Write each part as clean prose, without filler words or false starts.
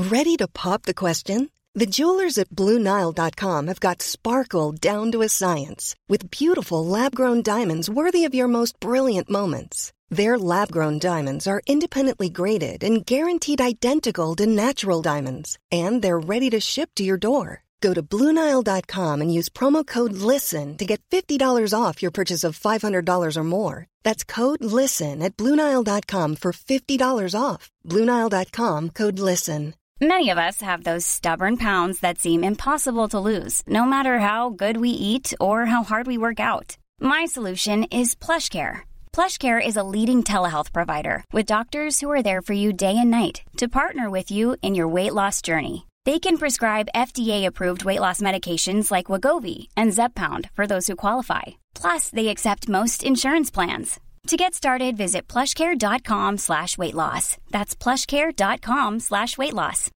Ready to pop the question? The jewelers at BlueNile.com have got sparkle down to a science with beautiful lab-grown diamonds worthy of your most brilliant moments. Their lab-grown diamonds are independently graded and guaranteed identical to natural diamonds, and they're ready to ship to your door. Go to BlueNile.com and use promo code LISTEN to get $50 off your purchase of $500 or more. That's code LISTEN at BlueNile.com for $50 off. BlueNile.com, code LISTEN. Many of us have those stubborn pounds that seem impossible to lose, no matter how good we eat or how hard we work out. My solution is PlushCare. PlushCare is a leading telehealth provider with doctors who are there for you day and night to partner with you in your weight loss journey. They can prescribe FDA-approved weight loss medications like Wegovy and Zepbound for those who qualify. Plus, they accept most insurance plans. To get started, visit plushcare.com/weightloss. That's plushcare.com/weightloss.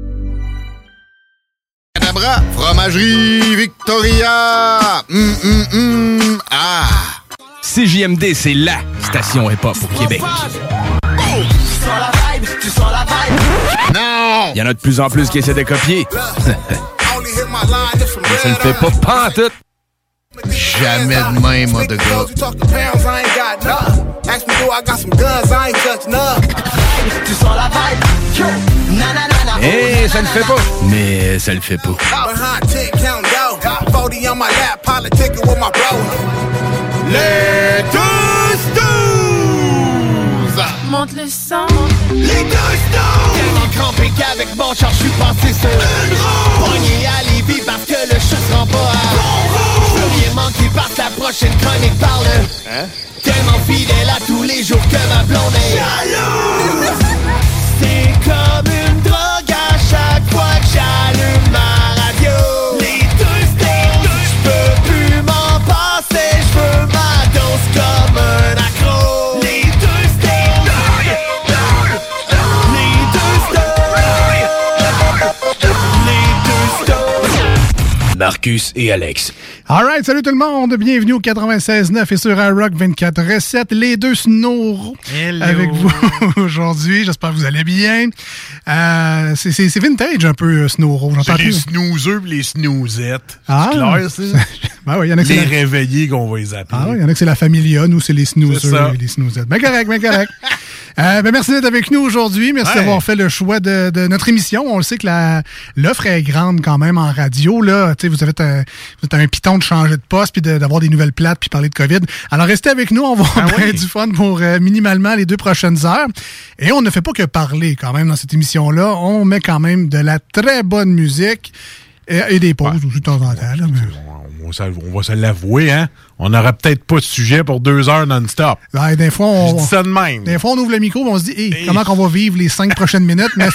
Cadabra, fromagerie Victoria. Ah. CJMD, c'est LA station hip-hop au Québec. Tu sens la vibe. Non. Il y en a de plus en plus qui essaient de copier. Mais ça ne fait pas pantoute. Jamais de même, mon de gars. Eh, ça ne fait pas. Mais ça le fait pas. Les deux snooze. Monte le sang. Les deux snooze. Tellement crampé qu'avec mon char, je suis passé sur une roue. Pogné à Lévis parce que le chat se rend pas à bon roue. Je veux rien manquer parce que la prochaine chronique parle. Hein? Tellement fidèle à tous les jours que ma blonde est jalouse. C'est comme une drogue à chaque fois que j'allume ma radio. Les deux snooze. Je peux plus m'en passer, je veux ma dose comme un accro. Les deux snooze. Les deux snooze. Marcus et Alex. Alright, salut tout le monde, bienvenue au 96.9 et sur iRock 24.7, les deux snows avec vous aujourd'hui, j'espère que vous allez bien. C'est vintage un peu, Snowro. C'est les snoozeux et les snoozettes. Ah, c'est clair, ça? Ben oui, y en a que les réveillés qu'on va les appeler. Ah oui, il y en a que c'est la familia, nous c'est les snoozeux et les snoozettes. Ben correct, ben correct. Merci d'être avec nous aujourd'hui. Merci d'avoir fait le choix de notre émission. On le sait que l'offre est grande quand même en radio. Là. Vous avez un piton de changer de poste puis d'avoir des nouvelles plates puis parler de COVID. Alors restez avec nous. On va avoir du fun pour minimalement les 2 prochaines heures. Et on ne fait pas que parler quand même dans cette émission-là. On met quand même de la très bonne musique et des pauses aussi de temps en temps. Là, mais... on va se l'avouer, hein? On n'aura peut-être pas de sujet pour 2 heures non-stop. Ouais, des fois, je dis ça de même. Des fois, on ouvre le micro et on se dit comment qu'on va vivre les 5 prochaines minutes? Mais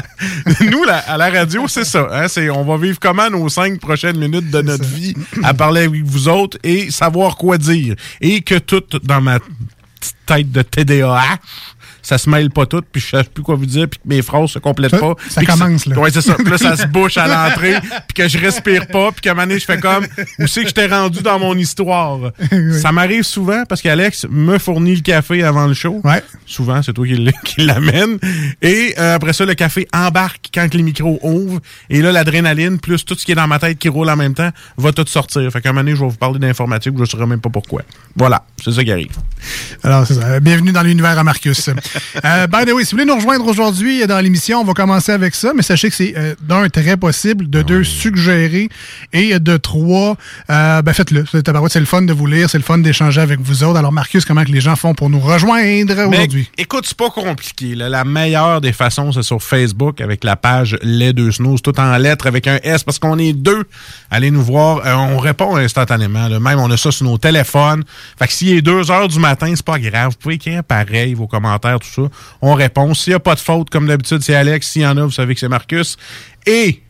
nous, à la radio, c'est ça. Hein? On va vivre comment nos 5 prochaines minutes de notre vie à parler avec vous autres et savoir quoi dire. Et que tout dans ma petite tête de TDAH, ça se mêle pas tout, puis je sais plus quoi vous dire, puis que mes phrases se complètent pas. Ça commence, là. Ouais, c'est ça. Puis là, ça se bouche à l'entrée, puis que je respire pas, puis qu'à un moment donné, je fais comme, où c'est que je t'ai rendu dans mon histoire? Oui. Ça m'arrive souvent, parce qu'Alex me fournit le café avant le show. Ouais. Souvent, c'est toi qui l'amène. Et après ça, le café embarque quand les micros ouvrent. Et là, l'adrénaline, plus tout ce qui est dans ma tête qui roule en même temps, va tout sortir. Fait qu'à un moment donné, je vais vous parler d'informatique, je ne saurais même pas pourquoi. Voilà, c'est ça qui arrive. Alors, c'est ça. Bienvenue dans l'univers à Marcus. By the way, si vous voulez nous rejoindre aujourd'hui dans l'émission, on va commencer avec ça, mais sachez que c'est d'un très possible, de 2 suggéré et de 3, faites-le. C'est le fun de vous lire, c'est le fun d'échanger avec vous autres. Alors Marcus, comment que les gens font pour nous rejoindre aujourd'hui? Écoute, c'est pas compliqué. Là. La meilleure des façons, c'est sur Facebook avec la page Les Deux Snooze, tout en lettres avec un S, parce qu'on est 2. Allez nous voir, on répond instantanément. Là. Même, on a ça sur nos téléphones. Fait que s'il est 2 heures du matin, c'est pas grave. Vous pouvez écrire pareil vos commentaires, tout ça. On répond. S'il n'y a pas de faute, comme d'habitude, c'est Alex. S'il y en a, vous savez que c'est Marcus. Et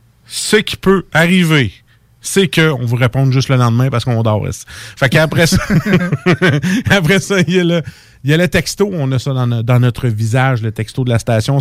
ce qui peut arriver, c'est qu'on vous réponde juste le lendemain parce qu'on dort. Fait qu'après ça, après ça, il y a le texto. On a ça dans notre visage, le texto de la station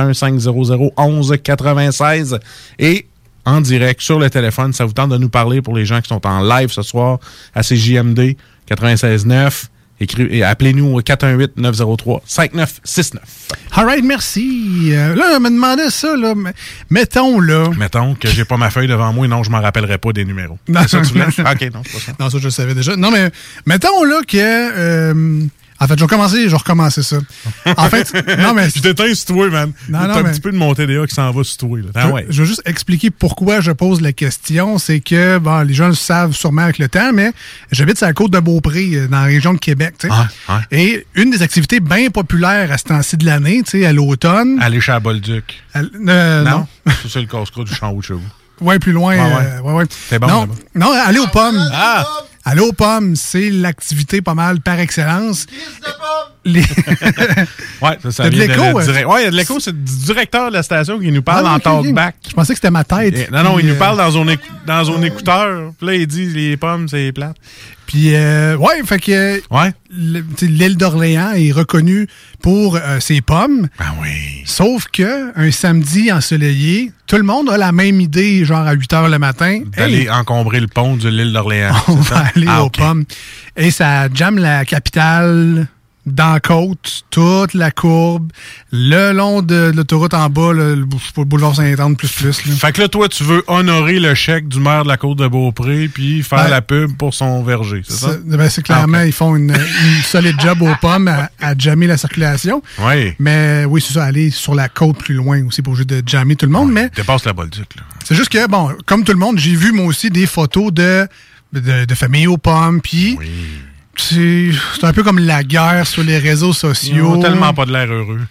581-500-1196. Et en direct sur le téléphone, ça vous tente de nous parler pour les gens qui sont en live ce soir à CJMD 96.9. Appelez-nous au 418-903-5969. All right, merci. Là, on me demandait ça, là. Mettons que j'ai pas ma feuille devant moi et non, je m'en rappellerai pas des numéros. Non, c'est ça que tu voulais? OK, non, c'est pas ça. Non, ça, je le savais déjà. Non, mais mettons, là, que... en fait, je vais recommencer ça. En fait, non, mais... Je t'éteins sur toi, man. Non, T'as un petit peu de montée DA qui s'en va sur toi, là. Je veux juste expliquer pourquoi je pose la question. C'est que, bon, les gens le savent sûrement avec le temps, mais j'habite sur la côte de Beaupré, dans la région de Québec, tu sais. Ouais. Et une des activités bien populaires à ce temps-ci de l'année, tu sais, à l'automne... Aller chez la Bolduc. Non. C'est le casse-croûte du champ de chez vous. Ouais, plus loin. Ouais. C'est bon, non, aller aux pommes. Ah! Aller aux pommes, c'est l'activité pas mal par excellence. Ouais, ça vient de l'écho. Ouais, il y a de l'écho. C'est du directeur de la station qui nous parle en talkback. Je pensais que c'était ma tête. Non, il nous parle dans son écouteur. Puis là, il dit les pommes, c'est plate. Puis, fait que l'île d'Orléans est reconnue pour ses pommes. Ah oui. Sauf que un samedi ensoleillé, tout le monde a la même idée, genre à 8 h le matin. D'aller encombrer le pont de l'île d'Orléans. On va aller aux pommes. Et ça jamme la capitale dans la côte, toute la courbe, le long de l'autoroute en bas, le boulevard Saint-Anne, plus. Là. Fait que là, toi, tu veux honorer le chèque du maire de la côte de Beaupré puis faire la pub pour son verger, c'est ça? C'est clairement, ils font une solide job aux pommes à jammer la circulation. Oui. Mais oui, c'est ça, aller sur la côte plus loin aussi pour juste de jammer tout le monde. Mais dépasse la Bolduc, là. C'est juste que, bon, comme tout le monde, j'ai vu moi aussi des photos de famille aux pommes, puis... Oui. C'est un peu comme la guerre sur les réseaux sociaux. Ils n'ont tellement pas de l'air heureux.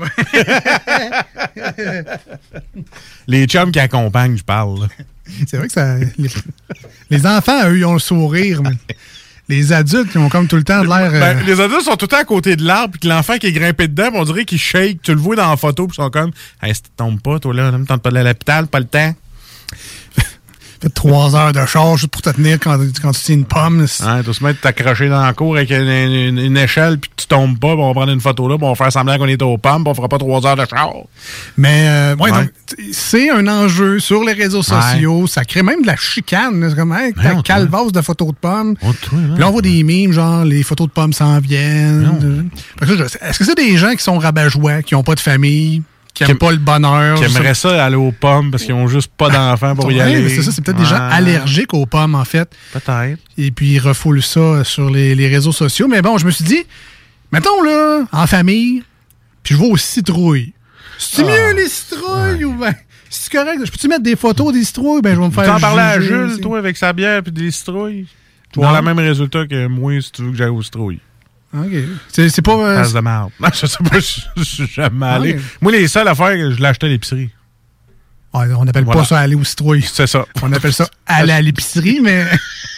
Les chums qui accompagnent, je parle. Là. C'est vrai que ça... Les enfants, eux, ils ont le sourire, mais les adultes, ils ont comme tout le temps de l'air... Les adultes sont tout le temps à côté de l'arbre, puis que l'enfant qui est grimpé dedans, on dirait qu'il shake. Tu le vois dans la photo, puis ils sont comme « Hey, si tu tombes pas, toi, là, ne me tente pas de aller à l'hôpital, pas le temps. » Fait 3 heures de charge juste pour te tenir quand tu tiens une pomme. Tu dois se mettre t'accrocher dans la cour avec une échelle puis que tu tombes pas, on va prendre une photo là, on va faire semblant qu'on est aux pommes, puis on fera pas 3 heures de charge. Mais donc, c'est un enjeu sur les réseaux sociaux. Ouais. Ça crée même de la chicane. C'est comme ta calvasse de photos de pommes. Puis là, on voit des mimes, genre les photos de pommes s'en viennent. Est-ce que c'est des gens qui sont rabat-joie, qui n'ont pas de famille? Qui n'aiment pas le bonheur. Qui aimeraient ça aller aux pommes parce qu'ils n'ont juste pas d'enfants pour y aller. C'est ça, c'est peut-être des gens allergiques aux pommes, en fait. Peut-être. Et puis, ils refoulent ça sur les réseaux sociaux. Mais bon, je me suis dit, mettons, là, en famille, puis je vais aux citrouilles. C'est mieux, les citrouilles, ou bien... C'est correct, je peux-tu mettre des photos des citrouilles? Ben, je vais me faire... Tu t'en parlais à Jules, toi, avec sa bière puis des citrouilles? Tu vas avoir le même résultat que moi si tu veux que j'aille aux citrouilles. OK. C'est pas... Passe de merde. Non, je sais pas, je suis jamais allé. Okay. Moi, les seules affaires, je l'ai acheté à l'épicerie. Ouais, on n'appelle pas ça aller aux citrouilles. C'est ça. On appelle ça aller à l'épicerie, mais...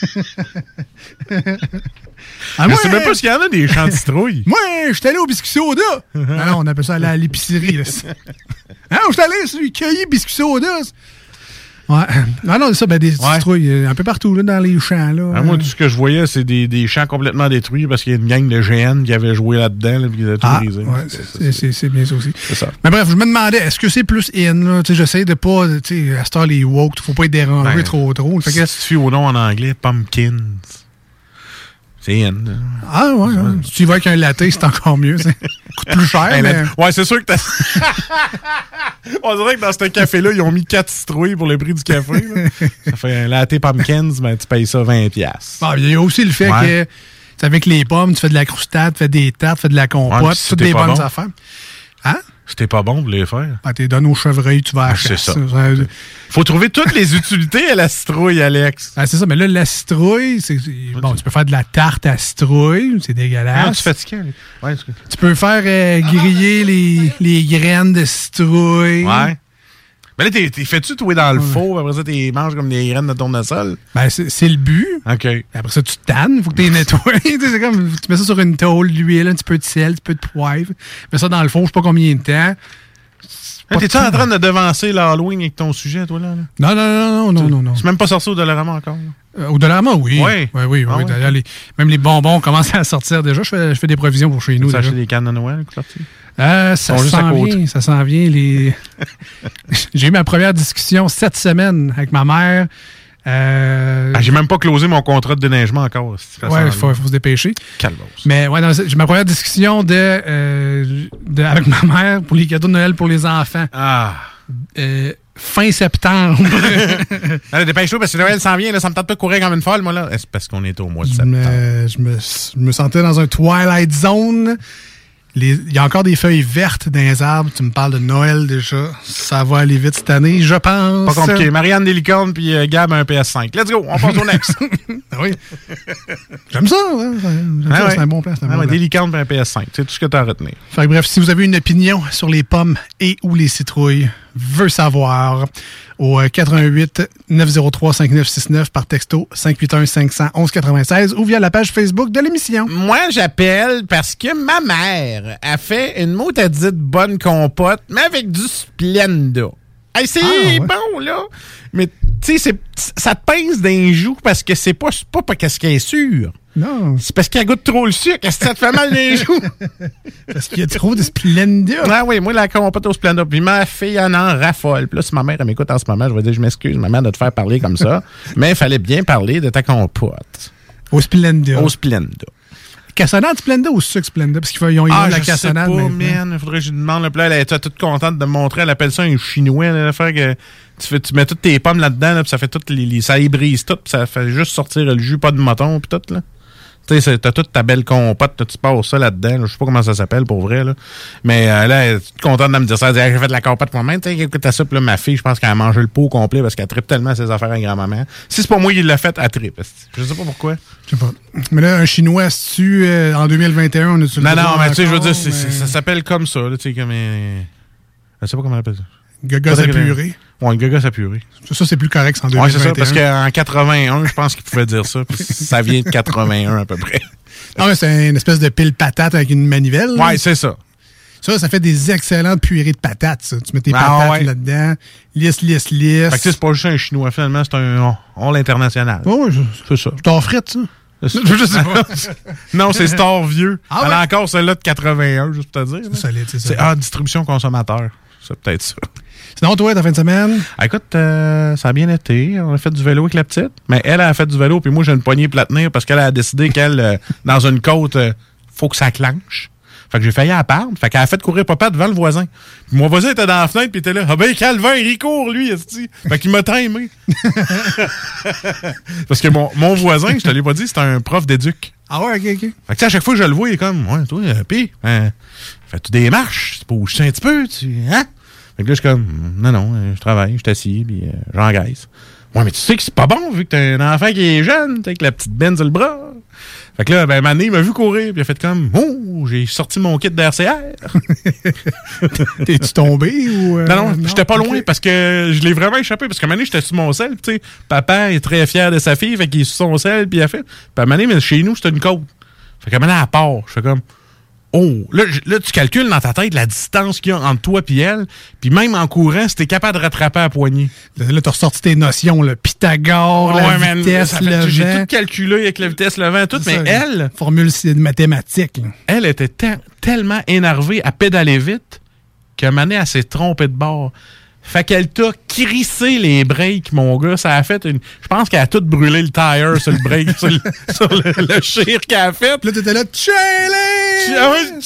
Je sais même pas s'il y en a des champs de citrouilles. Moi, je suis allé au biscuit soda. Non, on appelle ça aller à l'épicerie. Non, je suis allé cueillir biscuit soda. Ouais. Non, c'est ça, des citrouilles un peu partout là, dans les champs. Là. Moi, tout ce que je voyais, c'est des champs complètement détruits parce qu'il y a une gang de GN qui avait joué là-dedans et qui les a tout brisé. Ouais, c'est bien ça aussi. C'est ça. Mais bref, je me demandais, est-ce que c'est plus in? J'essaie de pas, à cette heure, les woke, il faut pas être dérangé trop. Fait que, si tu fais au nom en anglais, pumpkins. C'est in. Ah ouais. Si tu y vas avec un latte, c'est encore mieux. Ça coûte plus cher. Mais... Ouais, c'est sûr que t'as... On dirait que dans ce café-là, ils ont mis 4 citrouilles pour le prix du café. Là. Ça fait un latte pumpkins, ben, tu payes ça 20$. Ah, il y a aussi le fait que avec les pommes, tu fais de la croustade, tu fais des tartes, tu fais de la compote, toutes des bonnes affaires. Hein? C'était pas bon de les faire. Ben, t'es donné au chevreuil, tu vas à la chasse. C'est ça. Faut trouver toutes les utilités à la citrouille, Alex. Ah, c'est ça, mais là, la citrouille, bon, tu peux faire de la tarte à citrouille, c'est dégueulasse. Ah, tu fatigues. Ouais, tu peux faire griller les graines de citrouille. Ouais. Mais là, t'es fais-tu toi dans le four, après ça, t'es manges comme des graines de tournesol? Ben, c'est le but. OK. Après ça, tu tannes, faut que t'es nettoies. C'est comme, tu mets ça sur une tôle d'huile, un petit peu de sel, un petit peu de poivre. Tu mets ça dans le four, je sais pas combien de temps. T'es-tu en train de devancer l'Halloween avec ton sujet, toi, là? Non. C'est même pas sorti au Dollarama encore? Au Dollarama, oui. Oui. Ah, d'ailleurs, même les bonbons commencent à sortir déjà. Je fais des provisions pour chez nous. Tu as acheté des cannes de Noël qui sont sorties? Ça s'en vient. J'ai eu ma première discussion cette semaine avec ma mère. J'ai même pas closé mon contrat de déneigement encore. Ouais, il faut se dépêcher. Calvose. Mais ouais, j'ai ma première discussion avec ma mère pour les cadeaux de Noël pour les enfants. Fin septembre. Allez, dépêche-toi parce que Noël s'en vient. Là, ça me tente pas de courir comme une folle, moi. Là. C'est parce qu'on est au mois de septembre. Je me sentais dans un Twilight Zone. Il y a encore des feuilles vertes dans les arbres. Tu me parles de Noël déjà. Ça va aller vite cette année, je pense. Pas compliqué. Marianne des licornes puis Gab un PS5. Let's go. On passe au next. Oui. J'aime ça. Ouais. C'est un bon plan. Des licornes et un PS5. C'est tout ce que tu as à retenir. Fait que bref, si vous avez une opinion sur les pommes et ou les citrouilles, veux savoir au 88 903 5969 par texto 581 500 1196 ou via la page Facebook de l'émission. Moi, j'appelle parce que ma mère a fait une motadite bonne compote, mais avec du Splenda. Hey, c'est bon, là. Mais, tu sais, ça te pince d'un joue parce que c'est pas parce qu'elle est sûre. Non. C'est parce qu'elle goûte trop le sucre. Est-ce que ça te fait mal d'un joue? Parce qu'il y a trop de Splenda. Ah oui, moi, la compote au Splenda. Puis ma fille en raffole. Puis là, si ma mère elle m'écoute en ce moment, je vais dire, je m'excuse, ma mère, de te faire parler comme ça. Mais il fallait bien parler de ta compote. Au Splenda. Au Splenda. Cassonade Splenda ou sucre Splenda? Parce qu'ils ont la cassonade. Je sais pas, man. Il faudrait que je lui demande. Là, elle est toute contente de me montrer. Elle appelle ça un chinois. Là, faire que tu mets toutes tes pommes là-dedans, là, puis ça fait toutes ça y brise tout, puis ça fait juste sortir le jus, pas de mouton, puis tout, là. Tu sais, t'as toute ta belle compote, tu passes ça là-dedans. Là, je sais pas comment ça s'appelle pour vrai, là. Mais là, elle est toute contente de me dire ça. Elle dit, j'ai fait de la compote pour moi-même. Tu sais, écoute ça, puis là, ma fille, je pense qu'elle a mangé le pot au complet parce qu'elle tripe tellement ses affaires à grand-maman. Si c'est pas moi qui l'ai fait, elle tripe. Je sais pas pourquoi. Je sais pas. Mais là, un Chinois, si tu en 2021, on a tu Non, mais tu sais, je veux dire, ça s'appelle comme ça, là, tu sais, comme. Je sais pas comment on appelle ça. Gogos à purée. Ouais, une gogos à purée. Ça, c'est plus correct en 2021. Ouais, c'est ça, parce qu'en 81, je pense qu'il pouvait dire ça, puis ça vient de 81 à peu près. Non, mais c'est une espèce de pile patate avec une manivelle. Ouais, là. C'est ça. Ça fait des excellentes purées de patates, ça. Tu mets tes patates là-dedans, lisse. Fait que c'est pas juste un chinois, finalement, c'est un all international. Ouais, c'est ça. C'est en frite, ça. Je sais pas. Non, c'est Star Vieux. Elle a encore celle-là de 81, juste pour te dire. C'est solide, c'est ça. C'est distribution consommateur. C'est peut-être ça. Sinon, toi, ta fin de semaine? Écoute, ça a bien été. On a fait du vélo avec la petite. Mais elle a fait du vélo, puis moi, j'ai une poignée pour la tenir parce qu'elle a décidé qu'elle, dans une côte, faut que ça clenche. Fait que j'ai failli à perdre. Fait qu'elle a fait courir papa devant le voisin. Puis mon voisin était dans la fenêtre, puis il était là. Ah ben, Calvin, il court, lui, esti. Fait qu'il m'a timé. Parce que mon voisin, je te l'ai pas dit, c'est un prof d'éduc. Ah ouais, ok. Fait que à chaque fois que je le vois, il est comme, ouais, toi, pis, fais-tu des marches? C'est pas où je suis un petit peu, hein? Fait que là, je suis comme, non, je travaille, je t'assis, puis j'engraisse. Ouais, mais tu sais que c'est pas bon, vu que t'as un enfant qui est jeune, avec la petite benne sur le bras. Fait que là, ben, Mané, il m'a vu courir, puis il a fait comme, j'ai sorti mon kit d'RCR. T'es-tu tombé ou. Non, j'étais pas loin, parce que je l'ai vraiment échappé, parce que Mané, j'étais sur mon sel, tu sais, papa est très fier de sa fille, fait qu'il est sur son sel, puis il a fait. Puis Mané, mais chez nous, c'était une côte. Fait que Mané, à part, je fais comme, là, tu calcules dans ta tête la distance qu'il y a entre toi et elle, puis même en courant, si t'es capable de rattraper à la poignée. Là, t'as ressorti tes notions, le Pythagore, la vitesse, le vent. J'ai tout calculé avec la vitesse, le vent, tout, mais elle... Formule mathématique. Là. Elle était tellement énervée à pédaler vite qu'à un moment donné, elle s'est trompée de bord. Fait qu'elle t'a crissé les breaks, mon gars. Ça a fait une... Je pense qu'elle a tout brûlé le tire sur le break, sur le chire qu'elle a fait. Puis là, t'étais là, Chili!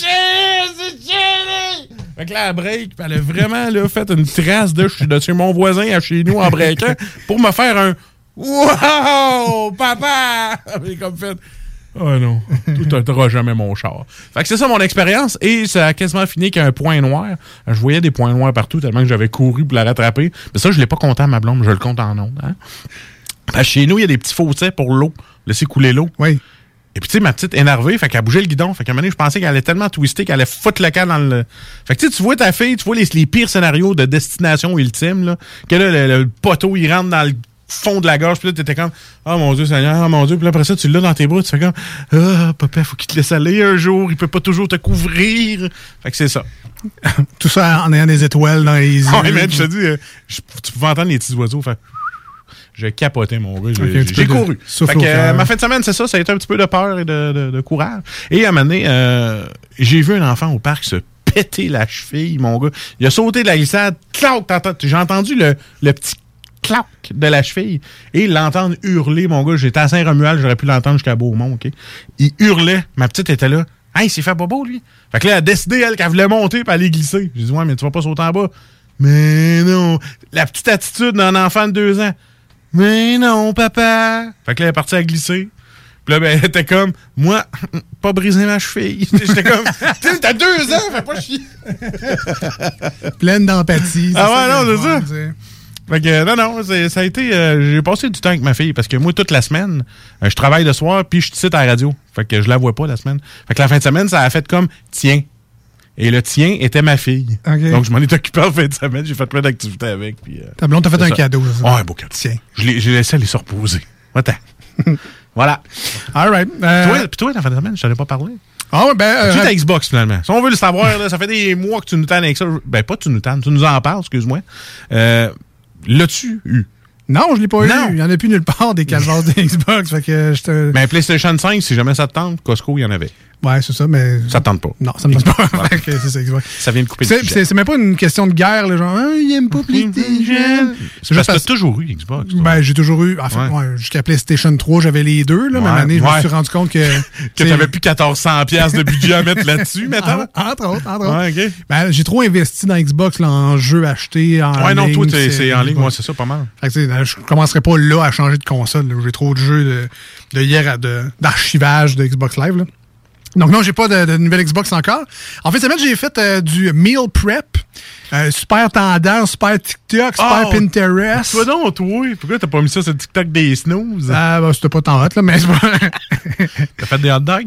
Fait que là, elle break, puis elle a vraiment là, fait une trace de chez mon voisin à chez nous en breakant pour me faire un « Wow! Papa! » J'ai comme fait... Oh non, tu t'auras jamais mon char. Fait que c'est ça mon expérience et ça a quasiment fini qu'un point noir. Je voyais des points noirs partout tellement que j'avais couru pour la rattraper. Mais ça, je l'ai pas compté à ma blonde, je le compte en ondes. Hein? Parce que chez nous, il y a des petits fossés pour l'eau, laisser couler l'eau. Oui. Et puis tu sais, ma petite énervée, fait qu'elle bougeait le guidon. Fait qu'à un moment donné, je pensais qu'elle allait tellement twister qu'elle allait foutre le camp dans le... Fait que tu vois ta fille, tu vois les pires scénarios de destination ultime, là. Que là, le poteau, il rentre dans le fond de la gorge, puis là, t'étais comme, oh mon Dieu, Seigneur, oh mon Dieu, puis là, après ça, tu l'as dans tes bras, tu fais comme, ah, papa, faut qu'il te laisse aller un jour, il peut pas toujours te couvrir. Fait que c'est ça. Tout ça en ayant des étoiles dans les yeux. Ouais, mais je te dis, tu pouvais entendre les petits oiseaux faire. Je capotais, mon gars. J'ai couru. Fait que, ma fin de semaine, c'est ça. Ça a été un petit peu de peur et de courage. Et à un moment donné, j'ai vu un enfant au parc se péter la cheville, mon gars. Il a sauté de la glissade. Clac, j'ai entendu le petit clac de la cheville et l'entendre hurler, mon gars. J'étais à Saint-Romuald, j'aurais pu l'entendre jusqu'à Beaumont, OK? Il hurlait. Ma petite était là. Hey, il s'est fait bobo, lui. Fait que là, elle a décidé, elle, qu'elle voulait monter puis aller glisser. J'ai dit, ouais, mais tu vas pas sauter en bas. Mais non. La petite attitude d'un enfant de 2 ans. Mais non, papa. Fait que là, elle est partie à glisser. Puis là, ben, elle était comme, moi, pas briser ma cheville. J'étais comme, t'as 2 ans, fais pas chier. Pleine d'empathie. Ah ouais, non, c'est ça. Fait que, non, ça a été... j'ai passé du temps avec ma fille parce que moi, toute la semaine, je travaille le soir puis je cite à la radio. Fait que je la vois pas la semaine. Fait que la fin de semaine, ça a fait comme tiens. Et le tien était ma fille. Okay. Donc, je m'en ai occupé en fin de semaine. J'ai fait plein d'activités avec. Puis, ta blonde t'a fait un cadeau. Oh, un beau cadeau. Tiens. J'ai laissé aller se reposer. Attends. Voilà. All right. Puis toi, la fin de semaine, je t'en ai pas parlé. Ah ouais, ben... Tu es ta Xbox, finalement. Si on veut le savoir, là, ça fait des mois que tu nous tannes avec ça. Ben, pas tu nous tannes. Tu nous en parles, excuse-moi. L'as-tu eu? Non, je l'ai pas eu. Il n'y en a plus nulle part des calvaires de Xbox. Fait que je te... Ben, PlayStation 5, si jamais ça te tente, Costco, il y en avait. Ouais, c'est ça, mais... Ça te tente pas. Non, ça me tente pas. Voilà. Okay, c'est ça, exact. Ça vient de couper le sujet. C'est même pas une question de guerre, là, genre, il aime pas PlayStation. C'est juste parce que t'as toujours eu Xbox. Toi. Ben, j'ai toujours eu... Enfin, ouais, jusqu'à PlayStation 3, j'avais les deux, là. Même année, je me suis rendu compte que... que t'avais plus 1400$ de budget à mettre là-dessus, maintenant. Entre autres. Ouais, OK. Ben, j'ai trop investi dans Xbox, là, en jeux achetés, en ligne. Ouais, non, toi, c'est en ligne. Moi, c'est ça, pas mal. Fait que, je commencerai pas là à changer de console. Là. J'ai trop de jeux d'archivage de Xbox Live, là. Donc non, j'ai pas de nouvelle Xbox encore. En fait, cette semaine, j'ai fait du meal prep. Super tendance, super TikTok, super Pinterest. Toi donc, toi, pourquoi t'as pas mis ça sur le TikTok des snooze? Ben, c'était pas tant hot, là, mais c'est pas... T'as fait des hot dogs?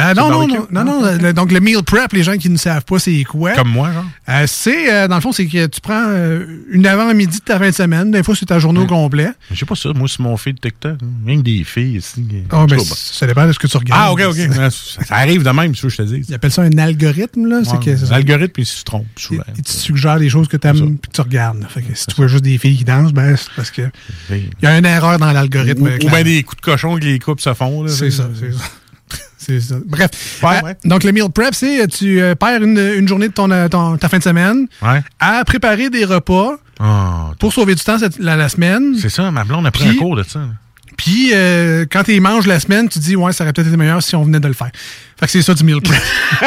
Non. Donc, le meal prep, les gens qui ne savent pas, c'est quoi? Comme moi, genre? Dans le fond, c'est que tu prends une avant-midi de ta fin de semaine. Des fois, c'est ta journée au complet. Je sais pas ça. Moi, c'est mon feed TikTok. Rien que des filles ici. Ben, ça dépend de ce que tu regardes. Ah, OK. Ça arrive de même, si je te dis. Ils appellent ça un algorithme, là. Un algorithme, puis il se trompe souvent. Il te suggère des choses que tu aimes et que tu regardes. Fait que si tu vois juste des filles qui dansent, ben, c'est parce que il y a une erreur dans l'algorithme. Ou bien des coups de cochon que les coupes se font. Là, c'est ça. C'est ça. Bref. Donc, le meal prep, c'est tu perds une journée de ta fin de semaine à préparer des repas pour sauver du temps la semaine. C'est ça, ma blonde a pris un cours de ça. Puis, quand tu manges la semaine, tu dis, ouais, ça aurait peut-être été meilleur si on venait de le faire. Fait que c'est ça du meal prep.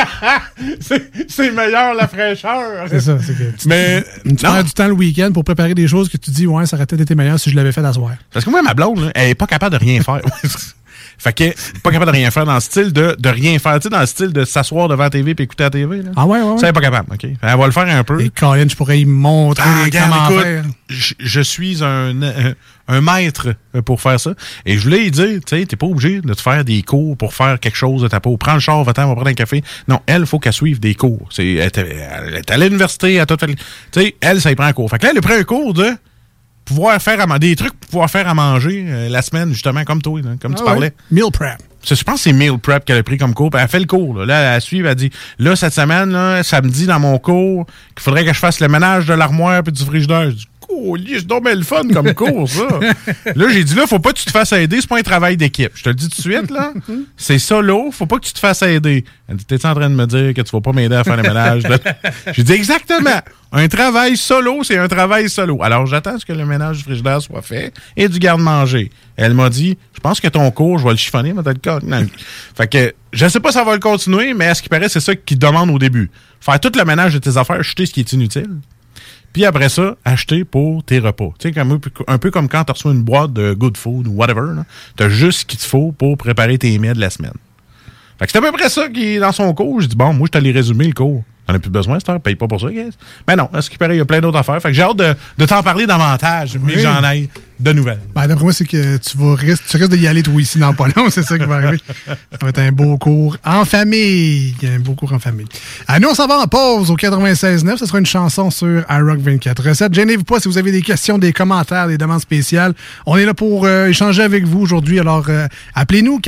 c'est meilleur la fraîcheur. C'est ça. C'est que tu perds du temps le week-end pour préparer des choses que tu dis, ouais, ça aurait peut-être été meilleur si je l'avais fait à soir. Parce que moi, ma blonde, là, elle est pas capable de rien faire. Fait que pas capable de rien faire dans le style de rien faire, tu sais, dans le style de s'asseoir devant la TV et écouter la TV. Là. Ah ouais. Ça, elle est pas capable, OK? Elle va le faire un peu. Et Colin, je pourrais y montrer comment faire. Je suis un maître pour faire ça. Et je voulais lui dire, tu sais, t'es pas obligé de te faire des cours pour faire quelque chose de ta peau. Prends le char, va-t'en, va prendre un café. Non, elle, faut qu'elle suive des cours. Elle est à l'université, elle a tout fait. Tu sais, elle, ça y prend un cours. Fait que là, elle a pris un cours de pouvoir faire des trucs pour pouvoir faire à manger la semaine, justement, comme toi, là, comme tu parlais. Meal prep. Je pense que c'est meal prep qu'elle a pris comme cours. Puis elle fait le cours. Là, elle suit, elle dit, là, cette semaine, là, samedi, dans mon cours, qu'il faudrait que je fasse le ménage de l'armoire puis du frigidaire. Je dis, c'est donc bien le fun comme cours, ça. Là, j'ai dit, là, faut pas que tu te fasses aider, c'est pas un travail d'équipe. Je te le dis tout de suite, là. C'est solo, faut pas que tu te fasses aider. Elle dit, t'es en train de me dire que tu vas pas m'aider à faire le ménage? J'ai dit, exactement. Un travail solo, c'est un travail solo. Alors, j'attends ce que le ménage du frigidaire soit fait et du garde-manger. Elle m'a dit, je pense que ton cours, je vais le chiffonner, mais t'as le cas. Fait que, je sais pas si ça va le continuer, mais à ce qui paraît, c'est ça qu'il demande au début. Faire tout le ménage de tes affaires, jeter ce qui est inutile. Puis après ça, acheter pour tes repas. Tu sais, un peu comme quand tu reçois une boîte de good food ou whatever. Tu as juste ce qu'il te faut pour préparer tes mets de la semaine. Fait que c'est à peu près ça qui est dans son cours. J'ai dit, bon, moi, je t'allais résumer le cours. T'en as plus besoin, cette heure, paye pas pour ça, guys. Mais non, à ce qui paraît, il y a plein d'autres affaires. Fait que j'ai hâte de t'en parler davantage, mais j'en ai de nouvelles. Ben, d'après moi, c'est que tu risques de y aller, toi, ici, dans pas long. C'est ça qui va arriver. Ça va être un beau cours en famille. Nous, on s'en va en pause au 96.9. Ce sera une chanson sur iRock 24/7. Gênez-vous pas si vous avez des questions, des commentaires, des demandes spéciales. On est là pour échanger avec vous aujourd'hui. Alors, appelez-nous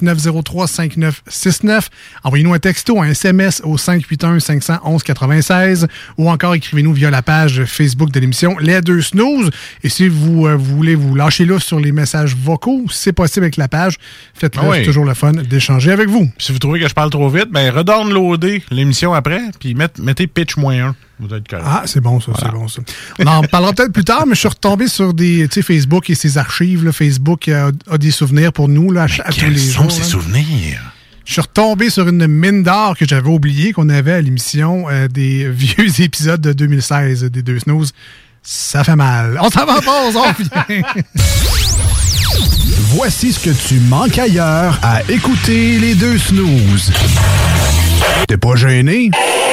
88-903-5969. Envoyez-nous un texto, un SMS au 581-511-96 ou encore écrivez-nous via la page Facebook de l'émission Les Deux Snooze. Et si vous voulez vous lâcher là sur les messages vocaux, si c'est possible avec la page, faites-le. Oui. C'est toujours le fun d'échanger avec vous. Si vous trouvez que je parle trop vite, ben redownloadez l'émission après, puis mettez pitch -1. Vous êtes correct. Ah, c'est bon ça, c'est bon ça. On en parlera peut-être plus tard, mais je suis retombé sur des, tu sais, Facebook et ses archives. Là. Facebook a des souvenirs pour nous là, à tous les jours. Quels sont ces souvenirs? Je suis retombé sur une mine d'or que j'avais oubliée qu'on avait à l'émission des vieux épisodes de 2016 des Deux Snooze. Ça fait mal. On s'en va en pause, on revient. Voici ce que tu manques ailleurs à écouter les Deux Snooze. T'es pas gêné?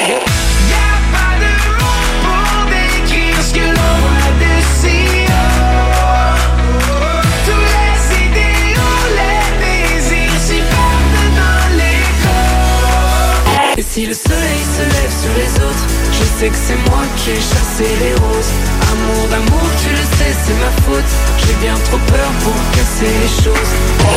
Et si le soleil se lève sur les autres, je sais que c'est moi qui ai chassé les roses. Amour d'amour, tu le sais, c'est ma faute. J'ai bien trop peur pour casser les choses.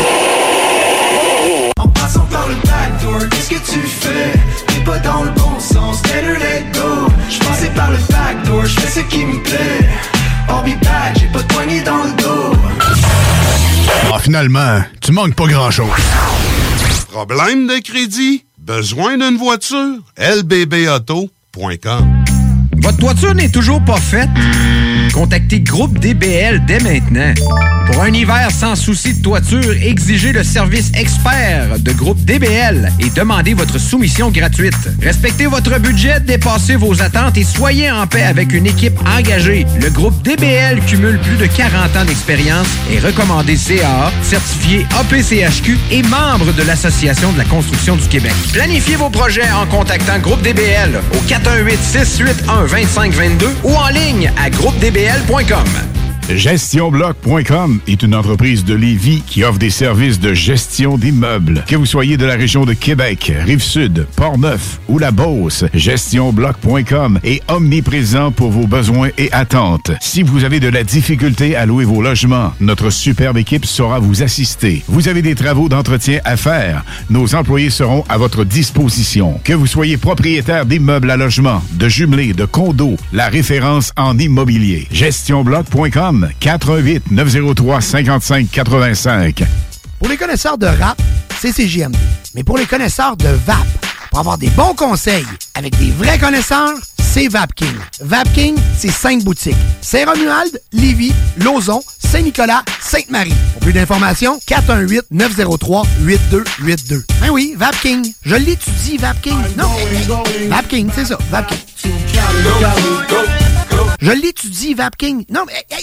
En passant par le backdoor, qu'est-ce que tu fais? T'es pas dans le bon sens, better let go. J'passais par le backdoor, j'fais ce qui me plaît. I'll be back, j'ai pas de poignée dans le dos. Ah, finalement, tu manques pas grand-chose. Problème de crédit? Besoin d'une voiture? lbbauto.com. Votre toiture n'est toujours pas faite? Contactez Groupe DBL dès maintenant. Pour un hiver sans souci de toiture, exigez le service expert de Groupe DBL et demandez votre soumission gratuite. Respectez votre budget, dépassez vos attentes et soyez en paix avec une équipe engagée. Le Groupe DBL cumule plus de 40 ans d'expérience et recommandé CAA, certifié APCHQ et membre de l'Association de la construction du Québec. Planifiez vos projets en contactant Groupe DBL au 418-681-2522 ou en ligne à groupedbl.com. GestionBloc.com est une entreprise de Lévis qui offre des services de gestion d'immeubles. Que vous soyez de la région de Québec, Rive-Sud, Port-Neuf ou la Beauce, GestionBloc.com est omniprésent pour vos besoins et attentes. Si vous avez de la difficulté à louer vos logements, notre superbe équipe saura vous assister. Vous avez des travaux d'entretien à faire, nos employés seront à votre disposition. Que vous soyez propriétaire d'immeubles à logement, de jumelés, de condos, la référence en immobilier. GestionBloc.com 418-903-5585. Pour les connaisseurs de rap, c'est CJMD. Mais pour les connaisseurs de VAP, pour avoir des bons conseils avec des vrais connaisseurs, c'est VapKing. VapKing, c'est 5 boutiques. Saint-Romuald, Lévis, Lauson, Saint-Nicolas, Sainte-Marie. Pour plus d'informations, 418-903-8282. Ben oui, VapKing. Je l'étudie, VapKing. Non, VapKing, c'est ça, VapKing. Je l'étudie, VapKing. Non, mais... Hey.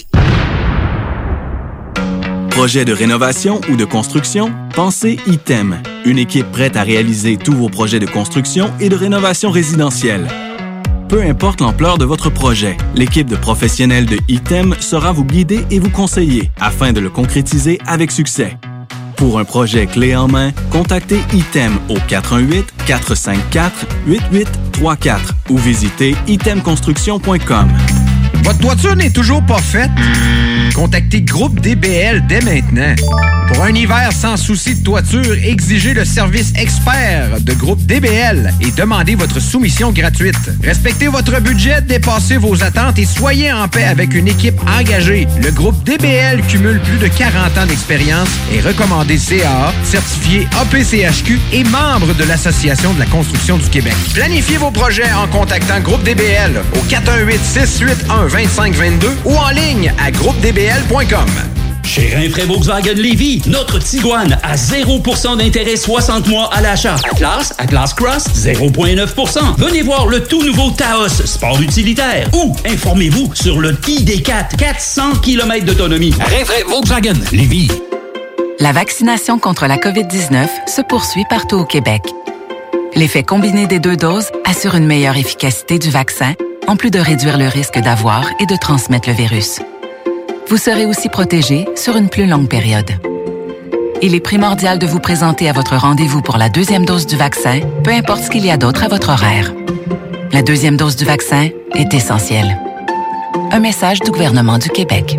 Projet de rénovation ou de construction? Pensez ITEM. Une équipe prête à réaliser tous vos projets de construction et de rénovation résidentielle. Peu importe l'ampleur de votre projet, l'équipe de professionnels de ITEM saura vous guider et vous conseiller afin de le concrétiser avec succès. Pour un projet clé en main, contactez ITEM au 418-454-8834 ou visitez itemconstruction.com. Votre toiture n'est toujours pas faite? Contactez Groupe DBL dès maintenant. Pour un hiver sans souci de toiture, exigez le service expert de Groupe DBL et demandez votre soumission gratuite. Respectez votre budget, dépassez vos attentes et soyez en paix avec une équipe engagée. Le Groupe DBL cumule plus de 40 ans d'expérience et recommandé CAA, certifié APCHQ et membre de l'Association de la construction du Québec. Planifiez vos projets en contactant Groupe DBL au 418-681-2522 ou en ligne à groupedbl.com. Chez Rinfraie Volkswagen Lévis, notre Tiguan à 0% d'intérêt 60 mois à l'achat. Atlas Cross, 0,9%. Venez voir le tout nouveau Taos, sport utilitaire. Ou informez-vous sur le ID4, 400 km d'autonomie. Rinfraie Volkswagen Lévis. La vaccination contre la COVID-19 se poursuit partout au Québec. L'effet combiné des 2 doses assure une meilleure efficacité du vaccin, en plus de réduire le risque d'avoir et de transmettre le virus. Vous serez aussi protégé sur une plus longue période. Il est primordial de vous présenter à votre rendez-vous pour la 2e dose du vaccin, peu importe ce qu'il y a d'autre à votre horaire. La 2e dose du vaccin est essentielle. Un message du gouvernement du Québec.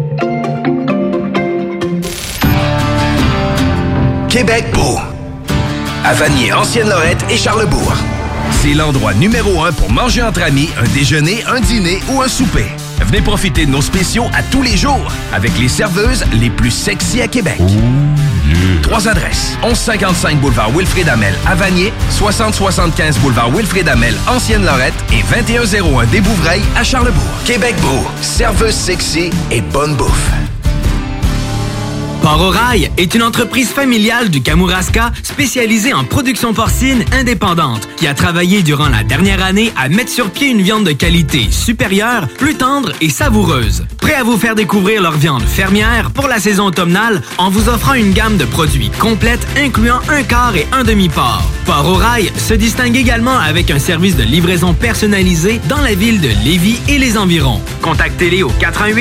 Québec beau. À Vanier, Ancienne-Lorette et Charlesbourg. C'est l'endroit numéro 1 pour manger entre amis, un déjeuner, un dîner ou un souper. Venez profiter de nos spéciaux à tous les jours avec les serveuses les plus sexy à Québec. 3 adresses. 1155 boulevard Wilfrid Hamel à Vanier, 6075 boulevard Wilfrid Hamel, Ancienne-Lorette et 2101 des Bouvrailles à Charlebourg. Québec Brou, serveuse sexy et bonne bouffe. Port au Rail est une entreprise familiale du Kamouraska spécialisée en production porcine indépendante qui a travaillé durant la dernière année à mettre sur pied une viande de qualité supérieure, plus tendre et savoureuse. Prêt à vous faire découvrir leur viande fermière pour la saison automnale en vous offrant une gamme de produits complète incluant un quart et un demi-porc. Port au Rail se distingue également avec un service de livraison personnalisé dans la ville de Lévis et les environs. Contactez-les au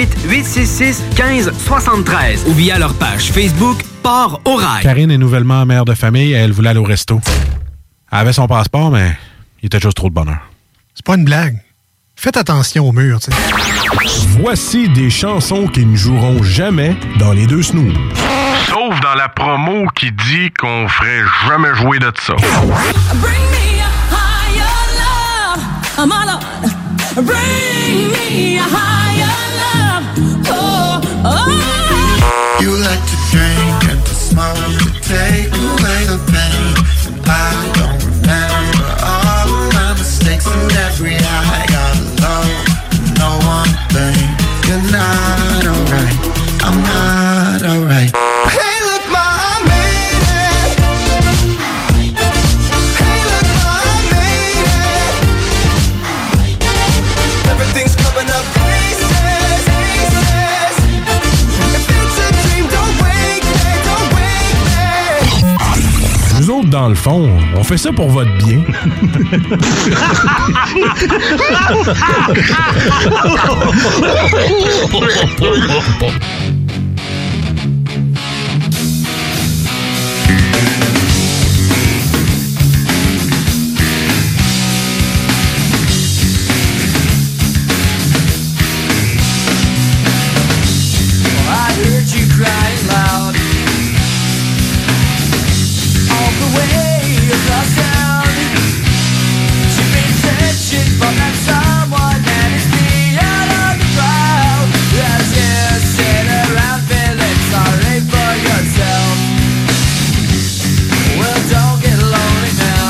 418-866-1573 ou via leur page Facebook Port au Rail. Karine est nouvellement mère de famille et elle voulait aller au resto. Elle avait son passeport, mais il était juste trop de bonheur. C'est pas une blague. Faites attention au mur, tu sais. Voici des chansons qui ne joueront jamais dans les deux snooze. Sauf dans la promo qui dit qu'on ferait jamais jouer de ça. Bring me a higher love, my Lord. Bring me a higher love, oh, oh. You like to drink and to smoke to take away the pain. And I don't remember all my mistakes and every I got love. No one thing, you're not alright. I'm not alright. Hey, look, Ma, I made it. Hey, look, Ma, I made it. Everything's coming up pieces, pieces. If it's a dream, don't wake me, don't wake me. Nous autres, dans le fond, on fait ça pour votre bien. I heard you crying loud all the way across town. You've been searching for that someone that is beyond on the crowd. As you sit around feeling sorry for yourself. Well, don't get lonely now.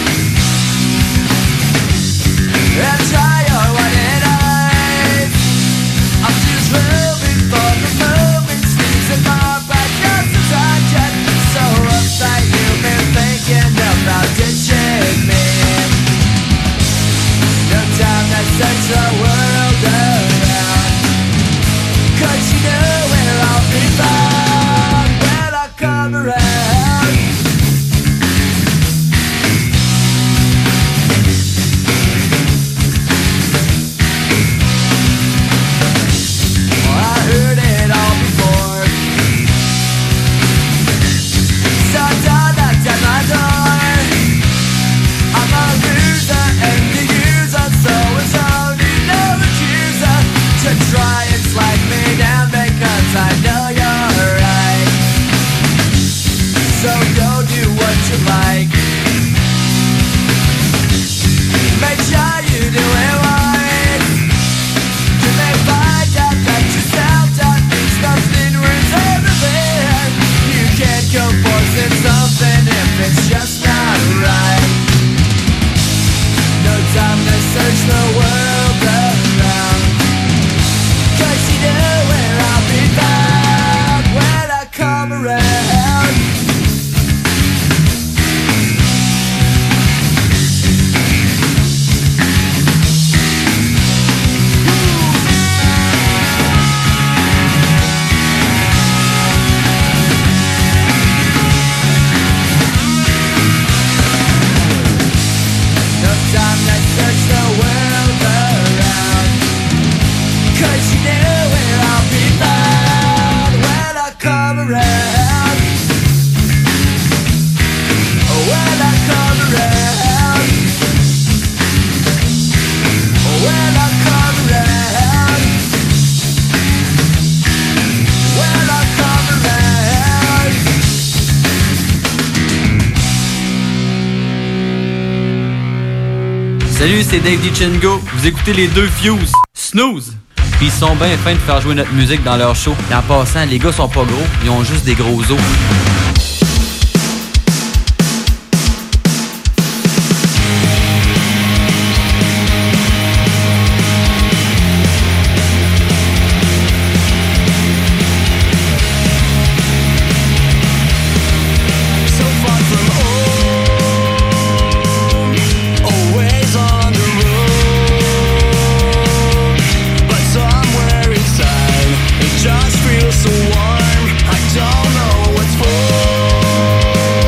And try your white eyes. I'm just hoping for the moment. Things in my back, just as I get so uptight. You've been thinking about ditching me. No time to search the world around. 'Cause you know where I'll be found when I come around. I heard it all before. So don't knock at my door. I'm a loser and the user, so it's only no accuser to try and slide me down because I know you're right. So go do what you like. Make sure you do it right. You may find out that yourself that means nothing worth everything. You can't go forcing something if it's just not right. No time to search the world around. 'Cause you know where I'll be found when I come around. No time to search the world around. 'Cause you know where I'll be found when I come around. When I come around. When I come around. When I come around. Salut, c'est Dave DiCengo. Vous écoutez les deux Fuse. Snooze. Puis ils sont bien fins de faire jouer notre musique dans leur show. Et en passant, les gars sont pas gros, ils ont juste des gros os. Just feels so warm. I don't know what's for.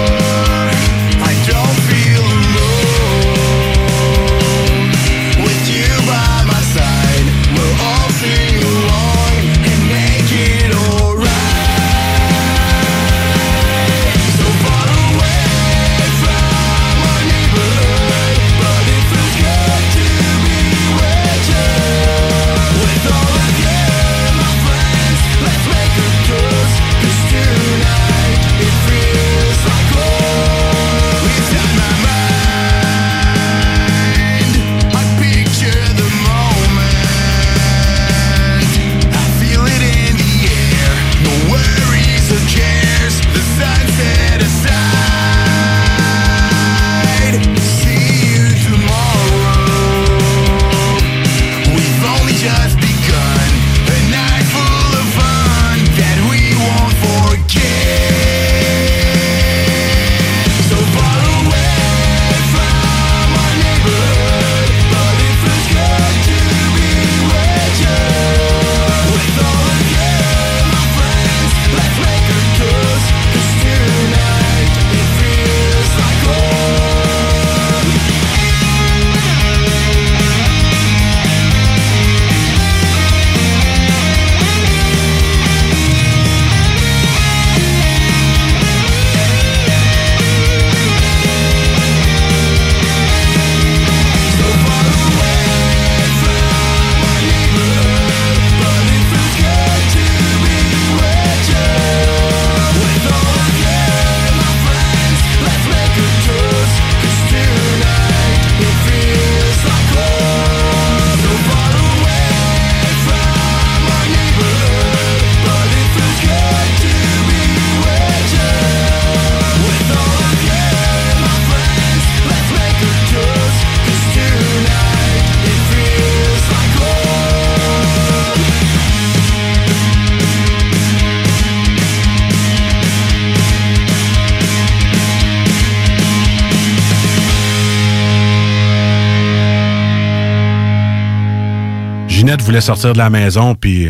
Ginette voulait sortir de la maison, puis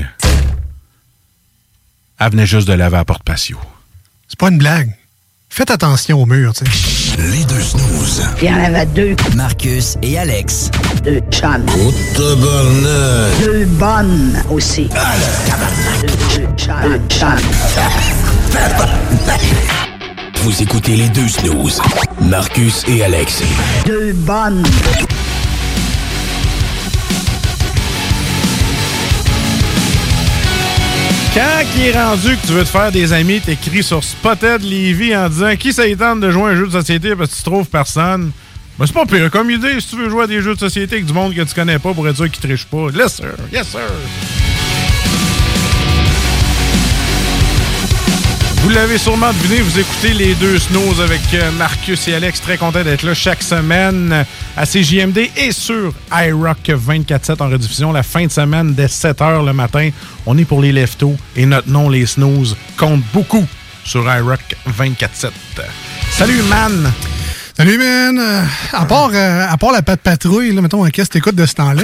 elle venait juste de laver à porte patio. C'est pas une blague. Faites attention au mur, tu sais. Les deux snooze. Il y en avait deux. Marcus et Alex. Deux chums. Oh, tabarnak. Deux bonnes aussi. Deux chums. Vous écoutez les deux snooze. Marcus et Alex. Deux bonnes. Quand il est rendu que tu veux te faire des amis, t'écris sur Spotted Lévis en disant qui ça y tente de jouer à un jeu de société parce que tu trouves personne. Ben c'est pas pire comme idée si tu veux jouer à des jeux de société avec du monde que tu connais pas pour être sûr qu'ils trichent pas. Yes sir, yes sir. Vous l'avez sûrement deviné, vous écoutez les deux snooze avec Marcus et Alex. Très content d'être là chaque semaine à CJMD et sur iRock 24/7 en rediffusion la fin de semaine dès 7h le matin. On est pour les leftos et notre nom, les snooze, compte beaucoup sur iRock 24/7. Salut, man! Salut, man! À part la patte patrouille, là, mettons, qu'est-ce que t'écoutes de ce temps-là?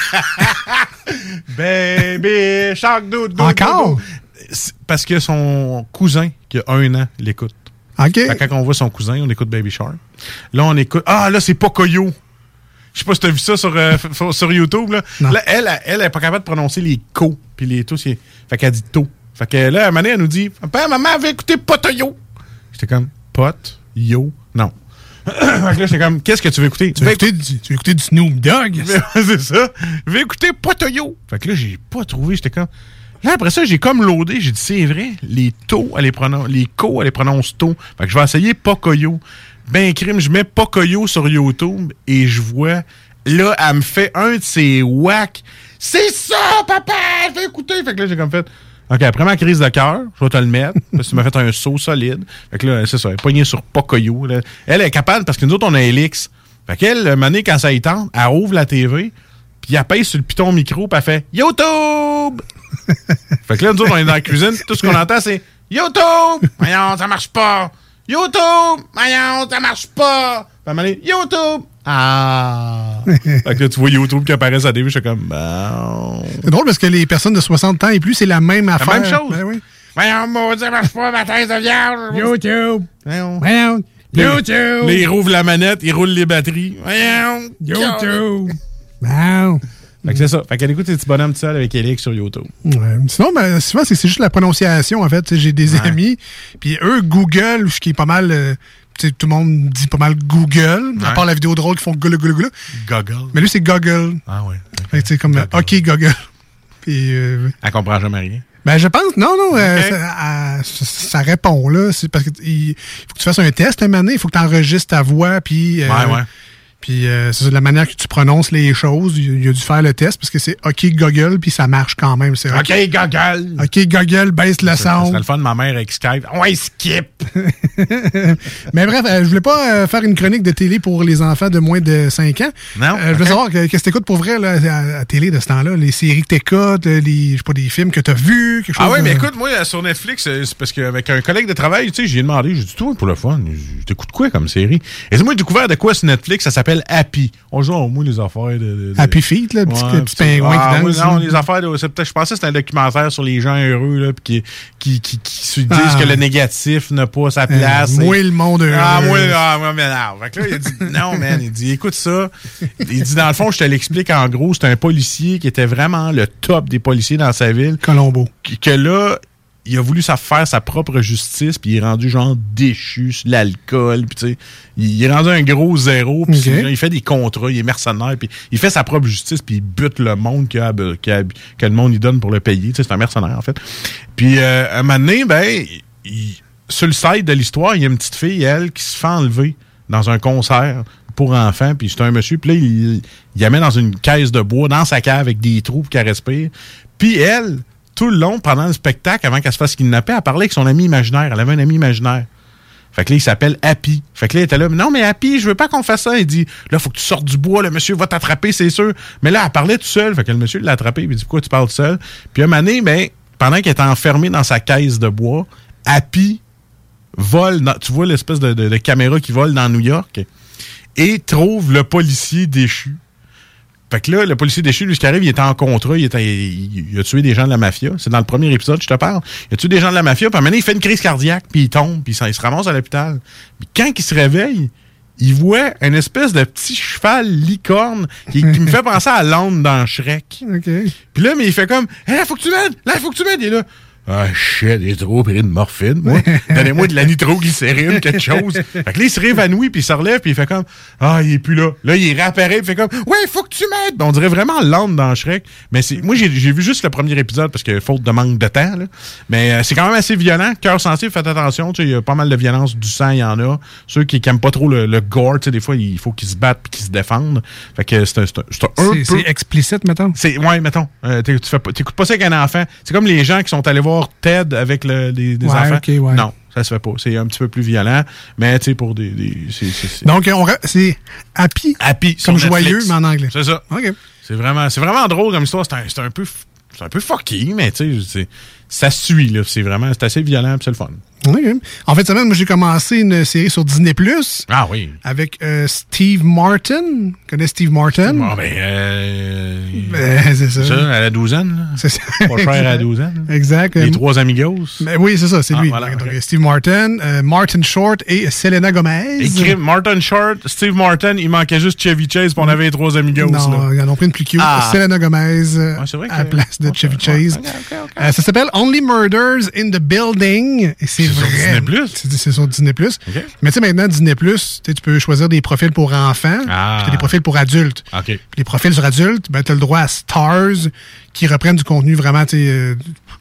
Baby Shark Dude! Encore? Parce que son cousin, qui a 1 an, l'écoute. OK. Quand on voit son cousin, on écoute Baby Shark. Là, on écoute... Ah, là, c'est Pocoyo. Je sais pas si t'as vu ça sur YouTube. Là, là elle est pas capable de prononcer les co puis les to. Fait qu'elle dit to. Fait que là, à un moment donné, elle nous dit « Papa, maman avait écouté Potoyo. » J'étais comme « Pot, yo, non. » Fait que là, j'étais comme « Qu'est-ce que tu veux écouter? » Tu veux écouter du Snoop Dogg? C'est ça. Je vais écouter Potoyo. Fait que là, j'ai pas trouvé. J'étais comme... Là, après ça, j'ai comme loadé. J'ai dit, c'est vrai, les to, les co, elle les prononce to. Fait que je vais essayer Pocoyo. Ben, crime, je mets Pocoyo sur YouTube et je vois, là, elle me fait un de ses whacks. c'est ça, papa! Je vais écouter! Fait que là, j'ai comme fait, OK, après ma crise de cœur, je vais te le mettre, parce que tu m'as fait un saut solide. Fait que là, c'est ça, elle est poignée sur Pocoyo. Là. Elle est capable, parce que nous autres, on a Elix. Fait qu'elle, un moment donné, quand ça y tente, elle ouvre la TV, puis elle pèse sur le piton micro, puis elle fait YouTube! Fait que là, nous autres, on est dans la cuisine, tout ce qu'on entend, c'est YouTube! Voyons, ça marche pas! YouTube! Voyons, ça marche pas! Puis elle m'a dit, YouTube! Ah! Fait que là, tu vois YouTube qui apparaît à la TV, je suis comme, bon. C'est drôle parce que les personnes de 60 ans et plus, c'est la même affaire. La même chose. Ben oui. Voyons, maudit, ça marche pas, ma thèse de vierge. YouTube! Voyons. Voyons. YouTube! Là, il rouvre la manette, il roule les batteries. Voyons! YouTube! Wow! Fait que c'est ça. Fait qu'elle écoute ces petits bonhommes tout seul avec Elix sur YouTube. Ouais. Sinon, ben, souvent, c'est juste la prononciation, en fait. T'sais, j'ai des amis, puis eux, Google, ce qui est pas mal... tout le monde dit pas mal Google, à part la vidéo drôle qui font Google. Mais lui, c'est Google. Ah ouais. Fait que, comme OK, Google. Puis, elle comprend jamais rien. Ben, je pense, non, ça répond, là. C'est parce que il faut que tu fasses un test un moment donné, il faut que tu enregistres ta voix, puis... ouais. Puis c'est la manière que tu prononces les choses. Il a dû faire le test parce que c'est OK Google, puis ça marche quand même. C'est OK Google! OK Google, baisse le son. Ça serait le fun de ma mère avec Skype. Ouais, skip! Mais bref, je voulais pas faire une chronique de télé pour les enfants de moins de 5 ans. Non? Je veux savoir qu'est-ce que t'écoutes pour vrai là, à la télé de ce temps-là. Les séries que t'écoutes, je sais pas, des films que t'as vus, quelque chose. Ah ouais, mais écoute, moi, sur Netflix, c'est parce qu'avec un collègue de travail, tu sais, j'ai demandé, j'ai dit, toi, pour le fun, t'écoutes quoi comme série? Et moi, j'ai découvert de quoi sur Netflix, ça s'appelle Happy. On joue au moins les affaires de... Happy Feet, là, petit pingouin qui danse. Non, les affaires je pensais que c'était un documentaire sur les gens heureux, là, puis qui se disent que le négatif n'a pas sa place. Moi, le monde heureux. Moi, mais non. Fait que là, il a dit, non, man, il dit, écoute ça. Il dit, dans le fond, je te l'explique en gros, c'est un policier qui était vraiment le top des policiers dans sa ville. Colombo. Que là, il a voulu faire sa propre justice, puis il est rendu genre déchu sur l'alcool, puis tu sais, il est rendu un gros zéro, puis il fait des contrats, il est mercenaire, puis il fait sa propre justice, puis il bute le monde que le monde lui donne pour le payer. Tu sais, c'est un mercenaire, en fait. Puis, un moment donné, ben, sur le site de l'histoire, il y a une petite fille, elle, qui se fait enlever dans un concert pour enfants, puis c'est un monsieur, puis là, il la met dans une caisse de bois, dans sa cave, avec des trous pour qu'elle respire. Puis elle... Tout le long, pendant le spectacle, avant qu'elle se fasse kidnapper, elle parlait avec son ami imaginaire. Elle avait un ami imaginaire. Fait que là, il s'appelle Happy. Fait que là, elle était là, non, mais Happy, je veux pas qu'on fasse ça. Il dit, là, faut que tu sortes du bois, le monsieur va t'attraper, c'est sûr. Mais là, elle parlait tout seul. Fait que le monsieur l'a attrapé. Il dit, pourquoi tu parles tout seul? Puis un moment donné, ben, pendant qu'elle était enfermée dans sa caisse de bois, Happy vole, tu vois l'espèce de caméra qui vole dans New York, et trouve le policier déchu. Fait que là, le policier déchu, lui, ce qui arrive, il était en contrat, il a tué des gens de la mafia. C'est dans le premier épisode, je te parle. Il a tué des gens de la mafia, puis maintenant, il fait une crise cardiaque, puis il tombe, puis il se ramasse à l'hôpital. Puis quand il se réveille, il voit une espèce de petit cheval licorne qui me fait penser à l'âne dans Shrek. Okay. Puis là, mais il fait comme, là, faut que tu m'aides! Là, faut que tu m'aides! Il est là. Ah, shit, il est trop pris de morphine, moi. Donnez-moi de la nitroglycérine, quelque chose. Fait que là, il se réévanouit, puis il se relève, puis il fait comme, ah, il est plus là. Là, il réapparaît, puis il fait comme, ouais, faut que tu m'aides. On dirait vraiment l'âne dans Shrek. Mais moi, j'ai vu juste le premier épisode, parce que faute de manque de temps, là. Mais c'est quand même assez violent. Cœur sensible, faites attention. Tu sais, il y a pas mal de violence, du sang, il y en a. Ceux qui aiment pas trop le gore, tu sais, des fois, il faut qu'ils se battent, puis qu'ils se défendent. Fait que c'est un peu... C'est explicite, mettons? Ouais, mettons. T'écoutes pas ça avec un enfant. C'est comme les gens qui sont allés voir Ted avec des enfants. Okay, ouais. Non, ça se fait pas. C'est un petit peu plus violent, mais tu sais, pour c'est... Donc, c'est Happy. Happy, comme joyeux, mais en anglais. C'est ça. OK. C'est vraiment drôle comme histoire. C'est un peu fucky, mais tu sais, ça suit, là. C'est assez violent, puis c'est le fun. Okay. En fait, moi, j'ai commencé une série sur Disney+. Ah oui. Avec Steve Martin. Tu connais Steve Martin? Bon, c'est ça. Ça, à la douzaine, là. C'est ça. Pas cher à la douzaine. Exact. Les trois amigos. Oui, c'est ça, c'est lui. Voilà, donc, okay. Steve Martin, Martin Short et Selena Gomez. Écrit Martin Short, Steve Martin, il manquait juste Chevy Chase, puis on avait les trois amigos. Non, ils en ont pris une plus cute. Selena Gomez à la place de Chevy Chase. Okay. Ça s'appelle Only Murders in the Building. Et c'est vrai. C'est sur Disney+. Okay. Mais tu sais, maintenant, Disney+, tu peux choisir des profils pour enfants, puis des profils pour adultes. Okay. Puis les profils sur adultes, ben, tu as le droit à Stars qui reprennent du contenu vraiment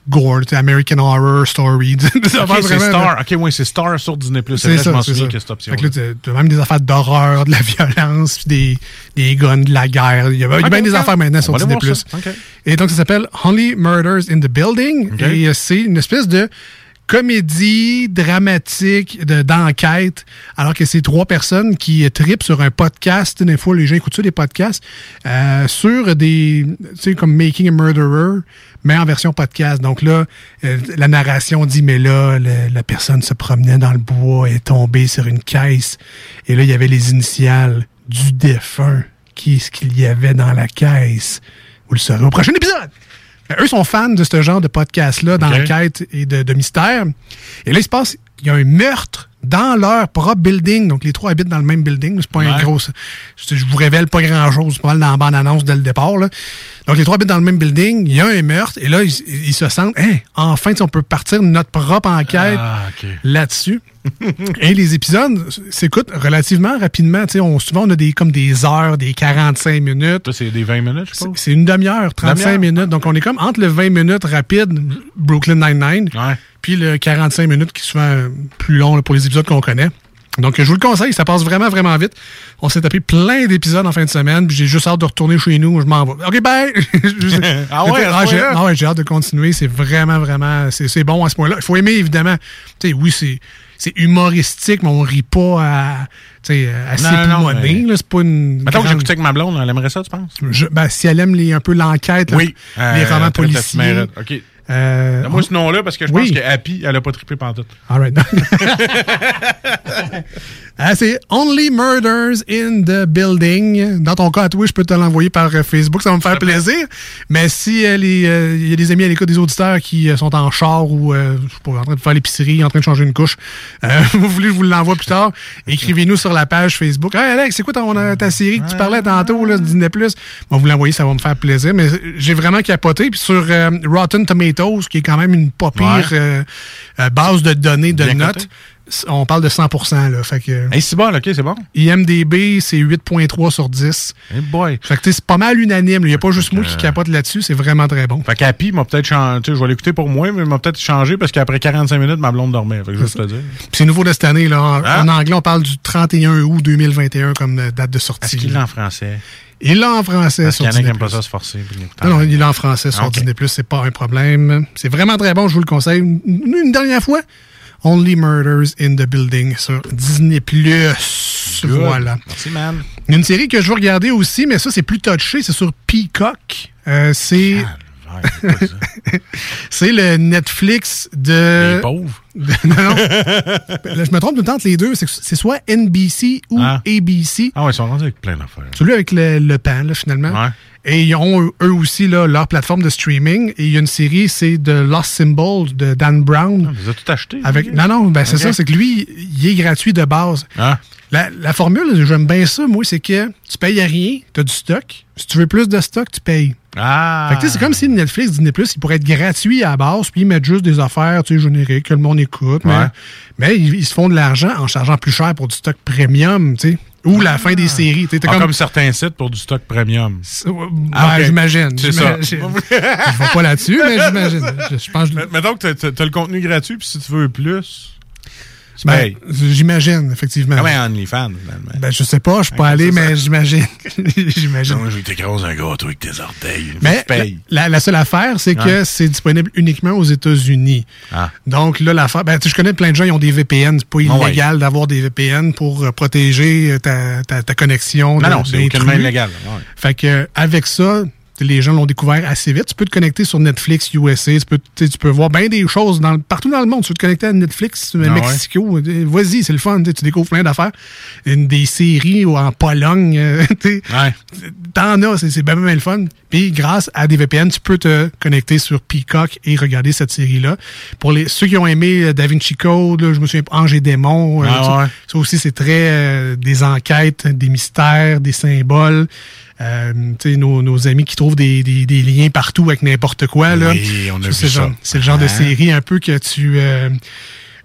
gore, American Horror Story. C'est Star. OK, oui, c'est Star sur Disney+. C'est vrai, je m'en souviens que cette option. Fait que là, t'as même des affaires d'horreur, de la violence, puis des guns, de la guerre. Il y a bien des affaires maintenant sur Disney+. Okay. Et donc, ça s'appelle Only Murders in the Building. Okay. Et c'est une espèce de comédie dramatique d'enquête, alors que c'est 3 personnes qui tripent sur un podcast. Des fois, les gens écoutent ça, des podcasts, sur des, tu sais, comme Making a Murderer, mais en version podcast. Donc là, la narration dit, mais là, la personne se promenait dans le bois et est tombée sur une caisse. Et là, il y avait les initiales du défunt. Qu'est-ce qu'il y avait dans la caisse? Vous le saurez au prochain épisode! Eux sont fans de ce genre de podcast-là, d'enquête et de mystère. Et là, il y a un meurtre dans leur propre building. Donc, les 3 habitent dans le même building. C'est pas un gros... Je vous révèle pas grand-chose. C'est pas mal dans la bande-annonce dès le départ. Là. Donc, les 3 habitent dans le même building. Il y a un meurtre. Et là, ils se sentent... enfin, on peut partir de notre propre enquête là-dessus. Et les épisodes s'écoutent relativement rapidement. Souvent, on a comme des heures, des 45 minutes. Ça, c'est des 20 minutes, je pense? C'est une demi-heure, 35 minutes. Donc, on est comme entre le 20 minutes rapide, Brooklyn Nine-Nine, puis le 45 minutes qui est souvent plus long là, pour les épisodes qu'on connaît. Donc, je vous le conseille, ça passe vraiment, vraiment vite. On s'est tapé plein d'épisodes en fin de semaine, puis j'ai juste hâte de retourner chez nous. Je m'en vais. OK, bye! J'ai hâte de continuer. C'est vraiment, vraiment... C'est bon à ce point-là. Il faut aimer, évidemment. Tu sais, oui, c'est humoristique, mais on rit pas à s'époumoner. C'est pas une... Mettons que j'écoutais avec ma blonde, elle aimerait ça, tu penses? Si elle aime un peu l'enquête, les romans policiers. OK. Moi, ce nom-là, parce que je pense que Happy, elle a pas trippé pantoute. All right. C'est Only Murders in the Building. Dans ton cas, à toi, je peux te l'envoyer par Facebook. Ça va me faire plaisir. Mais si il y a des amis à l'écoute, des auditeurs qui sont en char ou en train de faire l'épicerie, en train de changer une couche, vous voulez que je vous l'envoie plus tard, écrivez-nous sur la page Facebook. Hey Alex, c'est quoi ta série que tu parlais tantôt, là, Disney+? Bon, vous l'envoyez, ça va me faire plaisir. Mais j'ai vraiment capoté. Puis sur Rotten Tomatoes, qui est quand même une pas pire base de données, de notes, on parle de 100%. Là, fait que, c'est bon, OK, c'est bon. IMDB, c'est 8.3 sur 10. Hey boy. Fait que c'est pas mal unanime. Il n'y a pas juste moi qui capote là-dessus. C'est vraiment très bon. Fait qu'Happy m'a peut-être changé. Je vais l'écouter pour moi, mais il m'a peut-être changé parce qu'après 45 minutes, ma blonde dormait. Fait que juste te dire. Puis c'est nouveau de cette année. Là. En anglais, on parle du 31 août 2021 comme date de sortie. Est-ce qu'il l'a en français? Il l'a en français. Parce qu'il y en a qui n'aiment pas ça se forcer. Non, il l'a en français sur Disney+. C'est pas un problème. C'est vraiment très bon. Je vous le conseille. Une dernière fois. Only Murders in the Building sur Disney+. Voilà. Merci, man. Une série que je veux regarder aussi, mais ça, c'est plus touché. C'est sur Peacock. C'est le Netflix de... Les pauvres? Non. Je me trompe tout le temps entre les deux. C'est soit NBC ou ABC. Ah ouais, ils sont rendus avec plein d'affaires. Celui avec le pan, là, finalement. Ouais. Et ils ont, eux aussi, là, leur plateforme de streaming. Et il y a une série, c'est The Lost Symbol de Dan Brown. Vous avez tout acheté? Non, c'est ça. C'est que lui, il est gratuit de base. La formule, j'aime bien ça, moi, c'est que tu payes à rien, tu as du stock. Si tu veux plus de stock, tu payes. Fait que c'est comme si Netflix, Disney+, il pourrait être gratuit à la base, puis ils mettent juste des affaires génériques que le monde écoute. Mais ils se font de l'argent en chargeant plus cher pour du stock premium, tu sais. Ou la fin des séries. Comme certains sites pour du stock premium. J'imagine. C'est ça. Je ne vais pas là-dessus, mais j'imagine. Je pense. Mettons que tu as le contenu gratuit, puis si tu veux plus... J'imagine, effectivement. Comme un OnlyFans, finalement. Je sais pas, je suis pas allé, mais j'imagine. Non, je vais t'écraser un gâteau avec tes orteils. Mais la seule affaire, c'est que c'est disponible uniquement aux États-Unis. Donc là, l'affaire... je connais plein de gens qui ont des VPN. C'est pas illégal d'avoir des VPN pour protéger ta connexion. Non, c'est aucunement illégal. Fait que avec ça... Les gens l'ont découvert assez vite. Tu peux te connecter sur Netflix USA. Tu peux voir bien des choses partout dans le monde. Tu veux te connecter à Netflix, Mexico. Vas-y, c'est le fun. Tu découvres plein d'affaires. Des séries en Pologne. T'en as. C'est bien le fun. Puis, grâce à des VPN, tu peux te connecter sur Peacock et regarder cette série-là. Pour ceux qui ont aimé Da Vinci Code, là, je me souviens, Ange et Démon. Ça aussi, c'est très des enquêtes, des mystères, des symboles. Nos amis qui trouvent des liens partout avec n'importe quoi. Là. Oui, on a vu ça. C'est le genre de série un peu que tu...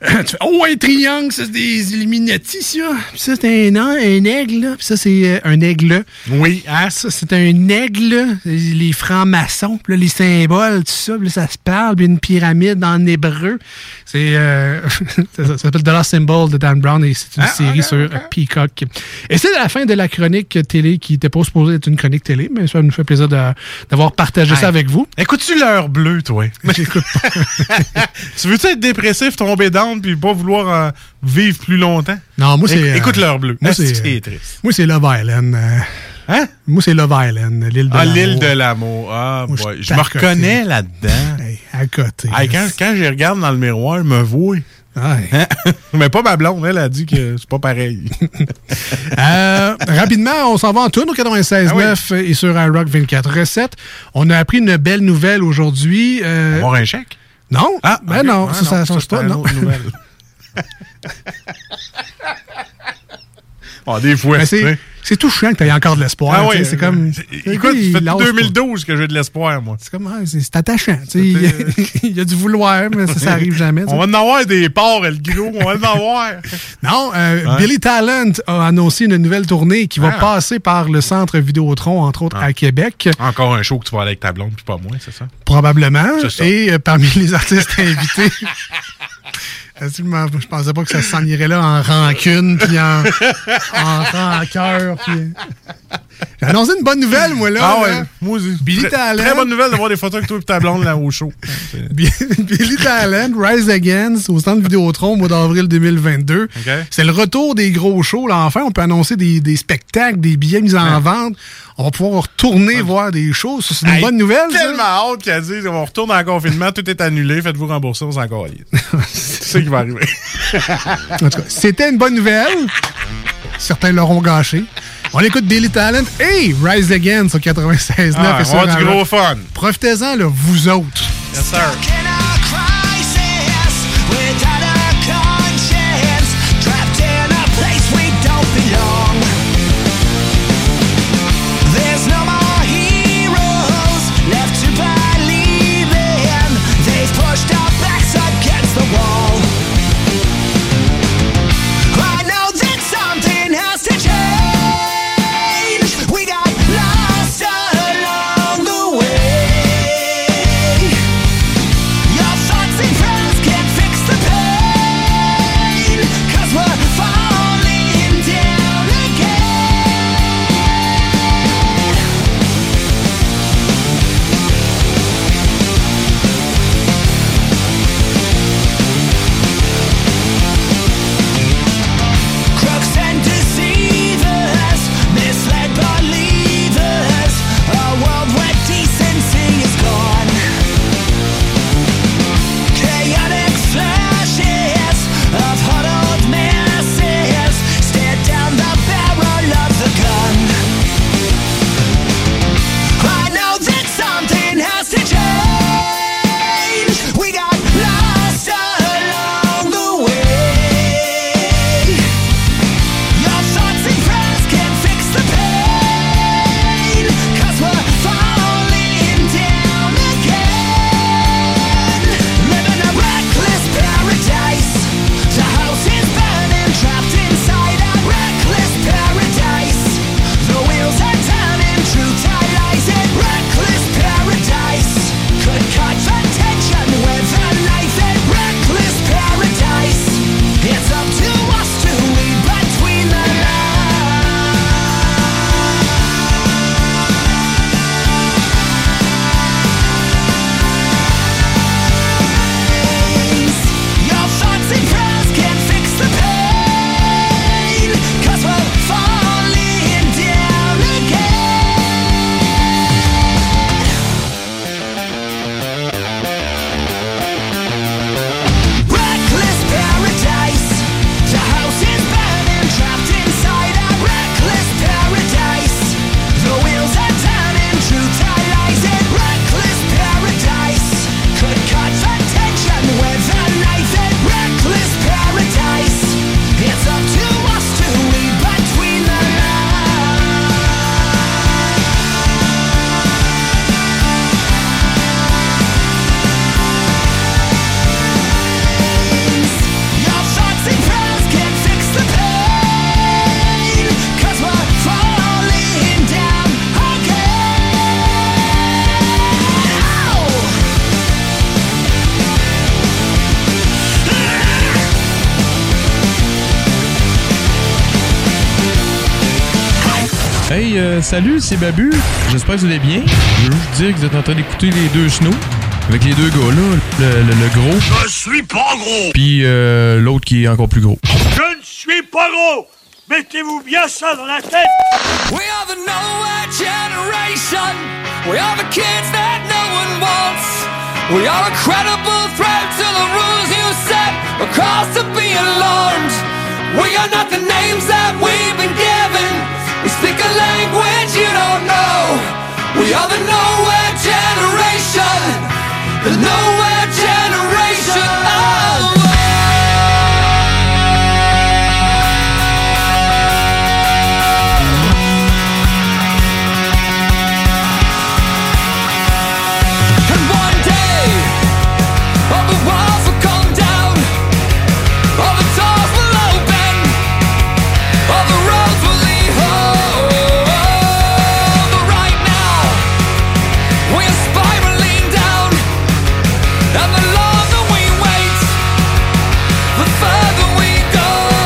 Tu fais, oh, un triangle, ça, c'est des Illuminati, ça. Puis ça, c'est un aigle, là. Puis ça, c'est un aigle. Oui, hein? Ça, c'est un aigle, les francs-maçons, puis là, les symboles, tout ça, puis là, ça se parle, puis une pyramide en hébreu. C'est ça s'appelle The Lost Symbol de Dan Brown et c'est une série sur Peacock. Et c'est la fin de la chronique télé qui n'était pas supposée être une chronique télé, mais ça nous fait plaisir d'avoir partagé ça avec vous. Écoutes-tu l'heure bleue, toi? J'écoute pas. Tu veux-tu être dépressif, tomber down, puis pas vouloir vivre plus longtemps? Non, moi, c'est... Écoute l'heure bleue. Moi, c'est triste. Moi, c'est Love Island. Hein? Moi, c'est Love Island, l'île de l'amour. L'île de l'amour. Ah, moi, boy. Je me reconnais là-dedans. Hey, à côté. Hey, quand je regarde dans le miroir, je me vois. Hein? Mais pas ma blonde, elle a dit que c'est pas pareil. Rapidement, on s'en va en tourne au 96.9 et sur iRock 24/7. On a appris une belle nouvelle aujourd'hui. On va avoir un chèque? Non? Okay. Non, ça change pas, non. Des fois, c'est tout chiant que tu aies encore de l'espoir. C'est comme. Écoute, ça fait depuis 2012 que j'ai de l'espoir, moi. C'est comme, c'est attachant. Il y a du vouloir, mais ça arrive jamais. On va en avoir des porcs, le gros. On va en avoir. Non, Billy Talent a annoncé une nouvelle tournée qui va passer par le centre Vidéotron, entre autres, à Québec. Encore un show que tu vas aller avec ta blonde, puis pas moi, c'est ça? Probablement. C'est ça. Et parmi les artistes invités. Je pensais pas que ça s'en irait là en rancune, puis en rancœur. Puis... J'ai annoncé une bonne nouvelle, moi, là. Ah ouais, moi aussi. Billy Talent. Très bonne nouvelle d'avoir des photos avec toi et ta blonde là au show. Billy Talent, Rise Against, au centre Vidéotron au mois d'avril 2022. Okay. C'est le retour des gros shows. Là, enfin, on peut annoncer des spectacles, des billets mis en vente. On va pouvoir retourner voir des shows. C'est une bonne nouvelle. Tellement hâte qu'elle dise on retourne en confinement, tout est annulé, faites-vous rembourser, on s'en calisse. C'est ça qui va arriver. En tout cas, c'était une bonne nouvelle. Certains l'auront gâché. On écoute Billy Talent et Rise Against au 96.9. On va du gros fun. Profitez-en, là, vous autres. Yes, sir. Your Hey, salut, c'est Babu. J'espère que vous allez bien. Je veux juste dire que vous êtes en train d'écouter les deux snows. Avec les deux gars-là, le gros. Je suis pas gros! Puis l'autre qui est encore plus gros. Je ne suis pas gros! Mettez-vous bien ça dans la tête! We are the nowhere generation. We are the kids that no one wants. We are a credible threat to the rules you set. A cause to be alarmed. We are not the names that we've been given. We speak a language you don't know. We are the nowhere generation. The nowhere generation. Oh. And one day, all the walls will come down, all the doors will open, all the roads will lead home. But right now, we're spiraling down, and the longer we wait, the further we go.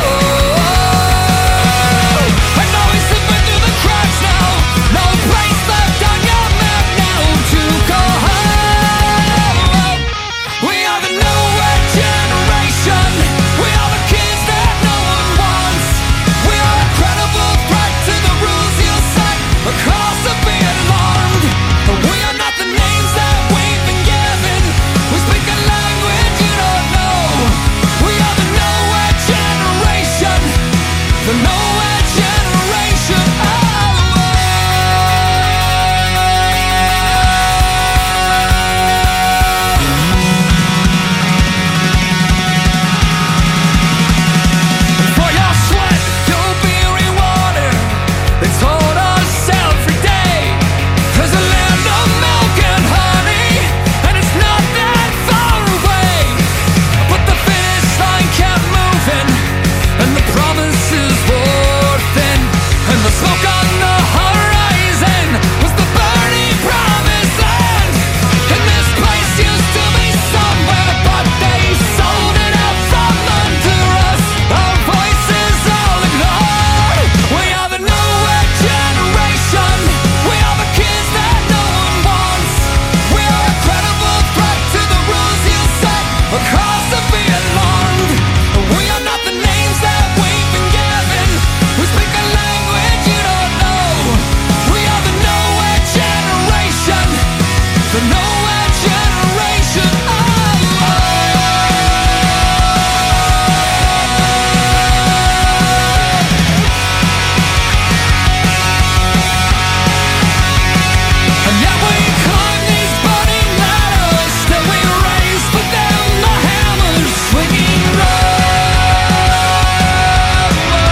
I know we're slipping through the cracks now, no place left on your map now to go home. We are the nowhere generation. We are the kids that no one wants. We are a credible threat to the rules you set. A cause to be alarmed. We are not the names that we've been given. We speak a language you don't know. We are the nowhere generation. The nowhere generation. For your sweat, you'll be rewarded. They told us every day. There's a land of milk and honey, and it's not that far away. But the finish line kept moving, and the promises wore thin, and the smoke on the horizon was the burning promised land. And this place used to be somewhere, but they sold it out from under us. Our voices all ignored. We are the nowhere generation. We are the kids that no one wants. We are a credible threat to the rules you set. A cause to be alarmed. We are not the names that we've been given. We speak a language you don't know. We are the nowhere generation. The nowhere generation. And yet we climb these burning ladders that we raise, but then the hammers swinging round.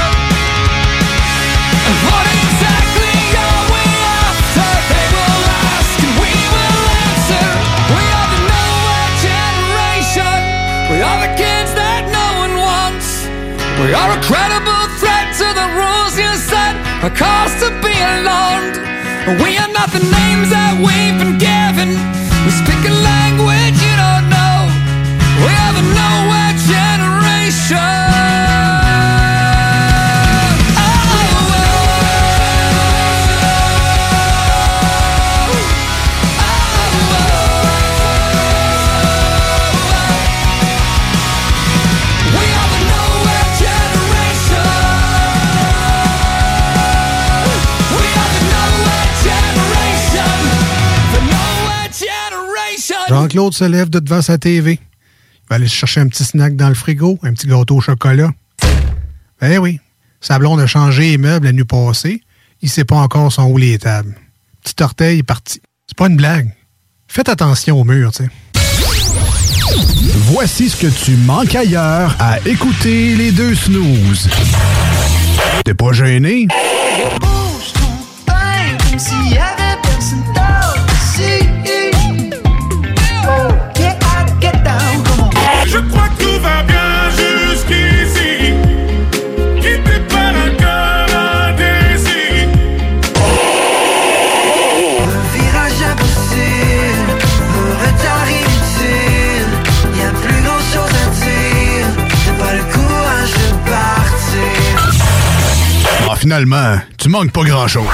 And what exactly are we after? They will ask and we will answer. We are the nowhere generation. We are the kids that no one wants. We are a credible threat to the rules you set. A cause to be alarmed. We are not the names that we've been given. We speak a language you don't know. We are the nowhere generation. We are the nowhere generation. We are the nowhere generation. The nowhere generation. Jean-Claude se lève de devant sa TV. Il va aller se chercher un petit snack dans le frigo, un petit gâteau au chocolat. Ben oui, sa blonde a changé les meubles la nuit passée. Il sait pas encore sont où les tables. Petit orteil est parti. C'est pas une blague. Faites attention au mur, tu sais. Voici ce que tu manques ailleurs à écouter les deux snooze. T'es pas gêné? Bouge ton pain comme s'il y avait personne d'autre ici. Get out, get down, come on. Je crois que tout va bien jusqu'ici. Qui prépare un cœur indécis. Le virage impossible, le retard inutile. Y'a plus grand chose à dire. J'ai pas le courage de partir. finalement, tu manques pas grand-chose.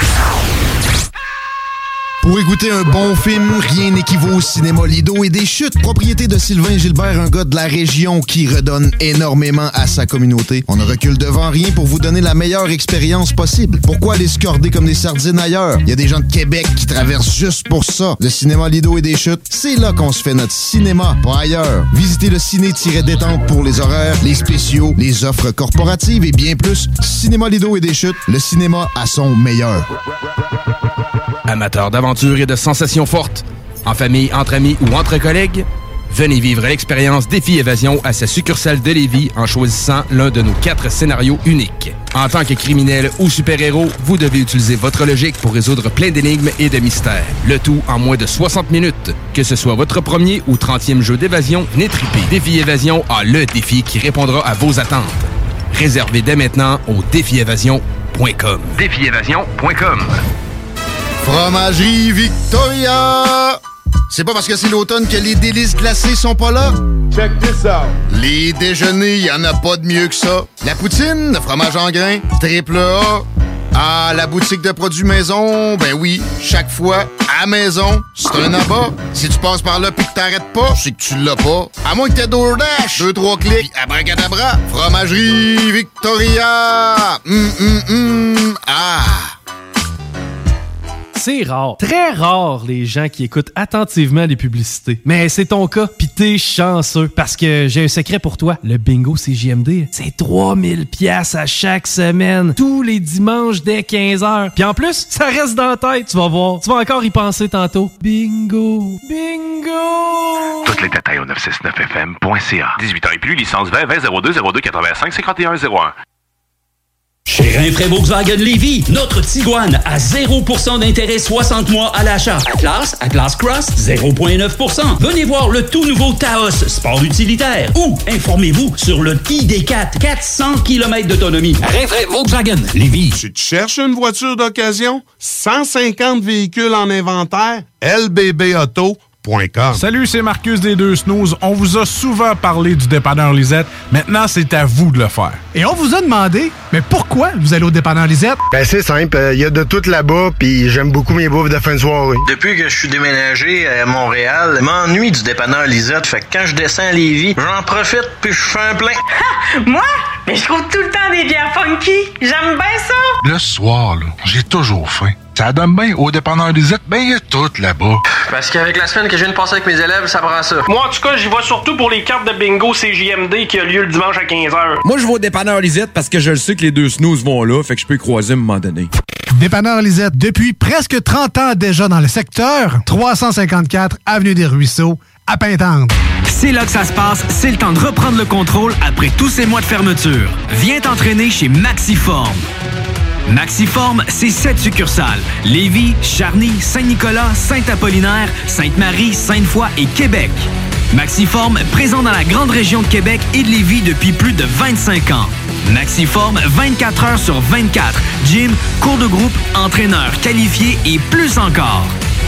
Pour écouter un bon film, rien n'équivaut au cinéma Lido et des chutes, propriété de Sylvain Gilbert, un gars de la région qui redonne énormément à sa communauté. On ne recule devant rien pour vous donner la meilleure expérience possible. Pourquoi aller se corder comme des sardines ailleurs? Il y a des gens de Québec qui traversent juste pour ça. Le cinéma Lido et des chutes, c'est là qu'on se fait notre cinéma, pas ailleurs. Visitez le ciné-détente pour les horaires, les spéciaux, les offres corporatives et bien plus. Cinéma Lido et des chutes, le cinéma à son meilleur. Amateurs d'aventure et de sensations fortes, en famille, entre amis ou entre collègues, venez vivre l'expérience Défi Évasion à sa succursale de Lévis en choisissant l'un de nos 4 scénarios uniques. En tant que criminel ou super-héros, vous devez utiliser votre logique pour résoudre plein d'énigmes et de mystères. Le tout en moins de 60 minutes. Que ce soit votre premier ou 30e jeu d'évasion, venez triper. Défi Évasion a le défi qui répondra à vos attentes. Réservez dès maintenant au défiévasion.com. Défiévasion.com. Fromagerie Victoria! C'est pas parce que c'est l'automne que les délices glacées sont pas là? Check this out! Les déjeuners, y en a pas de mieux que ça. La poutine, le fromage en grains, triple A. Ah, la boutique de produits maison, ben oui, chaque fois, à maison, c'est un abat. Si tu passes par là pis que t'arrêtes pas, c'est que tu l'as pas. À moins que t'aies DoorDash, 2-3 clics, pis abracadabra. Fromagerie Victoria! Ah! C'est rare, très rare les gens qui écoutent attentivement les publicités. Mais c'est ton cas, pis t'es chanceux. Parce que j'ai un secret pour toi. Le bingo CJMD, c'est 3000 pièces à chaque semaine. Tous les dimanches dès 15h. Puis en plus, ça reste dans la tête, tu vas voir. Tu vas encore y penser tantôt. Bingo! Bingo! Tous les détails au 969fm.ca. 18 ans et plus, licence 20 20 02 02 85 51 01. Chez Rinfraie Volkswagen Lévis, notre Tiguan à 0% d'intérêt 60 mois à l'achat. Atlas Cross, 0,9%. Venez voir le tout nouveau Taos, sport utilitaire. Ou informez-vous sur le ID4, 400 km d'autonomie. Rinfraie Volkswagen Lévis. Si tu cherches une voiture d'occasion, 150 véhicules en inventaire, LBBauto.com. Salut, c'est Marcus des Deux Snooze. On vous a souvent parlé du dépanneur Lisette. Maintenant, c'est à vous de le faire. Et on vous a demandé, mais pourquoi vous allez au dépanneur Lisette? Ben c'est simple, il y a de tout là-bas, puis j'aime beaucoup mes bouffes de fin de soirée. Depuis que je suis déménagé à Montréal, je m'ennuie du dépanneur Lisette. Fait que quand je descends à Lévis, j'en profite puis je fais un plein. Ha! Moi? Mais je trouve tout le temps des bières funky. J'aime bien ça. Le soir, là, j'ai toujours faim. Ça donne bien au dépanneur Lisette, ben il y a tout là-bas. Parce qu'avec la semaine que je viens de passer avec mes élèves, ça prend ça. Moi, en tout cas, j'y vais surtout pour les cartes de bingo CJMD qui a lieu le dimanche à 15h. Moi, je vais au dépanneur Lisette parce que je le sais que les Deux Snooze vont là, fait que je peux y croiser à un moment donné. Dépanneur Lisette, depuis presque 30 ans déjà dans le secteur, 354 Avenue des Ruisseaux, à Pintendre. C'est là que ça se passe, c'est le temps de reprendre le contrôle après tous ces mois de fermeture. Viens t'entraîner chez Maxiform. Maxiform, c'est 7 succursales. Lévis, Charny, Saint-Nicolas, Saint-Apollinaire, Sainte-Marie, Sainte-Foy et Québec. Maxiform, présent dans la grande région de Québec et de Lévis depuis plus de 25 ans. Maxiform, 24 heures sur 24. Gym, cours de groupe, entraîneur qualifié et plus encore.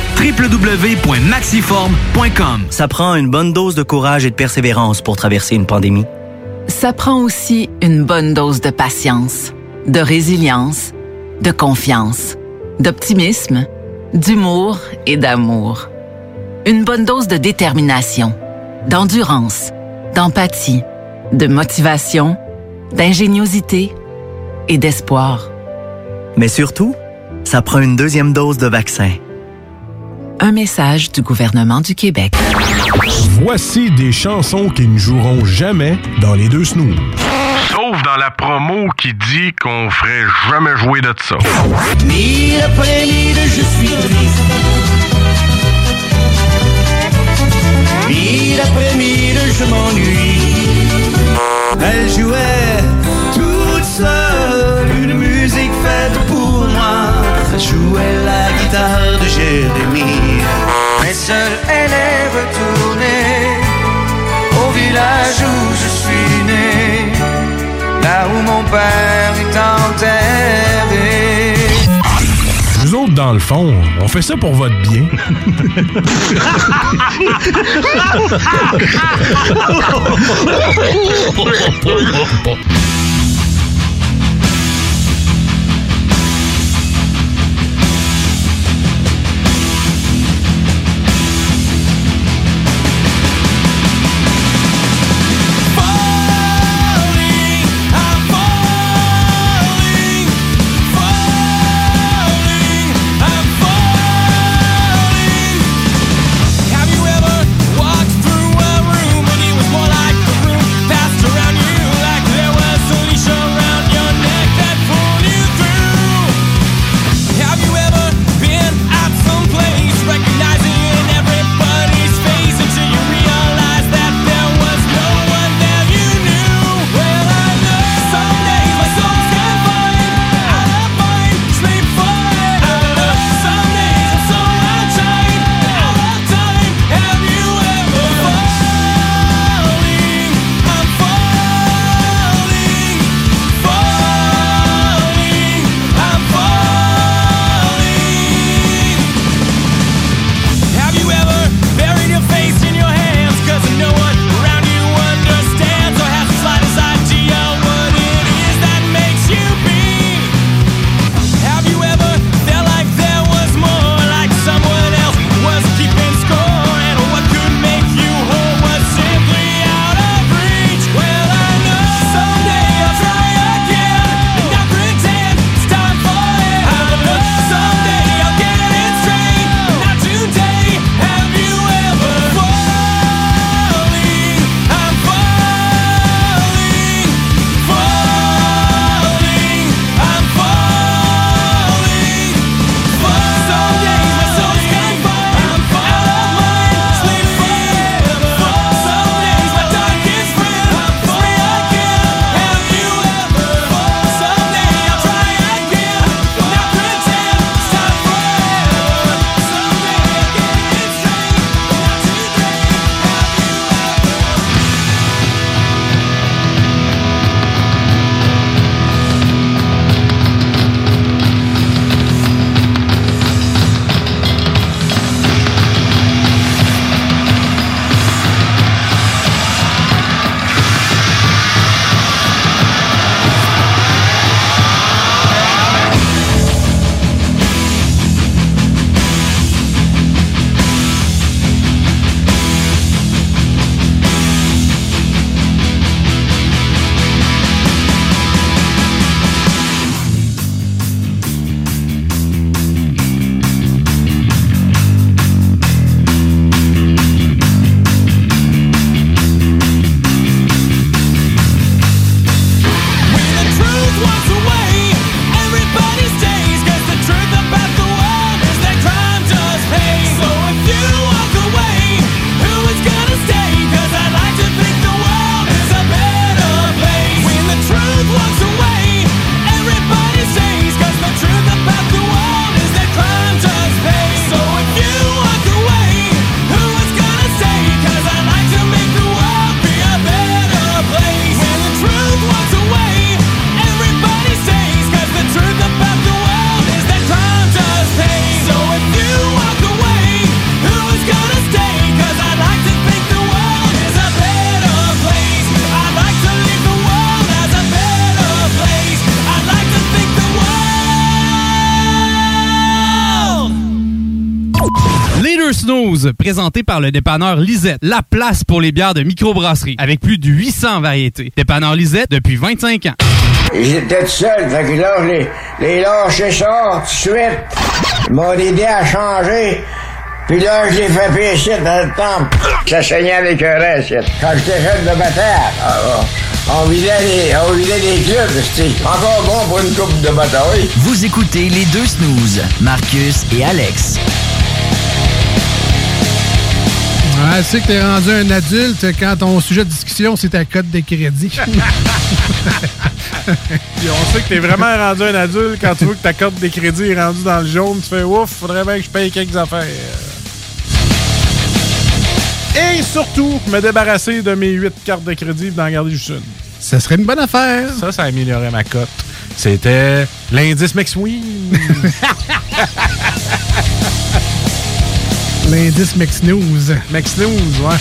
www.maxiform.com. Ça prend une bonne dose de courage et de persévérance pour traverser une pandémie. Ça prend aussi une bonne dose de patience, de résilience, de confiance, d'optimisme, d'humour et d'amour. Une bonne dose de détermination, d'endurance, d'empathie, de motivation, d'ingéniosité et d'espoir. Mais surtout, ça prend une deuxième dose de vaccin. Un message du gouvernement du Québec. Voici des chansons qui ne joueront jamais dans les Deux Snooze. Sauf dans la promo qui dit qu'on ferait jamais jouer de ça. Mille après mille, je suis triste. Mille après mille, je m'ennuie. Elle jouait toute seule une musique faite pour moi. Elle jouait la guitare de Jérémie. Mais seule elle est retournée au village où je suis né, là où mon père est enterré. Nous autres, dans le fond, on fait ça pour votre bien. snooze, présenté par le dépanneur Lisette. La place pour les bières de microbrasserie, avec plus de 800 variétés. Dépanneur Lisette depuis 25 ans. J'étais tout seul, fait que là, les lâchais ça tout de suite. Ils m'ont aidé à changer. Puis là, je l'ai fait pécher dans le temple. Ça saignait avec un reste. Quand j'étais jeune de bataille, on vidait des clubs. C'était encore bon pour une coupe de bataille. Vous écoutez les deux snooze, Marcus et Alex. Ouais, tu sais que t'es rendu un adulte quand ton sujet de discussion, c'est ta cote de crédit. Puis on sait que t'es vraiment rendu un adulte quand tu vois que ta cote de crédit est rendue dans le jaune. Tu fais ouf, faudrait bien que je paye quelques affaires. Et surtout, me débarrasser de mes 8 cartes de crédit et d'en garder juste une. Ça serait une bonne affaire. Ça améliorerait ma cote. C'était l'indice McSween. L'indice McSnooze. McSnooze, ouais.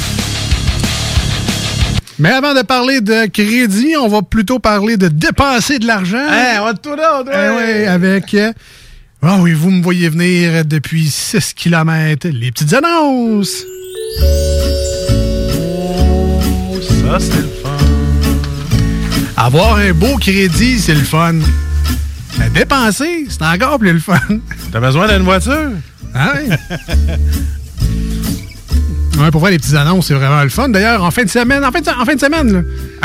Mais avant de parler de crédit, on va plutôt parler de dépenser de l'argent. Hey, on va tout là, ouais, avec... Oh oui, vous me voyez venir depuis 6 km. Les petites annonces. Ça, c'est le fun. Avoir un beau crédit, c'est le fun. Mais dépenser, c'est encore plus le fun. T'as besoin d'une voiture? Ah oui. Ouais, pour voir les petites annonces, c'est vraiment le fun. D'ailleurs, en fin de semaine, là. En fin de semaine,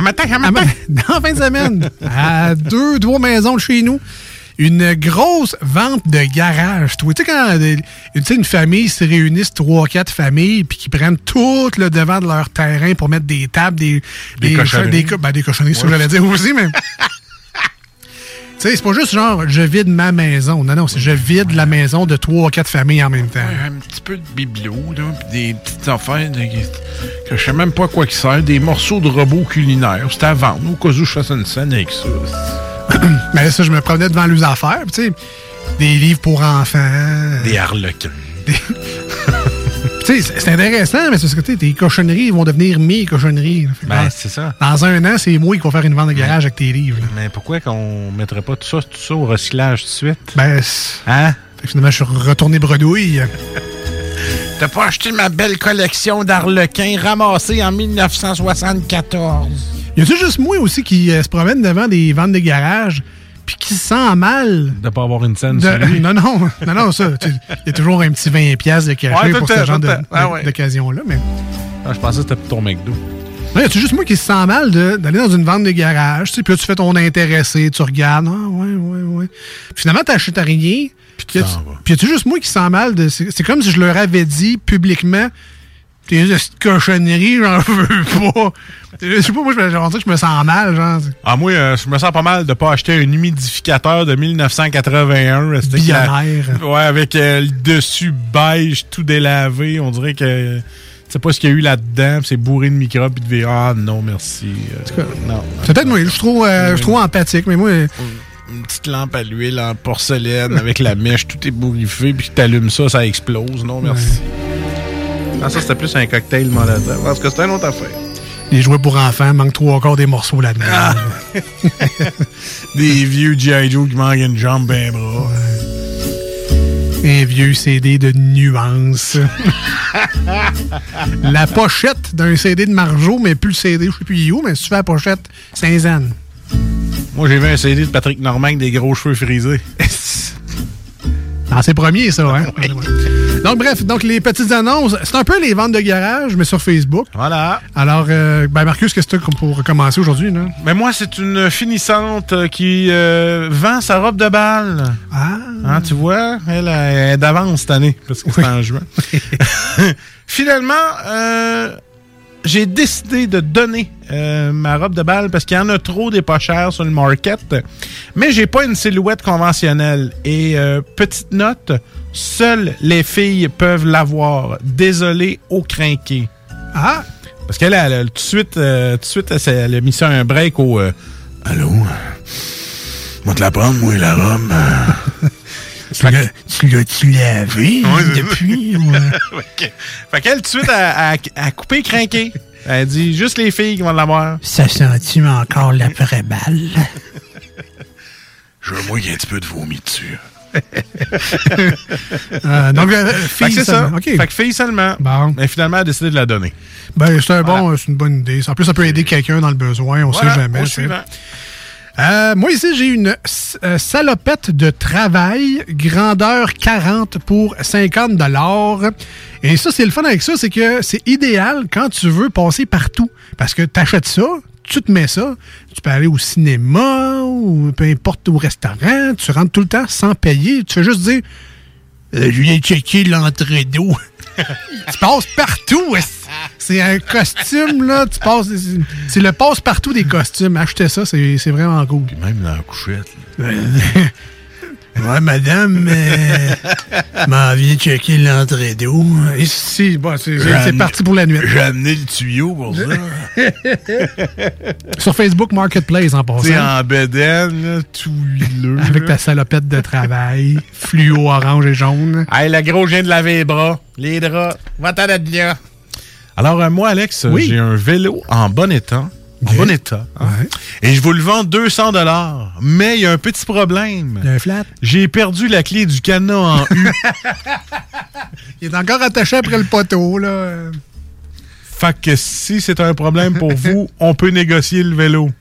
à 2-3 maisons de chez nous, une grosse vente de garage. Tu sais, quand une famille se réunissent 3-4 familles puis qui prennent tout le devant de leur terrain pour mettre des tables, des cochonneries. Des cochonneries, c'est ce que j'allais dire aussi, mais... Tu sais, c'est pas juste genre, je vide ma maison. Non, c'est je vide la maison de 3-4 familles en même temps. Ouais, un petit peu de bibelot, là, pis des petites affaires que je sais même pas à quoi qui sert. Des morceaux de robots culinaires. C'était à vendre, au cas où je fasse une scène avec ça. Mais ça, je me promenais devant les affaires. Tu sais, des livres pour enfants. Des harlequins. Tu sais, c'est intéressant, mais c'est parce que tes cochonneries vont devenir mes cochonneries. Ben, c'est ça. Dans un an, c'est moi qui vais faire une vente de garage avec tes livres. Là. Mais pourquoi qu'on mettrait pas tout ça au recyclage tout de suite? Ben, hein? Finalement, je suis retourné bredouille. T'as pas acheté ma belle collection d'harlequins ramassés en 1974? Y a-tu juste moi aussi qui se promène devant des ventes de garage puis qui se sent mal de pas avoir une scène sur lui? Non, ça. Il y a toujours un petit 20$ de cachet pour ce genre d'occasion-là. Mais... je pensais que c'était pour ton McDo. Il y a-tu juste moi qui se sent mal d'aller dans une vente de garage, puis là, tu fais ton intéressé, tu regardes. Ah, ouais. Finalement, t'achètes rien. Puis y a-tu juste moi qui se sent mal de... C'est comme si je leur avais dit publiquement... T'es une cochonnerie, j'en veux pas. Je sais pas, moi, je me sens mal, genre. Ah, moi, je me sens pas mal de pas acheter un humidificateur de 1981. Billionnaire. Ouais, avec le dessus beige, tout délavé. On dirait que... Tu sais pas ce qu'il y a eu là-dedans, c'est bourré de microbes, puis de ah non, merci. Non. Peut-être, moi, je suis trop empathique, mais moi... Une petite lampe à l'huile en porcelaine avec la mèche, tout est bourriffé, puis t'allumes ça, ça explose. Non, merci. Ouais. Ah, ça, c'était plus un cocktail molotov. Parce que c'était une autre affaire. Les jouets pour enfants, manquent 3/4 des morceaux là-dedans. Ah. Des vieux G.I. Joe qui manquent une jambe ben bras. Ouais. Un vieux CD de nuances. La pochette d'un CD de Marjo, mais plus le CD, je sais plus où, mais si tu fais la pochette, Saint-Zane. Moi, j'ai vu un CD de Patrick Normand avec des gros cheveux frisés. Dans ses premiers, ça, hein? Oui. Donc, bref, les petites annonces, c'est un peu les ventes de garage, mais sur Facebook. Voilà. Alors, Marcus, qu'est-ce que tu as pour commencer aujourd'hui, là? Ben moi, c'est une finissante qui vend sa robe de bal. Ah! Hein, tu vois, elle est d'avance cette année, parce que c'est en juin. Finalement, j'ai décidé de donner ma robe de bal parce qu'il y en a trop des pas chers sur le market. Mais j'ai pas une silhouette conventionnelle. Et petite note, seules les filles peuvent l'avoir. Désolé au crinqué. Ah! Parce qu'elle a tout de suite, elle a mis ça un break au allô? Moi te la prendre, moi, la robe. Tu l'as-tu lavé depuis? Okay. Fait qu'elle, tout de suite, a coupé crinqué. Elle dit juste les filles qui vont l'avoir. Ça sent-tu encore l'après-balle? Je veux moi qu'il y ait un petit peu de vomi dessus. Donc, fait que fille c'est ça. seulement. OK. Fait que fille seulement. Bon. Mais finalement, elle a décidé de la donner. Ben, c'est une bonne idée. En plus, ça peut aider quelqu'un dans le besoin. On sait jamais. Au suivant. Moi, ici, j'ai une salopette de travail, grandeur 40 pour 50 $. Et ça, c'est le fun avec ça, c'est que c'est idéal quand tu veux passer partout. Parce que tu achètes ça, tu te mets ça, tu peux aller au cinéma ou peu importe au restaurant, tu rentres tout le temps sans payer. Tu fais juste dire je viens checker l'entrée d'eau. Tu passes partout. C'est un costume, là. Tu passes. C'est le passe-partout des costumes. Achetez ça, c'est vraiment cool. Puis même dans la couchette. Ouais, madame, m'en vient checker l'entrée d'eau. Ici, bon, c'est parti pour la nuit. J'ai amené le tuyau pour ça. Sur Facebook Marketplace, en passant. C'est en bedaine, là, tout huileux. Avec ta salopette de travail, fluo orange et jaune. Hey, le gros, je viens de laver les bras. Les draps. Va-t'en de là. Alors, moi, Alex, j'ai un vélo en bon état. En bon état. Hein? Ouais. Et je vous le vends 200 $. Mais il y a un petit problème. Il y a un flat. J'ai perdu la clé du cadenas en U. Il est encore attaché après le poteau, là. Fait que si c'est un problème pour vous, on peut négocier le vélo.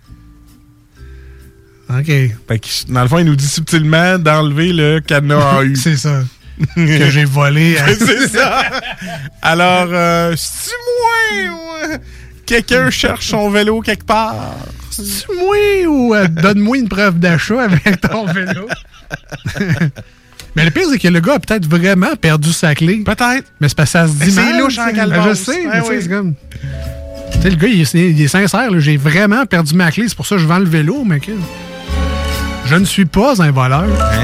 OK. Fait que, dans le fond, il nous dit subtilement d'enlever le cadenas en U. C'est ça. Que j'ai volé. C'est ça. Alors, c'est moi. Quelqu'un cherche son vélo quelque part. C'est moi ou donne-moi une preuve d'achat avec ton vélo. Mais le pire, c'est que le gars a peut-être vraiment perdu sa clé. Peut-être. Mais c'est parce que ça se dit mal. C'est louche en calvaire. Je sais, mais c'est comme... Tu sais, le gars, il est sincère. Là. J'ai vraiment perdu ma clé. C'est pour ça que je vends le vélo, mais que... Je ne suis pas un voleur.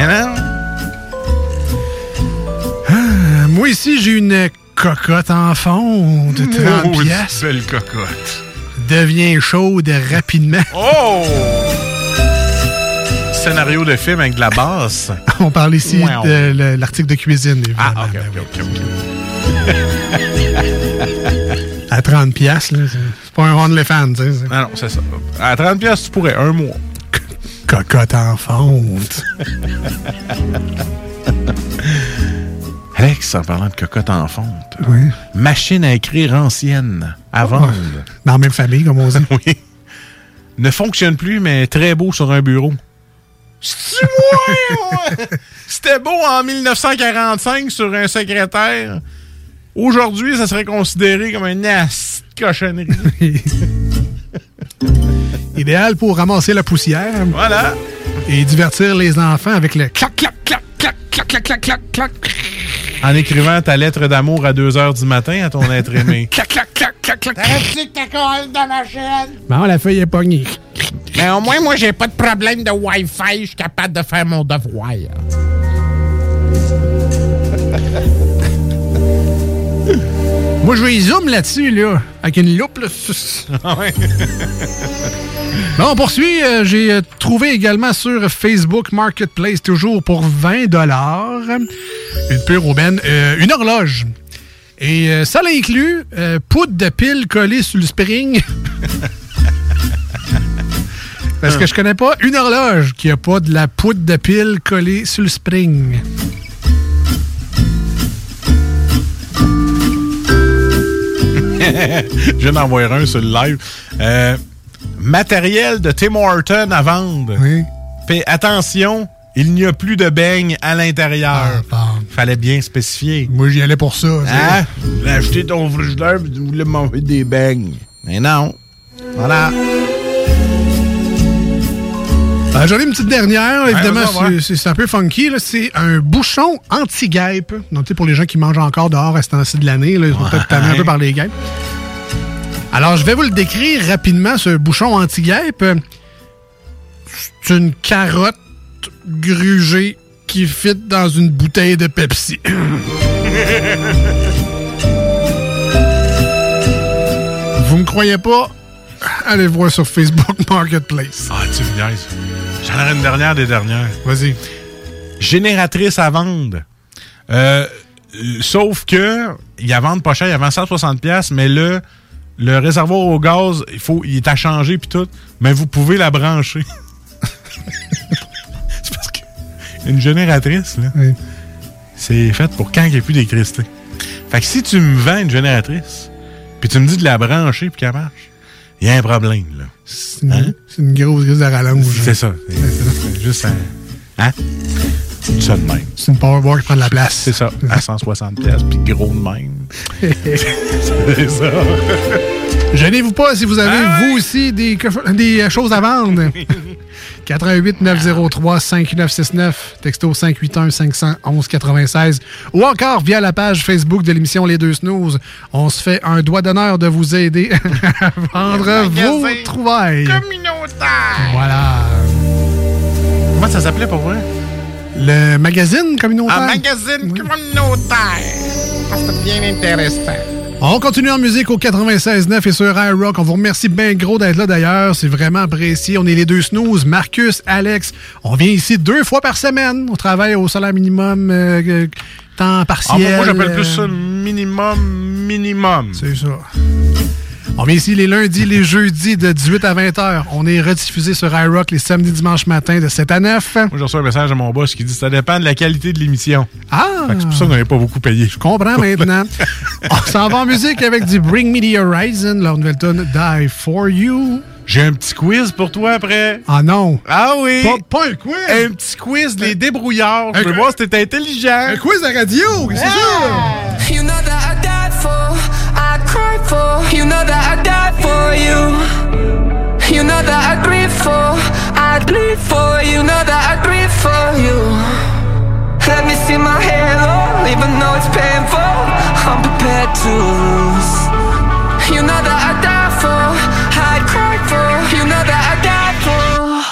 Moi, ici, j'ai une cocotte en fond de 30 piastres. Belle cocotte. Devient chaude rapidement. Oh! Scénario de film avec de la basse. On parle ici de l'article de cuisine. Ah, OK. À 30 piastres, c'est pas un OnlyFans, tu sais. Ah non, c'est ça. À 30 piastres, tu pourrais, un mois. Cocotte en fonte. Alex, en parlant de cocotte en fonte, oui. Machine à écrire ancienne, à vendre. Dans la même famille, comme on dit. Oui. Ne fonctionne plus, mais très beau sur un bureau. C'est moi! C'était beau en 1945 sur un secrétaire. Aujourd'hui, ça serait considéré comme une cochonnerie. Idéal pour ramasser la poussière. Voilà. Et divertir les enfants avec le clac, clac, clac, clac, clac, clac, clac, clac, clac. En écrivant ta lettre d'amour à 2h du matin à ton être aimé. Clac, clac, clac, clac, clac. T'as-tu que ta colle dans ma chaîne? Bon, la feuille est pognée. Mais au moins, moi, j'ai pas de problème de Wi-Fi. Je suis capable de faire mon devoir. Moi, je vais zoom là-dessus, là, avec une loupe. Là. Bon, on poursuit. J'ai trouvé également sur Facebook Marketplace, toujours pour 20 $, une pure aubaine, une horloge. Et ça l'inclut poudre de pile collée sur le spring. Parce que je connais pas une horloge qui a pas de la poudre de pile collée sur le spring. Je viens d'envoyer un sur le live. Matériel de Tim Hortons à vendre. Oui. Puis attention, il n'y a plus de beignes à l'intérieur. Fallait bien spécifier. Moi, j'y allais pour ça. Hein? Tu voulais acheter ton frigidaire et tu voulais manger des beignes. Mais non. Voilà. J'en ai une petite dernière. Évidemment, c'est un peu funky. Là. C'est un bouchon anti-guêpe. Donc, tu sais, pour les gens qui mangent encore dehors à ce temps-ci de l'année, là, ils sont peut-être tannés un peu par les guêpes. Alors, je vais vous le décrire rapidement, ce bouchon anti-guêpe. C'est une carotte grugée qui fit dans une bouteille de Pepsi. Vous me croyez pas? Allez voir sur Facebook Marketplace. Ah, tu me niaises. J'en aurais une dernière des dernières. Vas-y. Génératrice à vendre. Sauf que, il y a vendre pas cher, il y a 160$, mais le réservoir au gaz, il est à changer puis tout, mais vous pouvez la brancher. C'est parce que Une génératrice, là, oui. C'est fait pour quand il n'y a plus d'électricité. Fait que si tu me vends une génératrice, puis tu me dis de la brancher puis qu'elle marche, il y a un problème, là. C'est une grosse grise de rallonge. C'est ça. C'est juste un... Hein? Ça de même. C'est une powerboard qui prend de la place. C'est ça. À 160$, puis gros de même. C'est ça. Gênez-vous pas si vous avez, vous aussi, des choses à vendre. 88 903 5969, texto 581 511 96, ou encore via la page Facebook de l'émission Les Deux Snooze. On se fait un doigt d'honneur de vous aider à vendre vos trouvailles. Communautaire. Voilà. Comment ça s'appelait pour vrai? Le magazine communautaire. Un magazine communautaire. C'est bien intéressant. On continue en musique au 96.9 et sur iRock. On vous remercie bien gros d'être là d'ailleurs. C'est vraiment apprécié. On est les deux snooze, Marcus, Alex. On vient ici 2 fois par semaine. On travaille au salaire minimum, temps partiel. Moi, j'appelle plus ça minimum. C'est ça. On vient ici les lundis, les jeudis de 18 à 20h. On est rediffusé sur iRock les samedis, dimanches matin de 7 à 9. Moi, j'ai reçu un message de mon boss qui dit que ça dépend de la qualité de l'émission. Ah! C'est pour ça qu'on n'est pas beaucoup payé. Je comprends maintenant. On s'en va en musique avec du Bring Me the Horizon, leur nouvelle tune Die For You. J'ai un petit quiz pour toi après. Ah non. Ah oui. Pas un quiz. Un petit quiz des débrouillards. Je veux voir si t'es intelligent. Un quiz à radio, c'est ça. You know that I died for, I cried for. You know that I died for you. You know that I grieve for, I bleed for. You know that I grieve for you. Let me see my halo, even though it's painful. I'm prepared to lose. You know that I died for, I'd cry for. You know that I died for.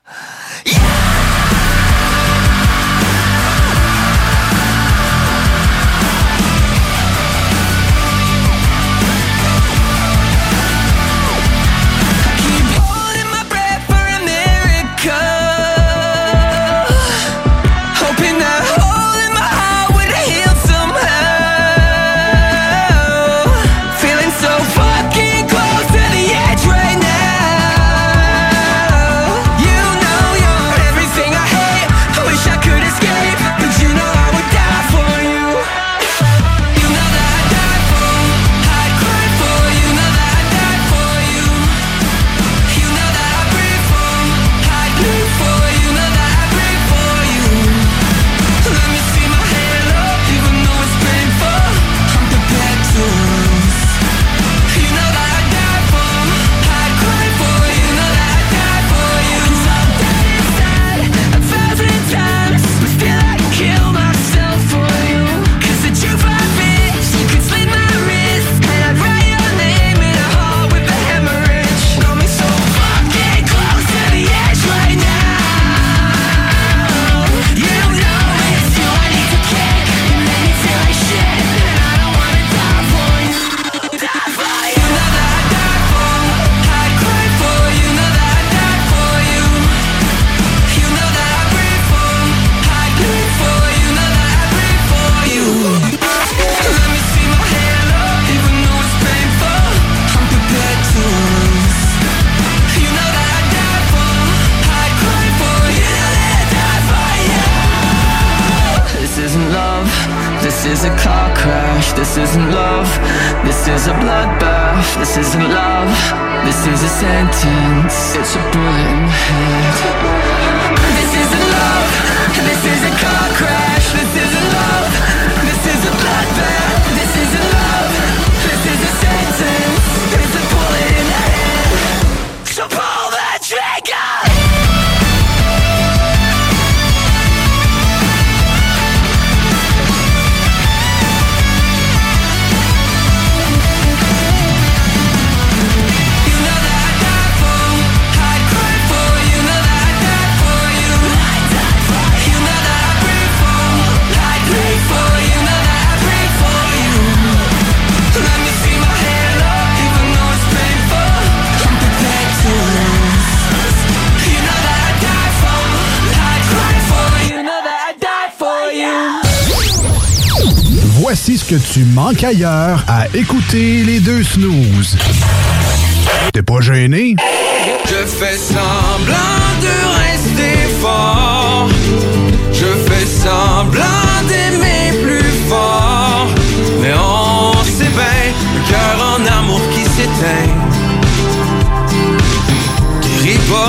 This is a car crash, this isn't love. This is a bloodbath, this isn't love. This is a sentence, it's a bullet in the head. This isn't love, this is a car crash. This isn't love, this is a bloodbath. This isn't love, this is a sentence, it's a bullet in the head. So pull the trigger. Voici ce que tu manques ailleurs à écouter les deux snooze. T'es pas gêné? Je fais semblant de rester fort. Je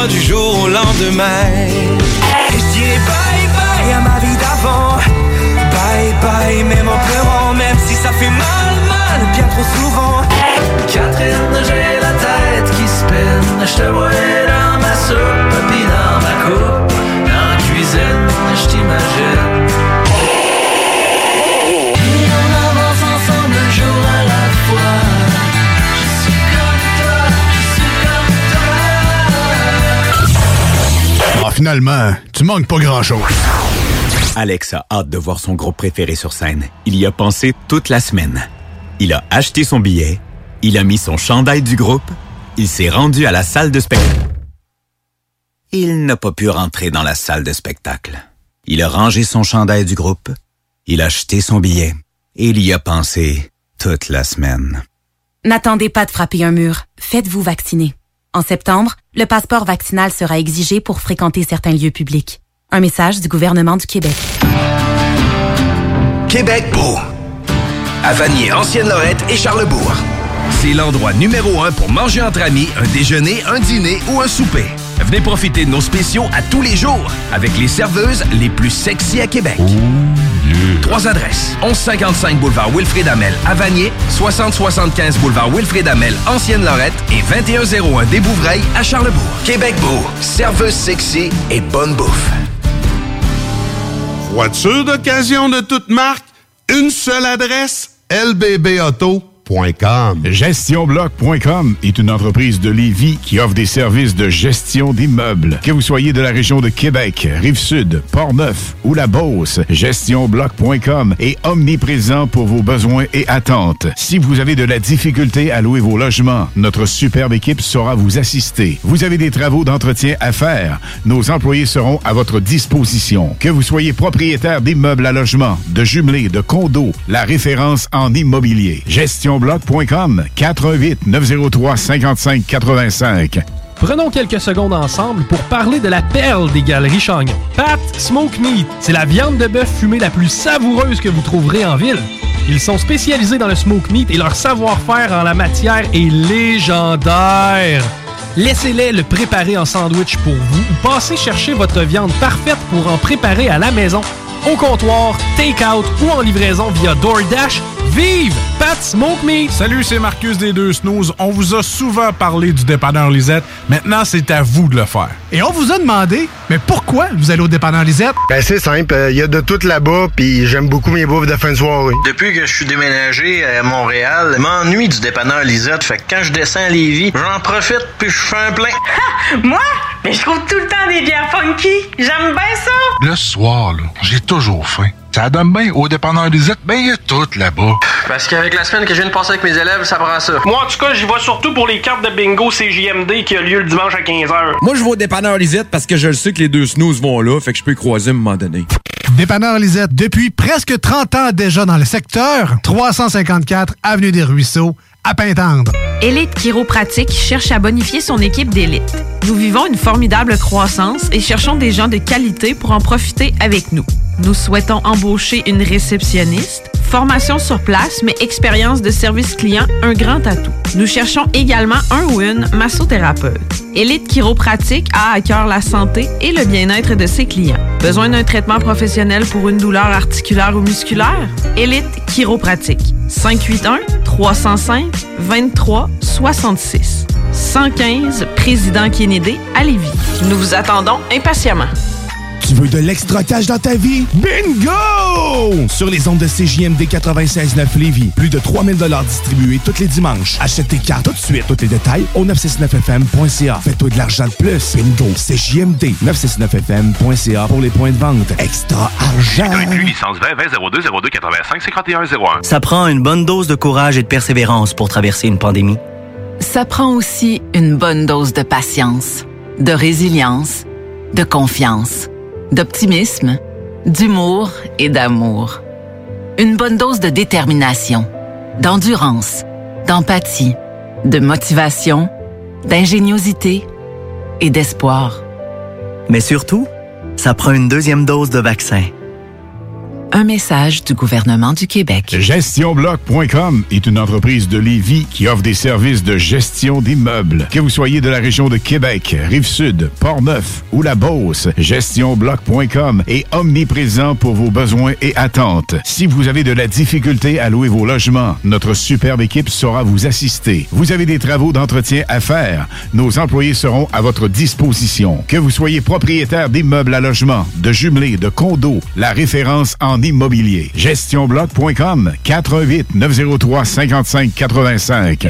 pas du jour au lendemain. Et je dirais bye bye à ma vie d'avant. Bye bye même en pleurant, même si ça fait mal, bien trop souvent. Catherine, j'ai la tête qui spinne. Je te vois dans ma soupe, puis dans ma coupe. Dans la cuisine, je t'imagine. Et on avance ensemble un jour à la fois. Je suis comme toi, Ah, finalement, tu manques pas grand-chose. Alex a hâte de voir son groupe préféré sur scène. Il y a pensé toute la semaine. Il a acheté son billet, il a mis son chandail du groupe, il s'est rendu à la salle de spectacle. Il n'a pas pu rentrer dans la salle de spectacle. Il a rangé son chandail du groupe, il a acheté son billet et il y a pensé toute la semaine. N'attendez pas de frapper un mur. Faites-vous vacciner. En septembre, le passeport vaccinal sera exigé pour fréquenter certains lieux publics. Un message du gouvernement du Québec. Québec beau. À Vanier, Ancienne-Lorette et Charlebourg. C'est l'endroit numéro 1 pour manger entre amis, un déjeuner, un dîner ou un souper. Venez profiter de nos spéciaux à tous les jours avec les serveuses les plus sexy à Québec. 3 adresses. 1155 boulevard Wilfrid Hamel à Vanier, 6075 boulevard Wilfrid Hamel, Ancienne-Lorette et 2101 des Bouvrailles à Charlebourg. Québec beau, serveuse sexy et bonne bouffe. Voiture d'occasion de toute marque, une seule adresse, lbbauto.com. GestionBloc.com est une entreprise de Lévis qui offre des services de gestion d'immeubles. Que vous soyez de la région de Québec, Rive-Sud, Port-Neuf ou la Beauce, GestionBloc.com est omniprésent pour vos besoins et attentes. Si vous avez de la difficulté à louer vos logements, notre superbe équipe saura vous assister. Vous avez des travaux d'entretien à faire, nos employés seront à votre disposition. Que vous soyez propriétaire d'immeubles à logement, de jumelés, de condos, la référence en immobilier. GestionBloc.com, 418-903-5585. Prenons quelques secondes ensemble pour parler de la perle des galeries Chagnon. Pat Smoke Meat, c'est la viande de bœuf fumée la plus savoureuse que vous trouverez en ville. Ils sont spécialisés dans le smoke meat et leur savoir-faire en la matière est légendaire. Laissez-les le préparer en sandwich pour vous ou passez chercher votre viande parfaite pour en préparer à la maison, au comptoir, take-out ou en livraison via DoorDash. Vive Pat Smoke Meat! Salut, c'est Marcus des Deux Snooze. On vous a souvent parlé du dépanneur Lisette. Maintenant, c'est à vous de le faire. Et on vous a demandé, mais pourquoi vous allez au dépanneur Lisette? Ben c'est simple, il y a de tout là-bas, puis j'aime beaucoup mes bouffes de fin de soirée. Depuis que je suis déménagé à Montréal, je m'ennuie du dépanneur Lisette. Fait que quand je descends à Lévis, j'en profite puis je fais un plein. Ha! Moi? Mais je trouve tout le temps des bières funky. J'aime bien ça. Le soir, là, j'ai toujours faim. Ça donne bien au dépanneur Lisette, ben il y a tout là-bas. Parce qu'avec la semaine que je viens de passer avec mes élèves, ça prend ça. Moi, en tout cas, j'y vais surtout pour les cartes de bingo CJMD qui a lieu le dimanche à 15h. Moi, je vais au dépanneur Lisette parce que je le sais que les deux snooze vont là, fait que je peux croiser à un moment donné. Dépanneur Lisette, depuis presque 30 ans déjà dans le secteur, 354 Avenue des Ruisseaux, à Pintendre. Élite Chiropratique cherche à bonifier son équipe d'élite. Nous vivons une formidable croissance et cherchons des gens de qualité pour en profiter avec nous. Nous souhaitons embaucher une réceptionniste, formation sur place, mais expérience de service client, un grand atout. Nous cherchons également un ou une massothérapeute. Élite Chiropratique a à cœur la santé et le bien-être de ses clients. Besoin d'un traitement professionnel pour une douleur articulaire ou musculaire? Élite Chiropratique. 581-305-2366. 115 Président Kennedy à Lévis. Nous vous attendons impatiemment. Tu veux de l'extra cash dans ta vie? Bingo! Sur les ondes de CJMD 96.9 Lévis, plus de 3000 $ distribués tous les dimanches. Achète tes cartes tout de suite. Tous les détails au 969fm.ca. Fais-toi de l'argent de plus. Bingo! CJMD 969fm.ca pour les points de vente. Extra argent! Licence 20-02-02-85-51-01. Ça prend une bonne dose de courage et de persévérance pour traverser une pandémie. Ça prend aussi une bonne dose de patience, de résilience, de confiance, d'optimisme, d'humour et d'amour. Une bonne dose de détermination, d'endurance, d'empathie, de motivation, d'ingéniosité et d'espoir. Mais surtout, ça prend une deuxième dose de vaccin. Un message du gouvernement du Québec. GestionBloc.com est une entreprise de Lévis qui offre des services de gestion d'immeubles. Que vous soyez de la région de Québec, Rive-Sud, Port-Neuf ou la Beauce, GestionBloc.com est omniprésent pour vos besoins et attentes. Si vous avez de la difficulté à louer vos logements, notre superbe équipe saura vous assister. Vous avez des travaux d'entretien à faire, nos employés seront à votre disposition. Que vous soyez propriétaire d'immeubles à logement, de jumelés, de condos, la référence en immobilier. GestionBloc.com, 418-903-5585.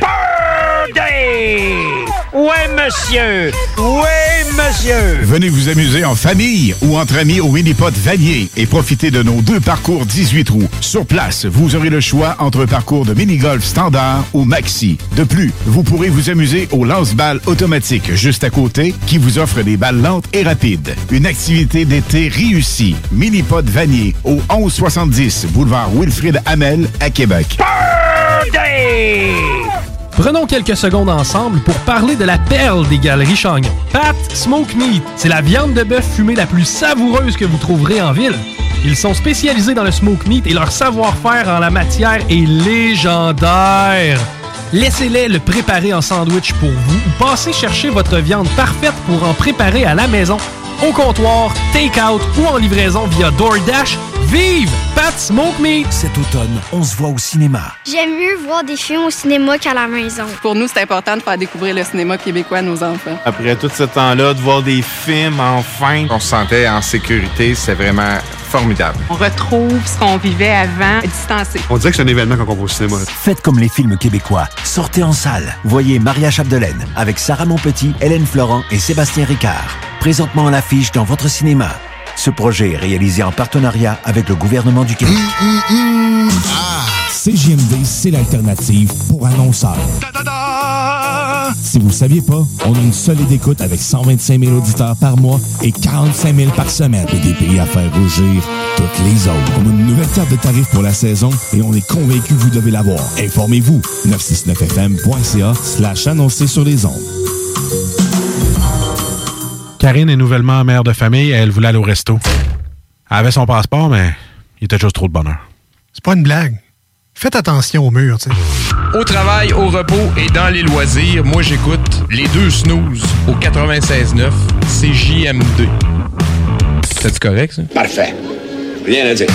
Ouais, monsieur! Ouais, monsieur! Venez vous amuser en famille ou entre amis au Minipod Vanier et profitez de nos 2 parcours 18 trous. Sur place, vous aurez le choix entre un parcours de mini-golf standard ou maxi. De plus, vous pourrez vous amuser au lance-balles automatique juste à côté qui vous offre des balles lentes et rapides. Une activité d'été réussie. Minipod Vanier au 1170 boulevard Wilfrid Hamel à Québec. Birthday! Prenons quelques secondes ensemble pour parler de la perle des Galeries Chagnon. Pat Smoke Meat, c'est la viande de bœuf fumée la plus savoureuse que vous trouverez en ville. Ils sont spécialisés dans le smoke meat et leur savoir-faire en la matière est légendaire. Laissez-les le préparer en sandwich pour vous ou passez chercher votre viande parfaite pour en préparer à la maison, au comptoir, take-out ou en livraison via DoorDash. Vive Pat Smoke Meat! Cet automne, on se voit au cinéma. J'aime mieux voir des films au cinéma qu'à la maison. Pour nous, c'est important de faire découvrir le cinéma québécois à nos enfants. Après tout ce temps-là, de voir des films, enfin, on se sentait en sécurité, c'est vraiment formidable. On retrouve ce qu'on vivait avant, distancé. On dirait que c'est un événement quand on va au cinéma. Faites comme les films québécois. Sortez en salle. Voyez Maria Chapdelaine avec Sarah Monpetit, Hélène Florent et Sébastien Ricard. Présentement à l'affiche dans votre cinéma. Ce projet est réalisé en partenariat avec le gouvernement du Québec. CJMD, c'est l'alternative pour annonceurs. Si vous ne saviez pas, on a une solide écoute avec 125 000 auditeurs par mois et 45 000 par semaine. Et des pays à faire rougir toutes les autres. On a une nouvelle carte de tarifs pour la saison et on est convaincu que vous devez l'avoir. Informez-vous. 969fm.ca/annoncer sur les ondes. Karine est nouvellement mère de famille et elle voulait aller au resto. Elle avait son passeport, mais il était juste trop de bonheur. C'est pas une blague. Faites attention au mur, tu sais. Au travail, au repos et dans les loisirs, moi j'écoute les 2 snooze au 96.9 CJMD. C'est-tu correct, ça? Parfait. Rien à dire.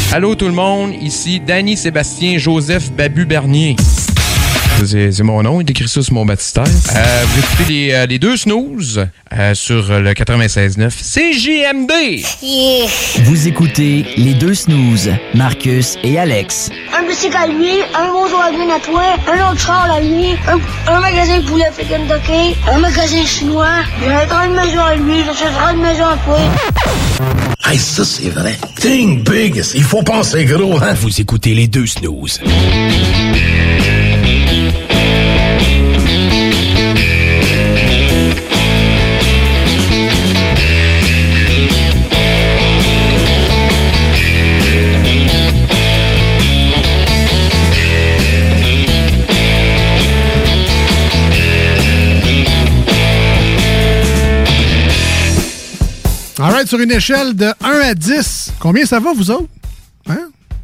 Allô tout le monde, ici Danny Sébastien Joseph Babu Bernier. C'est mon nom, il est écrit ça sur mon baptistère. Vous écoutez les deux snooze sur le 96.9 CJMD. Yeah. Vous écoutez les deux snooze, Marcus et Alex. Un bicycle à lui, un Volkswagen à toi, un autre char à lui, un magasin de poulet à Kentucky, un magasin chinois, j'ai un grande maison à lui, j'achèterai une maison à toi. Hey, ça c'est vrai. Think big, il faut penser gros, hein? Vous écoutez les deux snooze. All right, sur une échelle de 1 à 10, combien ça va, vous autres? Hein?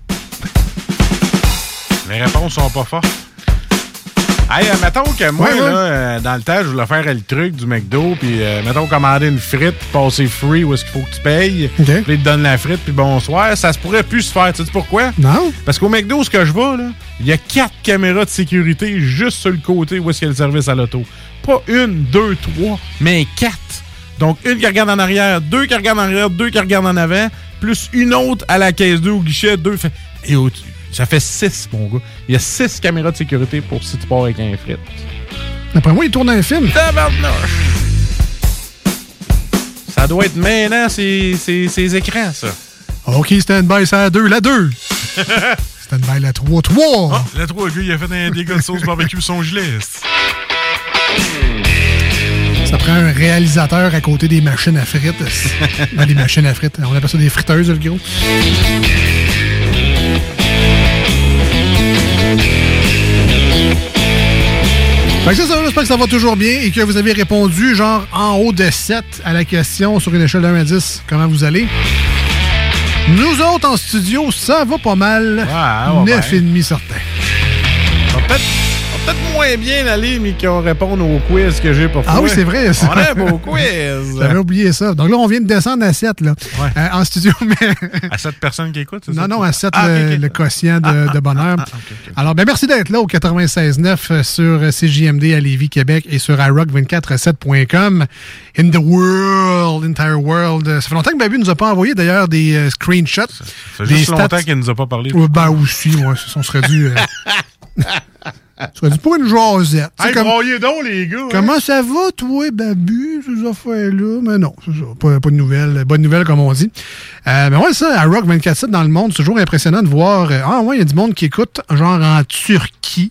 Les réponses sont pas fortes. Hey, mettons que moi, là, dans le temps, je voulais faire le truc du McDo, puis mettons commander une frite, puis passer free où est-ce qu'il faut que tu payes. Okay. Puis ils te donnent la frite, puis bonsoir. Ça se pourrait plus se faire. Tu sais pourquoi? Non. Parce qu'au McDo, ce que je vois, là, il y a 4 caméras de sécurité juste sur le côté où est-ce qu'il y a le service à l'auto. Pas 1, 2, 3, mais 4. Donc, une qui regarde en arrière, 2 qui regardent en arrière, 2 qui regardent en avant, plus une autre à la caisse 2 au guichet, 2 fait... Et ça fait 6, mon gars. Il y a 6 caméras de sécurité pour si tu pars avec un frite. D'après moi, il tourne un film. Tabarnouche! Ça doit être maintenant, ces écrans, ça. OK, stand-by, c'est la 2. La 2! Stand-by, la 3. 3! Ah, la 3, le gars, il a fait un dégât de sauce barbecue son gilet. Ça prend un réalisateur à côté des machines à frites. Dans des machines à frites. On appelle ça des friteuses, le gros. Fait que c'est ça, j'espère que ça va toujours bien et que vous avez répondu genre en haut de 7 à la question sur une échelle de 1 à 10. Comment vous allez? Nous autres en studio, ça va pas mal. 9,5 certains. Peut-être moins bien aller, mais qu'on réponde au quiz que j'ai pour toi. Ah oui, c'est vrai. Ça. On aime au quiz. J'avais oublié ça. Donc là, on vient de descendre à 7 là, en studio. Mais... À 7 personnes qui écoutent, c'est ça? Non, à 7 le quotient de bonheur. Okay. Alors, merci d'être là au 96.9 sur CJMD à Lévis, Québec et sur iRock247.com. In the world, entire world. Ça fait longtemps que Babu nous a pas envoyé d'ailleurs des screenshots. Ça fait juste longtemps qu'il nous a pas parlé. Ben aussi, on serait dû... Tu serais dû pour une jasette. Hey, broyez donc, les gars. Comment ça va, toi, Babu, ces affaires-là? Mais non, c'est ça. Pas de nouvelles. Bonne nouvelle, comme on dit. Mais ouais, ça, à Rock 24/7 dans le monde, c'est toujours impressionnant de voir. Il y a du monde qui écoute, genre en Turquie.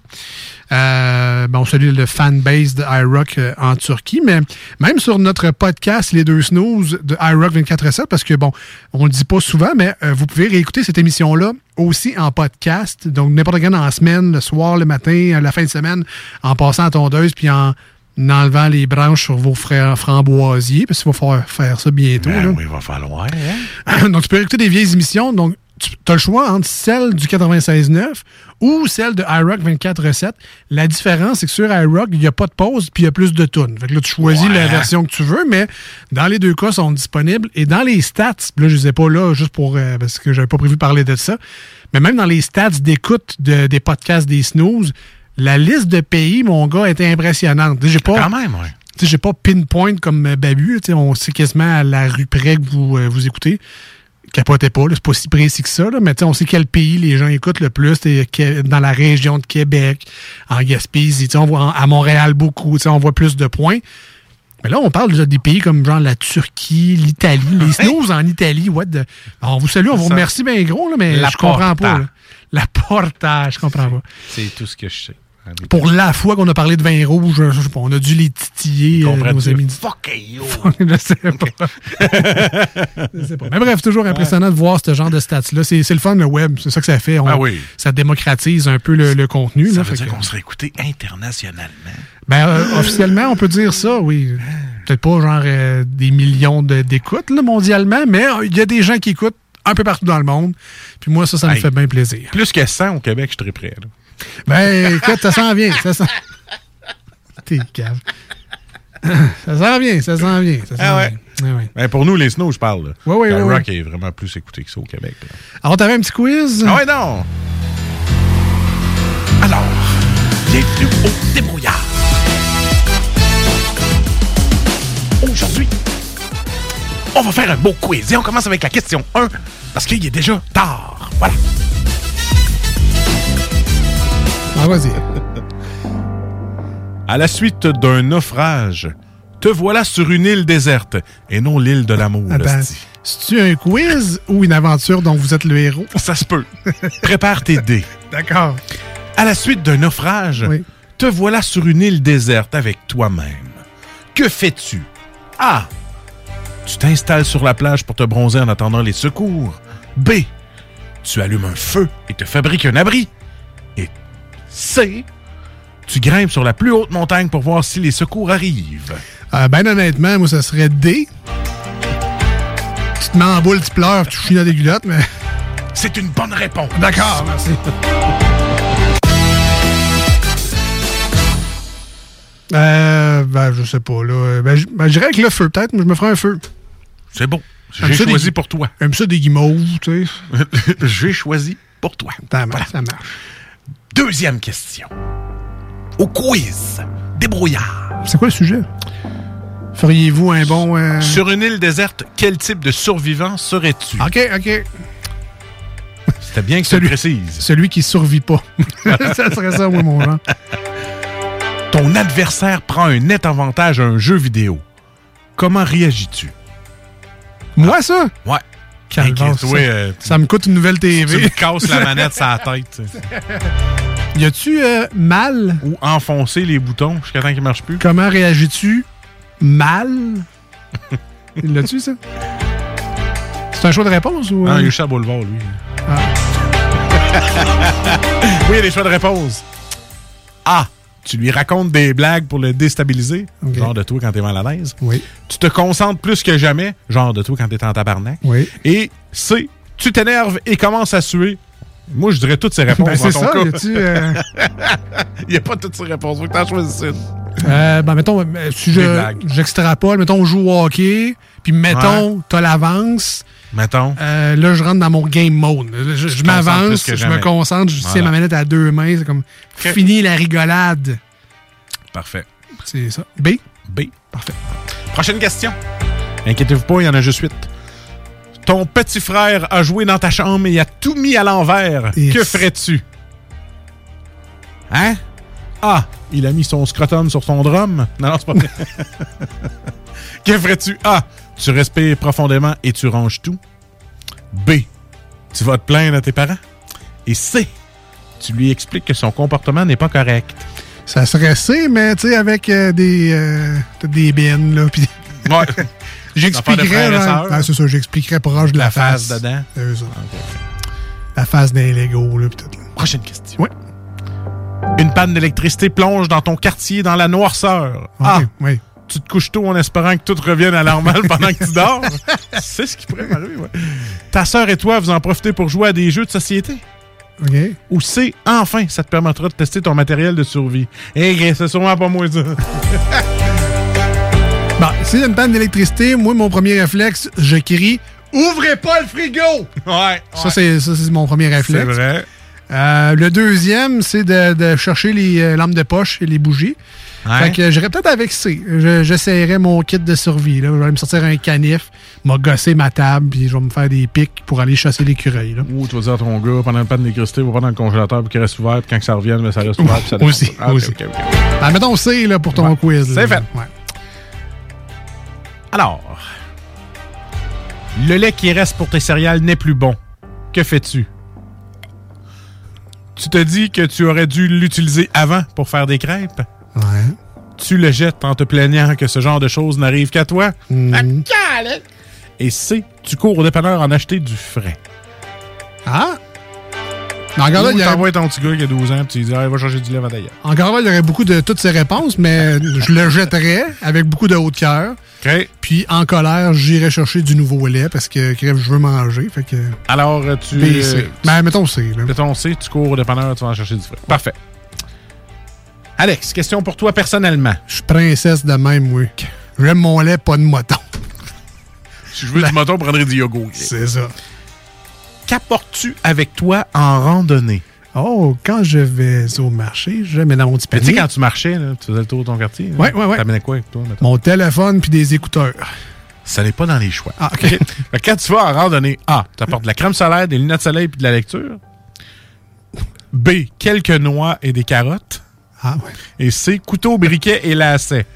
On salue le fanbase de iRock en Turquie, mais même sur notre podcast Les Deux Snooze de iRock 24/7, parce que, on le dit pas souvent, mais vous pouvez réécouter cette émission-là aussi en podcast, donc n'importe quand en semaine, le soir, le matin, la fin de semaine, en passant à tondeuse, puis en enlevant les branches sur vos framboisiers, parce qu'il va falloir faire ça bientôt. Oui, il va falloir. Hein? Donc, tu peux écouter des vieilles émissions, donc tu as le choix entre celle du 96.9 ou celle de iRock 24/7. La différence, c'est que sur iRock, il n'y a pas de pause puis il y a plus de tunes. Fait que là, tu choisis la version que tu veux, mais dans les deux cas, sont disponibles. Et dans les stats, là, je ne les ai pas là juste pour parce que j'avais pas prévu de parler de ça, mais même dans les stats d'écoute des podcasts des snooze, la liste de pays, mon gars, était impressionnante. J'ai pas, quand même, ouais. J'ai pas pinpoint comme Babu. On sait quasiment à la rue près que vous écoutez. Capotez pas, c'est pas si précis que ça, là, mais on sait quel pays les gens écoutent le plus. Dans la région de Québec, en Gaspésie, on voit à Montréal beaucoup, on voit plus de points. Mais là, on parle déjà des pays comme genre la Turquie, l'Italie, les snooze en Italie. Alors, on vous salue, on vous remercie bien gros, là, mais je comprends pas. Là. La Porta, je comprends pas. C'est tout ce que je sais. Pour la fois qu'on a parlé de vin rouge, je sais pas, on a dû les titiller, nos amis. Fuck you! Je sais pas. Je sais pas. Mais bref, c'est toujours impressionnant de voir ce genre de stats-là. C'est le fun, le web. C'est ça que ça fait. Ça démocratise un peu le contenu. Ça là, veut dire qu'on serait écouté internationalement. Officiellement, on peut dire ça, oui. Peut-être pas genre des millions d'écoutes là, mondialement, mais il y a des gens qui écoutent un peu partout dans le monde. Puis moi, ça me fait bien plaisir. Plus que 100 au Québec, je serais prêt. Là. Écoute, ça s'en vient. T'es cave. Ça s'en vient. Oui. Ben, pour nous, les snows, je parle. Oui. Rock est vraiment plus écouté que ça au Québec. Là. Alors, t'avais un petit quiz? Ah ouais, non! Alors, bienvenue au débrouillard. Aujourd'hui, on va faire un beau quiz et on commence avec la question 1 parce qu'il est déjà tard. Voilà. Ah, vas-y. À la suite d'un naufrage, te voilà sur une île déserte et non l'île de l'amour. C'est-tu un quiz ou une aventure dont vous êtes le héros? Ça se peut. Prépare tes dés. D'accord. À la suite d'un naufrage, te voilà sur une île déserte avec toi-même. Que fais-tu? A. Tu t'installes sur la plage pour te bronzer en attendant les secours. B. Tu allumes un feu et te fabriques un abri. Et C. Tu grimpes sur la plus haute montagne pour voir si les secours arrivent. Ben honnêtement, moi, ça serait D. Tu te mets en boule, tu pleures, tu chouines dans des culottes, mais... C'est une bonne réponse. D'accord, merci. Je sais pas, là. Je dirais que le feu, peut-être, mais je me ferais un feu. C'est bon. J'ai choisi pour toi. J'aime ça des guimauves, tu sais. J'ai choisi pour toi. Ça marche. Deuxième question. Au quiz. Débrouillard. C'est quoi le sujet? Feriez-vous un bon... Sur une île déserte, quel type de survivant serais-tu? OK. C'était bien que tu le précises. Celui qui survit pas. Ça serait ça, moi, mon genre. Ton adversaire prend un net avantage à un jeu vidéo. Comment réagis-tu? Moi, ça? Ouais. Ça me coûte une nouvelle TV. Tu me casses la manette sur la tête. Y a-tu mal? Ou enfoncer les boutons jusqu'à temps qu'ils ne marchent plus? Comment réagis-tu? Mal? L'as-tu, ça? C'est un choix de réponse ou... Non, il est chez Boulevard, lui. Ah. Oui, il y a des choix de réponse. A. Tu lui racontes des blagues pour le déstabiliser, genre de toi quand t'es mal à l'aise. Oui. Tu te concentres plus que jamais, genre de toi quand t'es en tabarnak. Oui. Et C. Tu t'énerves et commences à suer. Moi, je dirais toutes ces réponses dans ton cas. Il n'y a pas toutes ces réponses. Faut que t'en choisisses une. Mettons, si j'extrapole, mettons, on joue au hockey, puis mettons, t'as l'avance. Mettons. Là, je rentre dans mon game mode. Je m'avance, je me concentre, je tiens ma manette à 2 mains. C'est comme fini la rigolade. Parfait. C'est ça. B. Parfait. Prochaine question. Inquiétez-vous pas, il y en a juste 8. Ton petit frère a joué dans ta chambre et a tout mis à l'envers. Que ferais-tu? Hein? A. Il a mis son scrotum sur son drum. Non, c'est pas vrai. Que ferais-tu? A. Tu respires profondément et tu ranges tout. B. Tu vas te plaindre à tes parents. Et C. Tu lui expliques que son comportement n'est pas correct. Ça serait C, mais tu sais, avec des bines, là. Pis... Ouais. J'expliquerais. C'est ça, j'expliquerais proche de la face. Dedans. C'est ça. Okay. La face d'un Lego, là, peut-être. Prochaine question. Oui. Une panne d'électricité plonge dans ton quartier dans la noirceur. Oui. Tu te couches tôt en espérant que tout revienne à la normale pendant que tu dors. C'est ce qui pourrait m'arriver, ouais. Ta sœur et toi, vous en profitez pour jouer à des jeux de société. OK. Ou C, enfin, ça te permettra de tester ton matériel de survie. C'est sûrement pas moi, ça. Bon, s'il y a une panne d'électricité, moi, mon premier réflexe, je crie « Ouvrez pas le frigo! » Ouais. Ça, c'est mon premier réflexe. C'est vrai. Le deuxième, c'est de chercher les lampes de poche et les bougies. Ouais. Fait que j'irais peut-être avec C. J'essaierais mon kit de survie. Là. Je vais me sortir un canif, m'a gossé ma table, puis je vais me faire des pics pour aller chasser l'écureuil. Ou tu vas dire à ton gars, pendant le panne d'électricité, va pas dans le congélateur pour qu'il reste ouvert, puis quand ça revienne, ça reste ouvert. Puis ça aussi. Okay. Ben, mettons C là, pour ton quiz. C'est fait. Ouais. Alors, le lait qui reste pour tes céréales n'est plus bon. Que fais-tu? Tu te dis que tu aurais dû l'utiliser avant pour faire des crêpes? Ouais. Tu le jettes en te plaignant que ce genre de choses n'arrive qu'à toi? Et C, tu cours au dépanneur en acheter du frais. Ah? Mais encore là, il t'envoie ton petit gars qui a 12 ans, puis tu lui dis, va chercher du lait avant d'ailleurs. Encore là, il y aurait beaucoup de toutes ces réponses, mais je le jetterais avec beaucoup de haut de cœur. OK. Puis en colère, j'irais chercher du nouveau lait parce que je veux manger. Fait que... Alors, tu. Mettons C. Là. Mettons C, tu cours au dépanneur, tu vas en chercher du frais. Parfait. Alex, question pour toi personnellement. Je suis princesse de même, oui. J'aime mon lait, pas de moton. Si je veux du moton, je prendrais du yogourt. C'est ça. Qu'apportes-tu avec toi en randonnée? Oh, quand je vais au marché, je mets dans mon petit panier. Tu sais, quand tu marchais, là, tu faisais le tour de ton quartier. Oui. T'amenais quoi avec toi, mettons? Mon téléphone puis des écouteurs. Ça n'est pas dans les choix. Ah, OK. Quand tu vas en randonnée, A, tu apportes de la crème solaire, des lunettes de soleil puis de la lecture. B, quelques noix et des carottes. Ah, ouais. Et C, couteau, briquet et lacet.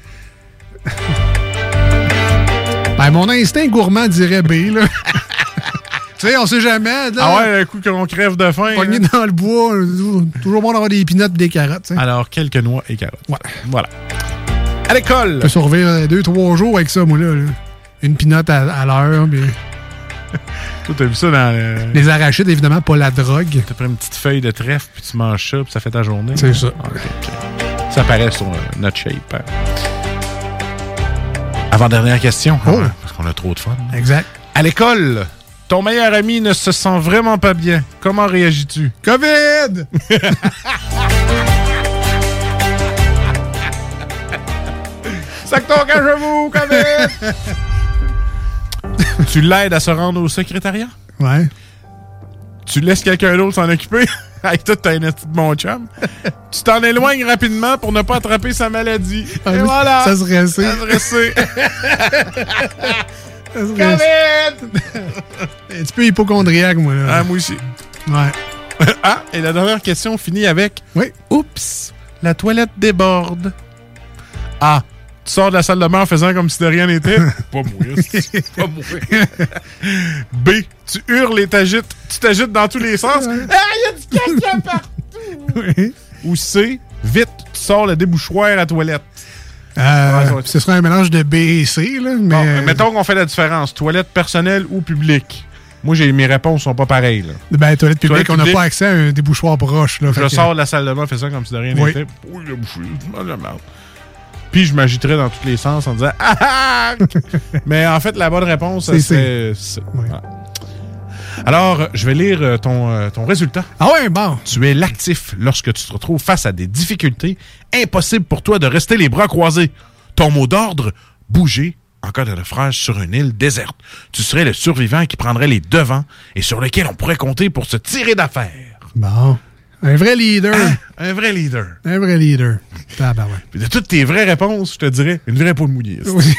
Ben, mon instinct gourmand dirait B, là. Tu sais, on sait jamais. Là, ah ouais, un coup qu'on crève de faim. Pogné dans le bois, toujours bon d'avoir des pinottes et des carottes. T'sais. Alors, quelques noix et carottes. Ouais. Voilà. À l'école. Je peux survivre 2-3 jours avec ça, moi, là. Une pinotte à l'heure. Puis... Toi, t'as vu ça dans... Les arachides, évidemment, pas la drogue. T'as pris une petite feuille de trèfle, puis tu manges ça, puis ça fait ta journée. C'est ça. Okay. Ça apparaît sur notre shape. Hein. Avant-dernière question. Oh. Parce qu'on a trop de fun. Exact. À l'école, ton meilleur ami ne se sent vraiment pas bien. Comment réagis-tu? COVID! Sac ton cachez-vous, COVID! Tu l'aides à se rendre au secrétariat? Ouais. Tu laisses quelqu'un d'autre s'en occuper? Avec tout, t'as un petit de mon chum. Tu t'en éloignes rapidement pour ne pas attraper sa maladie. Ah, et voilà! Ça serait ça. Ça serait ça. COVID! Un petit peu hypochondriaque, moi. Là. Ah, moi aussi. Ouais. Ah, et la dernière question finit avec... Oui. Oups, la toilette déborde. A. Tu sors de la salle de bain en faisant comme si de rien n'était. Pas mourir. Pas mourir. B. Tu hurles et t'agites. Tu t'agites dans tous les sens. Ah, il y a du caca partout. Oui. Ou C. Vite, tu sors le débouchoir à la toilette. Ce serait un mélange de B et C, là. Mais... Bon, mettons qu'on fait la différence. Toilette personnelle ou publique. Moi, mes réponses sont pas pareilles. Là. Ben, toilette publique, on n'a pas accès à un débouchoir proche. Là, je sors de la salle de bain, fais ça comme si de rien n'était. Oui, j'ai bouffé, je mange la merde. Puis je m'agiterais dans tous les sens en disant ah! Mais en fait, la bonne réponse, c'est ça. Oui. Voilà. Alors, je vais lire ton résultat. Ah ouais, bon. Tu es l'actif lorsque tu te retrouves face à des difficultés. Impossible pour toi de rester les bras croisés. Ton mot d'ordre, bouger en cas de naufrage sur une île déserte. Tu serais le survivant qui prendrait les devants et sur lequel on pourrait compter pour se tirer d'affaire. Bon. Un vrai leader. Ah, un vrai leader. Un vrai leader. Ah, ben ouais. Puis de toutes tes vraies réponses, je te dirais, une vraie poule mouillée. Oui.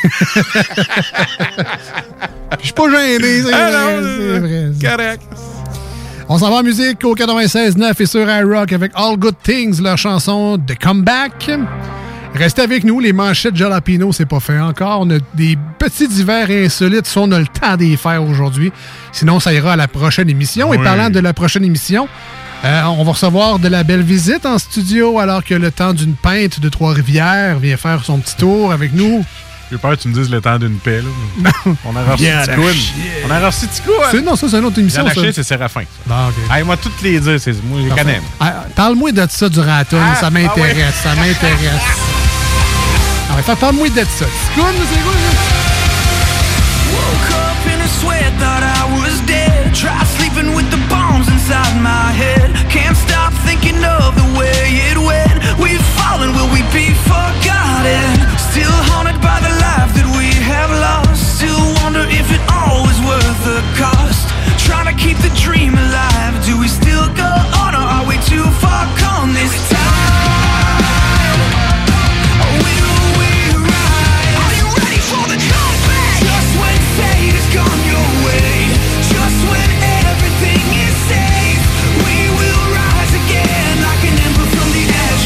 Je suis pas gêné, c'est vrai. Correct. On s'en va en musique au 96.9 et sur iRock avec All Good Things, leur chanson The Comeback. Restez avec nous, les manchettes Jalapino, c'est pas fait encore. On a des petits divers insolites, si on a le temps d'y faire aujourd'hui. Sinon, ça ira à la prochaine émission. Oui. Et parlant de la prochaine émission, on va recevoir de la belle visite en studio alors que le temps d'une pinte de Trois-Rivières vient faire son petit tour avec nous. J'ai peur que tu me dises le temps d'une paix. Là. On a reçu Ticoun. On a reçu Ticoun. Non, ça, c'est une autre émission. C'est Séraphin. Bon, OK. Hey, moi, toutes les dire, moi, je les connais. Parle-moi de ça durant la toune. Ça m'intéresse. Oui. Ça m'intéresse. Parle-moi de ça. Ticoun, c'est quoi, ça? Woke up in a sweat, thought I was dead. Try sleeping with the bombs inside my head. Can't stop thinking of the way it went. We've fallen, will we be forgotten? Still haunted by the life that we have lost. Still wonder if it all was worth the cost. Trying to keep the dream alive. Do we still go on or are we too far gone this time? Gone your way. Just when everything is safe, we will rise again like an ember from the ashes.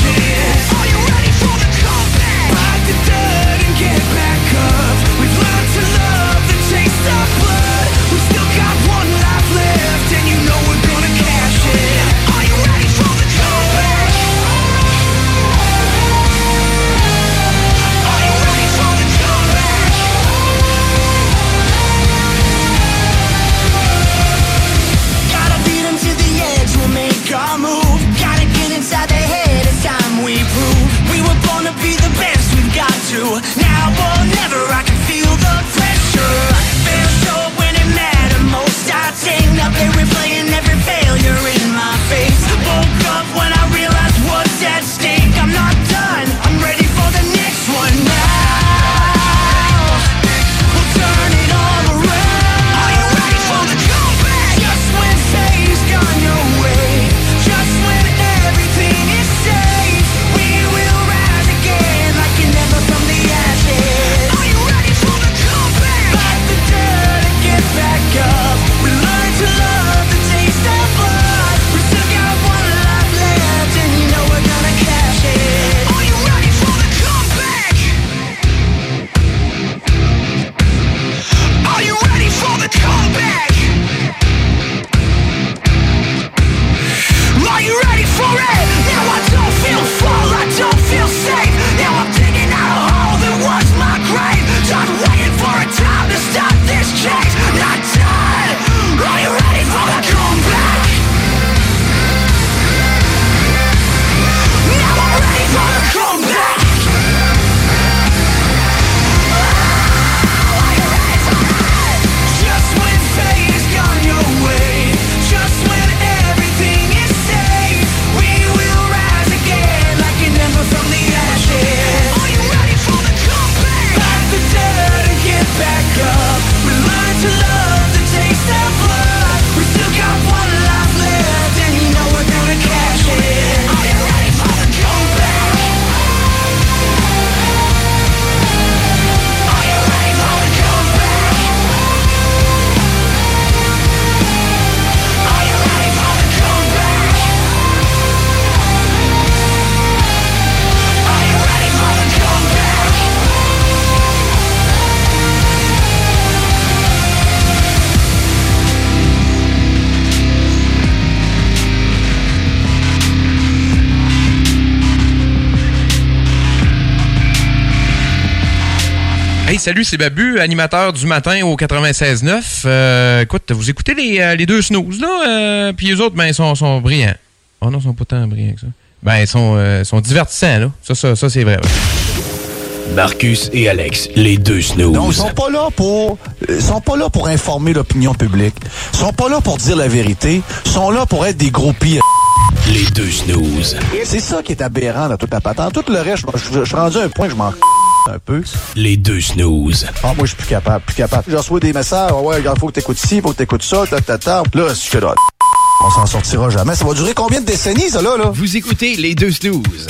Hey, salut, c'est Babu, animateur du matin au 96.9. Écoute, vous écoutez les deux snooze, là, puis les autres, ben, ils sont brillants. Oh non, ils sont pas tant brillants que ça. Ben, ils sont divertissants, là. Ça c'est vrai. Marcus et Alex, les deux snooze. Non, ils sont pas là pour informer l'opinion publique. Ils sont pas là pour dire la vérité. Ils sont là pour être des groupies. Les deux snooze. C'est ça qui est aberrant dans toute la patente. Tout le reste, je suis rendu à un point que je m'en un peu. Les deux snooze. Ah, moi, je suis plus capable. Je reçois des messages. Ouais, il faut que t'écoutes ci, faut que t'écoutes ça, Là, je suis là. On s'en sortira jamais. Ça va durer combien de décennies, ça, là? Vous écoutez les deux snooze.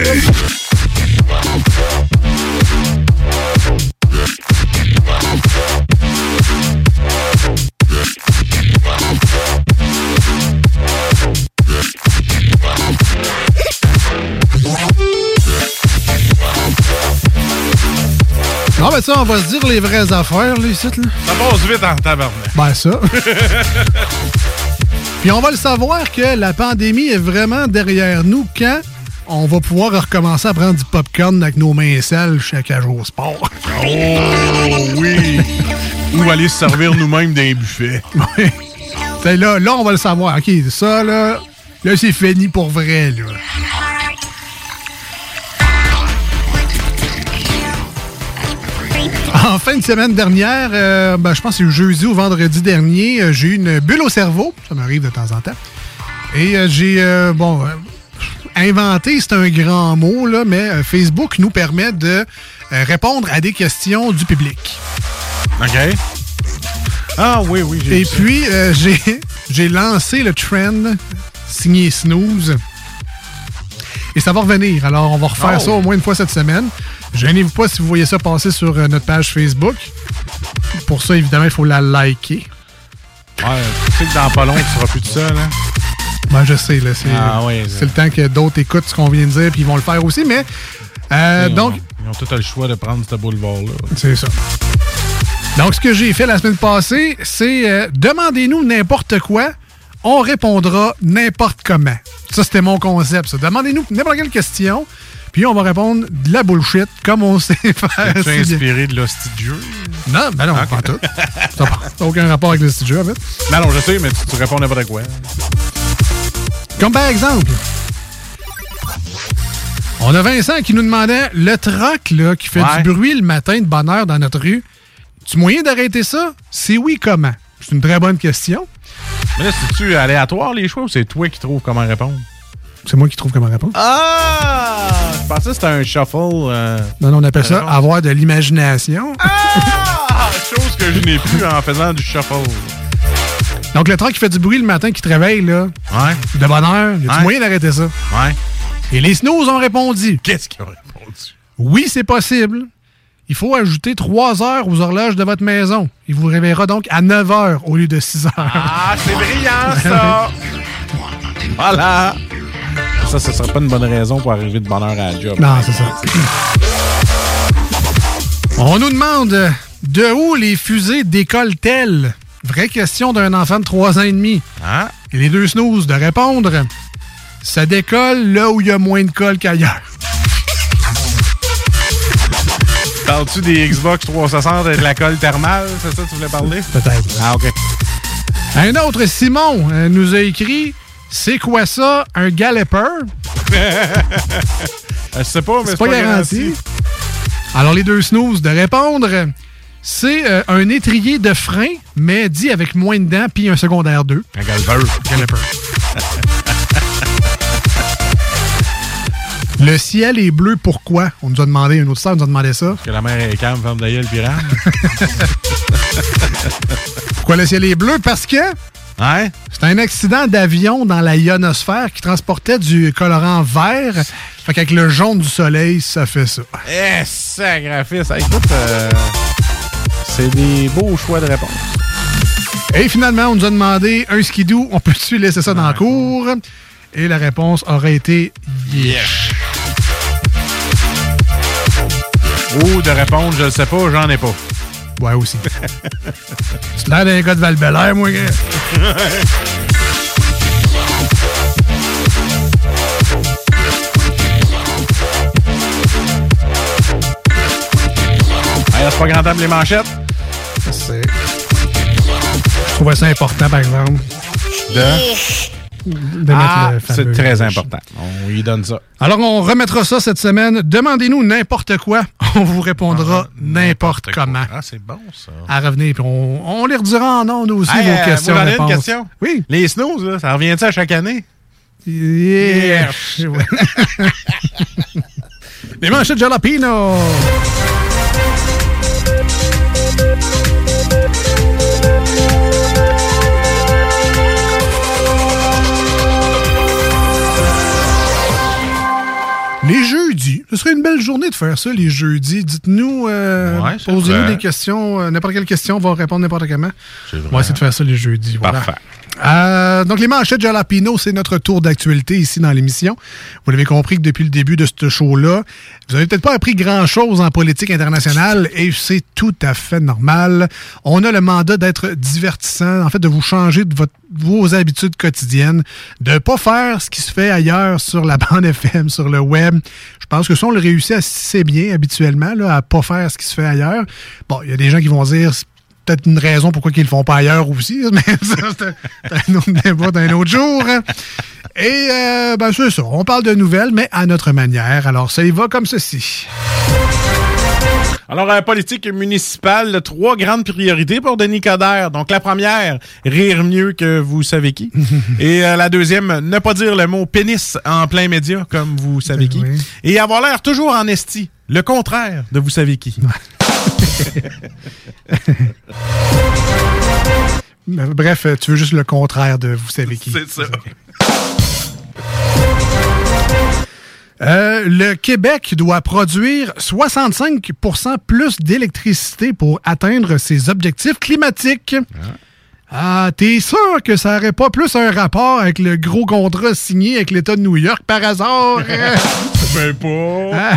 Non, ben ça, on va se dire les vraies affaires, là, ici, là. Ça passe vite en tabarnak. Ben ça. Puis on va le savoir que la pandémie est vraiment derrière nous quand on va pouvoir recommencer à prendre du popcorn avec nos mains sales chaque jour au sport. Oh oui! Ou aller se servir nous-mêmes d'un buffet. Oui. Là, on va le savoir. OK, ça, là c'est fini pour vrai, là. En fin de semaine dernière, je pense que c'est jeudi ou vendredi dernier, j'ai eu une bulle au cerveau. Ça m'arrive de temps en temps. Et j'ai, inventé, c'est un grand mot, là, mais Facebook nous permet de répondre à des questions du public. OK. Ah oui, j'ai Et puis, j'ai lancé le trend signé Snooze. Et ça va revenir. Alors, on va refaire ça au moins une fois cette semaine. Gênez-vous pas si vous voyez ça passer sur notre page Facebook. Pour ça, évidemment, il faut la liker. Ouais, tu sais que dans pas long, tu seras plus de ça, là. Ben, je sais, là. C'est le temps que d'autres écoutent ce qu'on vient de dire, puis ils vont le faire aussi, mais... donc... Ils ont tout le choix de prendre ce boulevard-là. C'est ça. Donc, ce que j'ai fait la semaine passée, c'est demandez-nous n'importe quoi, on répondra n'importe comment. Ça, c'était mon concept, ça. Demandez-nous n'importe quelle question, puis on va répondre de la bullshit, comme on sait faire. Es-tu inspiré de l'hostie de jeu? Non, ben non, pas tout. Ça n'a aucun rapport avec l'hostie de jeu, en fait. Non, je sais, mais tu réponds n'importe quoi. Comme par exemple, on a Vincent qui nous demandait le troc là, qui fait du bruit le matin de bonne heure dans notre rue. Tu moyen d'arrêter ça? C'est oui, comment? C'est une très bonne question. Mais là, c'est-tu aléatoire les choix ou c'est toi qui trouves comment répondre? C'est moi qui trouve comment répondre. Ah! Je pensais que c'était un shuffle. Non, on appelle ça avoir de l'imagination. Ah! Chose que je n'ai plus en faisant du shuffle. Donc, le troc qui fait du bruit le matin, qui te réveille, là, de bonne heure, y a-tu moyen d'arrêter ça? Ouais. Et les snooze ont répondu. Qu'est-ce qu'ils ont répondu? Oui, c'est possible. Il faut ajouter 3 heures aux horloges de votre maison. Il vous réveillera donc à 9 heures au lieu de 6 heures. Ah, c'est brillant, ça! Voilà! Ça serait pas une bonne raison pour arriver de bonne heure à la job. Non, c'est ça. On nous demande de où les fusées décollent-elles? Vraie question d'un enfant de 3 ans et demi. Ah. Et les deux snooze de répondre, ça décolle là où il y a moins de colle qu'ailleurs. Parles-tu des Xbox 360 avec la colle thermale? C'est ça que tu voulais parler? Peut-être. Ah, OK. Un autre, Simon, nous a écrit « C'est quoi ça, un galloper? » Je sais pas, mais c'est pas garanti. Alors, les deux snooze de répondre, c'est un étrier de frein, mais dit avec moins de dents, puis un secondaire 2. Un galloper. Le ciel est bleu, pourquoi? On nous a demandé, un autre sœur nous a demandé ça. Parce que la mer est calme, ferme de gueule, pirate. Pourquoi le ciel est bleu? Parce que c'est un accident d'avion dans la ionosphère qui transportait du colorant vert. Fait qu'avec le jaune du soleil, ça fait ça. Sacrifice. Écoute, c'est des beaux choix de réponse. Et finalement, on nous a demandé un skidoo, on peut-tu laisser ça dans la cour? Et la réponse aurait été yes. Ou de répondre, je le sais pas, j'en ai pas. Ouais, aussi. C'est l'air d'un gars de Val-Bélair, moi, gars. reste pas grand temps pour les manchettes. Je trouvais ça important, par exemple. De mettre le fameux c'est très important. On lui donne ça. Alors, on remettra ça cette semaine. Demandez-nous n'importe quoi. On vous répondra n'importe comment. Ah, c'est bon, ça. À revenir, puis on les redira en ondes aussi, vos questions. Vous en avez une question? Oui. Les snooze, là, ça revient-tu à chaque année? Yeah! Les manchettes jalapeno! Les jeudis, ce serait une belle journée de faire ça, les jeudis. Dites-nous, posez-nous des questions, n'importe quelle question, on va répondre n'importe comment. On va essayer de faire ça les jeudis. Voilà. Parfait. Donc, les manchettes jalapeno, c'est notre tour d'actualité ici dans l'émission. Vous l'avez compris que depuis le début de ce show-là, vous n'avez peut-être pas appris grand-chose en politique internationale et c'est tout à fait normal. On a le mandat d'être divertissant, en fait, de vous changer de vos habitudes quotidiennes, de ne pas faire ce qui se fait ailleurs sur la bande FM, sur le web. Je pense que ça, on le réussit assez bien habituellement, là, à ne pas faire ce qui se fait ailleurs. Bon, il y a des gens qui vont dire... peut-être une raison pourquoi ils le font pas ailleurs aussi, mais ça, c'est un autre débat d'un autre jour. Et c'est ça, on parle de nouvelles, mais à notre manière. Alors, ça y va comme ceci. Alors, politique municipale, 3 grandes priorités pour Denis Coderre. Donc, la première, rire mieux que vous savez qui. Et la deuxième, ne pas dire le mot pénis en plein média, comme vous savez qui. Oui. Et avoir l'air toujours en esti. Le contraire de vous savez qui. Bref, tu veux juste le contraire de vous savez qui. C'est ça. Le Québec doit produire 65% plus d'électricité pour atteindre ses objectifs climatiques. Ah, t'es sûr que ça n'aurait pas plus un rapport avec le gros contrat signé avec l'État de New York par hasard? Ben pas.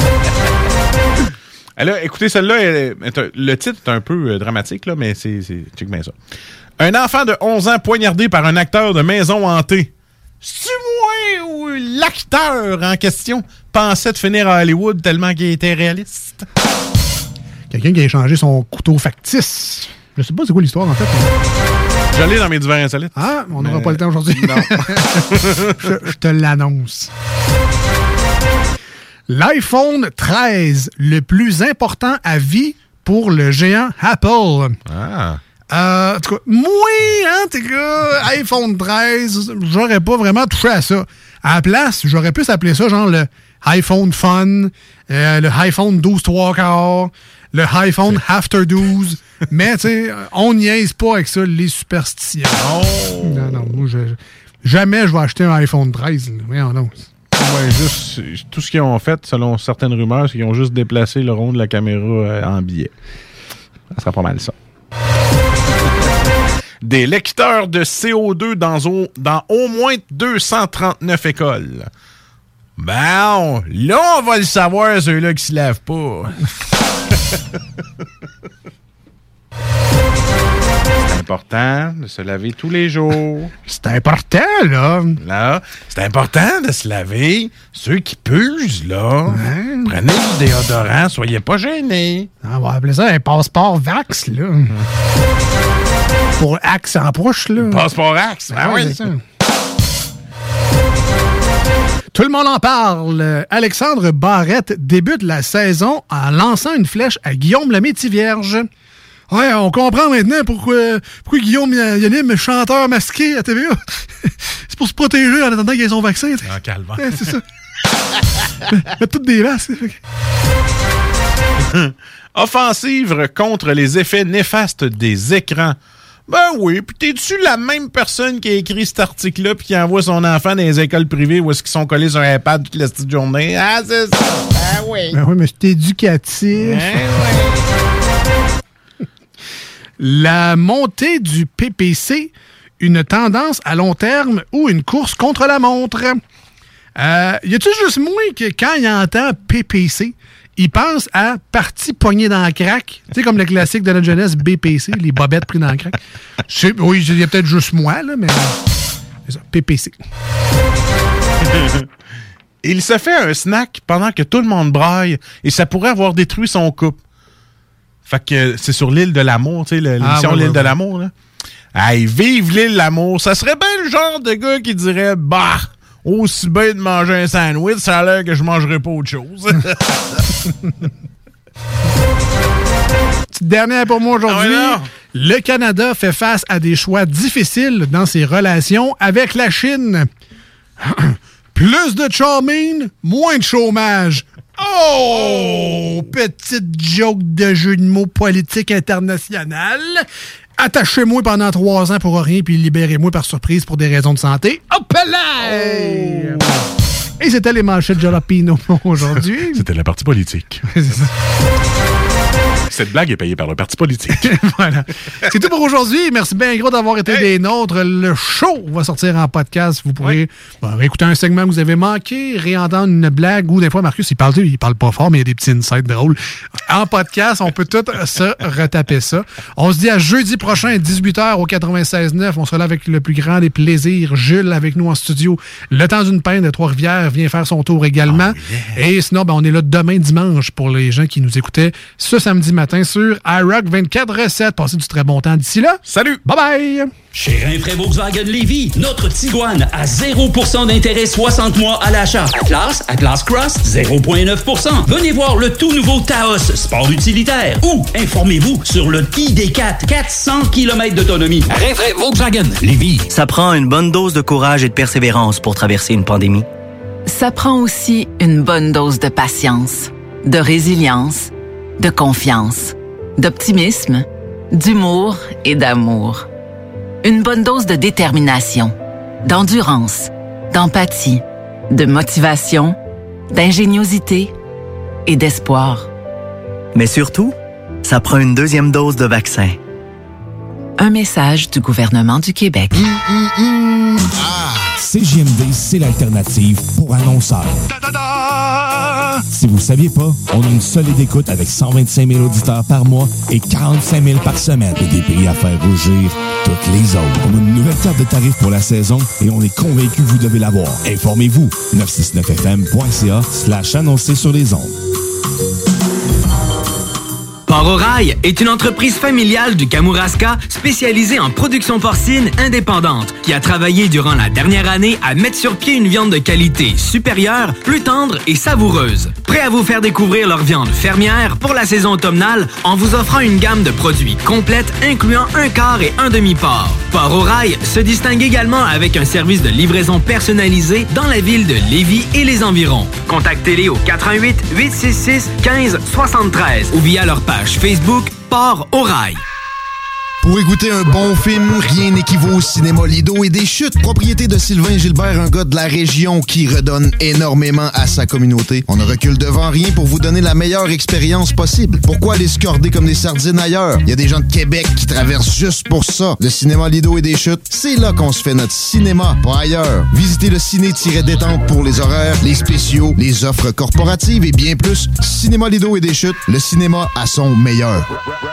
Alors, écoutez, celle-là, le titre est un peu dramatique, là, mais c'est check bien ça. Un enfant de 11 ans poignardé par un acteur de maison hantée. C'est moi ou l'acteur en question pensait de finir à Hollywood tellement qu'il était réaliste? Quelqu'un qui a échangé son couteau factice. Je sais pas c'est quoi l'histoire, en fait. Je l'ai dans mes divers insolites. Ah, on n'aura pas le temps aujourd'hui. Non. je te l'annonce. L'iPhone 13, le plus important à vie pour le géant Apple. Ah. En tout cas, moi, t'es gars, iPhone 13, j'aurais pas vraiment touché à ça. À la place, j'aurais pu s'appeler ça genre le iPhone Fun, le iPhone 12/3, le iPhone After 12. Mais, tu sais, on niaise pas avec ça, les superstitions. Oh. Non, moi, jamais je vais acheter un iPhone 13. Voyons donc. Ouais, juste, tout ce qu'ils ont fait, selon certaines rumeurs, c'est qu'ils ont juste déplacé le rond de la caméra en billet. Ça sera pas mal ça. Des lecteurs de CO2 dans au moins 239 écoles. Bon, là, on va le savoir, ceux-là qui se lavent pas. C'est important de se laver tous les jours. C'est important, là. Là, c'est important de se laver. Ceux qui puent, là, prenez du déodorant, soyez pas gênés. On va appeler ça un passeport Vax, là. Pour Axe en poche, là. Passeport Axe, oui. C'est ça. Tout le monde en parle. Alexandre Barrette débute la saison en lançant une flèche à Guillaume Lemaitre-Vierge. Ouais, on comprend maintenant pourquoi Guillaume Yannim, chanteur masqué à TVA. C'est pour se protéger en attendant qu'il ait son vaccin. Ah, calvaire. Ouais, c'est ça. Mettre toutes des masques. Offensive contre les effets néfastes des écrans. Ben oui, puis t'es-tu la même personne qui a écrit cet article-là puis qui envoie son enfant dans les écoles privées où est-ce qu'ils sont collés sur un iPad toute la petite journée? Ah, c'est ça! Ben oui! Ben oui, mais c'est éducatif. Ben oui! La montée du PPC, une tendance à long terme ou une course contre la montre? Y a-tu juste moi que quand il entend PPC, il pense à partie poignée dans le crack. Tu sais, comme le classique de notre jeunesse, BPC, les bobettes prises dans le crack. Oui, il y a peut-être juste moi, là, mais c'est ça, PPC. Il se fait un snack pendant que tout le monde braille et ça pourrait avoir détruit son couple. Fait que c'est sur l'île de l'amour, tu sais, l'émission L'île de l'amour, là. Hey, vive l'île de l'amour. Ça serait bien le genre de gars qui dirait, bah, aussi bien de manger un sandwich, ça a l'air que je mangerais pas autre chose. Petite dernière pour moi aujourd'hui. Le Canada fait face à des choix difficiles dans ses relations avec la Chine. Plus de charming, moins de chômage. Oh! Petite joke de jeu de mots politique international. Attachez-moi pendant 3 ans pour rien, puis libérez-moi par surprise pour des raisons de santé. Hop là! Et c'était les manchettes Jalapino aujourd'hui. C'était la partie politique. Cette blague est payée par le parti politique. Voilà. C'est tout pour aujourd'hui. Merci bien gros d'avoir été des nôtres. Le show va sortir en podcast. Vous pourrez réécouter un segment que vous avez manqué, réentendre une blague ou des fois, Marcus, il parle pas fort, mais il y a des petits insights drôles. En podcast, on peut tout se retaper ça. On se dit à jeudi prochain, 18h au 96.9. On sera là avec le plus grand des plaisirs. Jules avec nous en studio. Le temps d'une peine de Trois-Rivières vient faire son tour également. Oh, yeah. Et sinon, on est là demain dimanche pour les gens qui nous écoutaient ce samedi matin sur iRock 24/7. Passez du très bon temps d'ici là. Salut! Bye bye! Chez Rinfraie Volkswagen Lévis, notre Tiguan à 0% d'intérêt 60 mois à l'achat. Atlas Cross, 0,9%. Venez voir le tout nouveau Taos, sport utilitaire. Ou informez-vous sur le ID4, 400 km d'autonomie. Rinfraie Volkswagen Lévis. Ça prend une bonne dose de courage et de persévérance pour traverser une pandémie. Ça prend aussi une bonne dose de patience, de résilience, de confiance, d'optimisme, d'humour et d'amour. Une bonne dose de détermination, d'endurance, d'empathie, de motivation, d'ingéniosité et d'espoir. Mais surtout, ça prend une deuxième dose de vaccin. Un message du gouvernement du Québec. CJMD, c'est l'alternative pour annonceurs. Si vous ne saviez pas, on a une solide écoute avec 125 000 auditeurs par mois et 45 000 par semaine et des prix à faire rougir toutes les autres. On a une nouvelle carte de tarifs pour la saison et on est convaincu que vous devez l'avoir. Informez-vous, 969fm.ca/annoncer sur les ondes. Port-au-Rail est une entreprise familiale du Kamouraska spécialisée en production porcine indépendante qui a travaillé durant la dernière année à mettre sur pied une viande de qualité supérieure, plus tendre et savoureuse. Prêt à vous faire découvrir leur viande fermière pour la saison automnale en vous offrant une gamme de produits complète incluant un quart et un demi-porc. Port-au-Rail se distingue également avec un service de livraison personnalisé dans la ville de Lévis et les environs. Contactez-les au 88 866 15 73 ou via leur page Facebook Port-au-Rail. Pour écouter un bon film, rien n'équivaut au cinéma Lido et des Chutes, propriété de Sylvain Gilbert, un gars de la région qui redonne énormément à sa communauté. On ne recule devant rien pour vous donner la meilleure expérience possible. Pourquoi aller se corder comme des sardines ailleurs? Il y a des gens de Québec qui traversent juste pour ça. Le cinéma Lido et des Chutes, c'est là qu'on se fait notre cinéma, pas ailleurs. Visitez le ciné-détente pour les horaires, les spéciaux, les offres corporatives et bien plus. Cinéma Lido et des Chutes, le cinéma à son meilleur.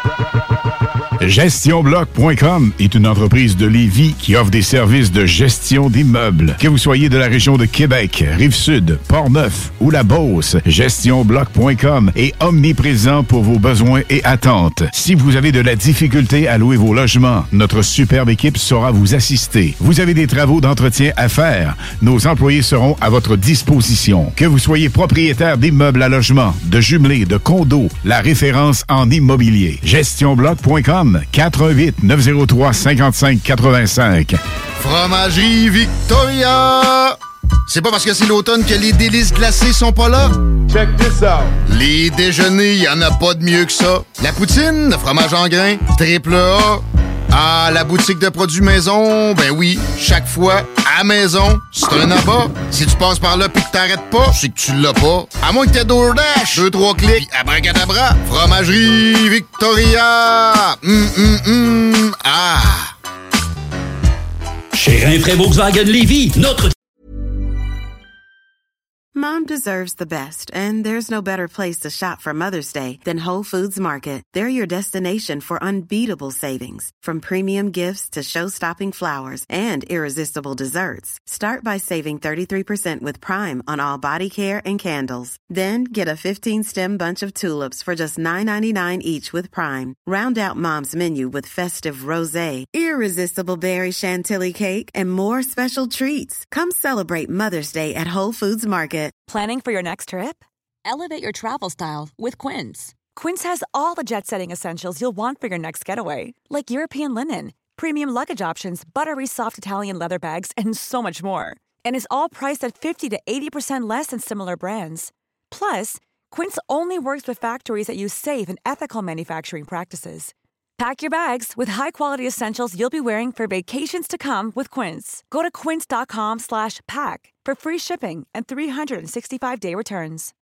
GestionBloc.com est une entreprise de Lévis qui offre des services de gestion d'immeubles. Que vous soyez de la région de Québec, Rive-Sud, Port-Neuf ou la Beauce, GestionBloc.com est omniprésent pour vos besoins et attentes. Si vous avez de la difficulté à louer vos logements, notre superbe équipe saura vous assister. Vous avez des travaux d'entretien à faire, nos employés seront à votre disposition. Que vous soyez propriétaire d'immeubles à logement, de jumelés, de condos, la référence en immobilier. GestionBloc.com 418 903 55 85. Fromagerie Victoria! C'est pas parce que c'est l'automne que les délices glacées sont pas là? Check this out! Les déjeuners, y en a pas de mieux que ça. La poutine, le fromage en grains, triple A. Ah, la boutique de produits maison, ben oui, chaque fois, à maison, c'est un abat. Si tu passes par là pis que t'arrêtes pas, c'est que tu l'as pas. À moins que t'aies DoorDash, 2-3 clics, abracadabra, Fromagerie Victoria! Ah! Chez Rinfraie Volkswagen Lévis, notre Mom deserves the best, and there's no better place to shop for Mother's Day than Whole Foods Market. They're your destination for unbeatable savings, from premium gifts to show-stopping flowers and irresistible desserts. Start by saving 33% with Prime on all body care and candles. Then get a 15-stem bunch of tulips for just $9.99 each with Prime. Round out Mom's menu with festive rosé, irresistible berry chantilly cake, and more special treats. Come celebrate Mother's Day at Whole Foods Market. Planning for your next trip? Elevate your travel style with Quince. Quince has all the jet-setting essentials you'll want for your next getaway, like European linen, premium luggage options, buttery soft Italian leather bags, and so much more. And is all priced at 50 to 80% less than similar brands. Plus, Quince only works with factories that use safe and ethical manufacturing practices. Pack your bags with high-quality essentials you'll be wearing for vacations to come with Quince. Go to quince.com/pack for free shipping and 365-day returns.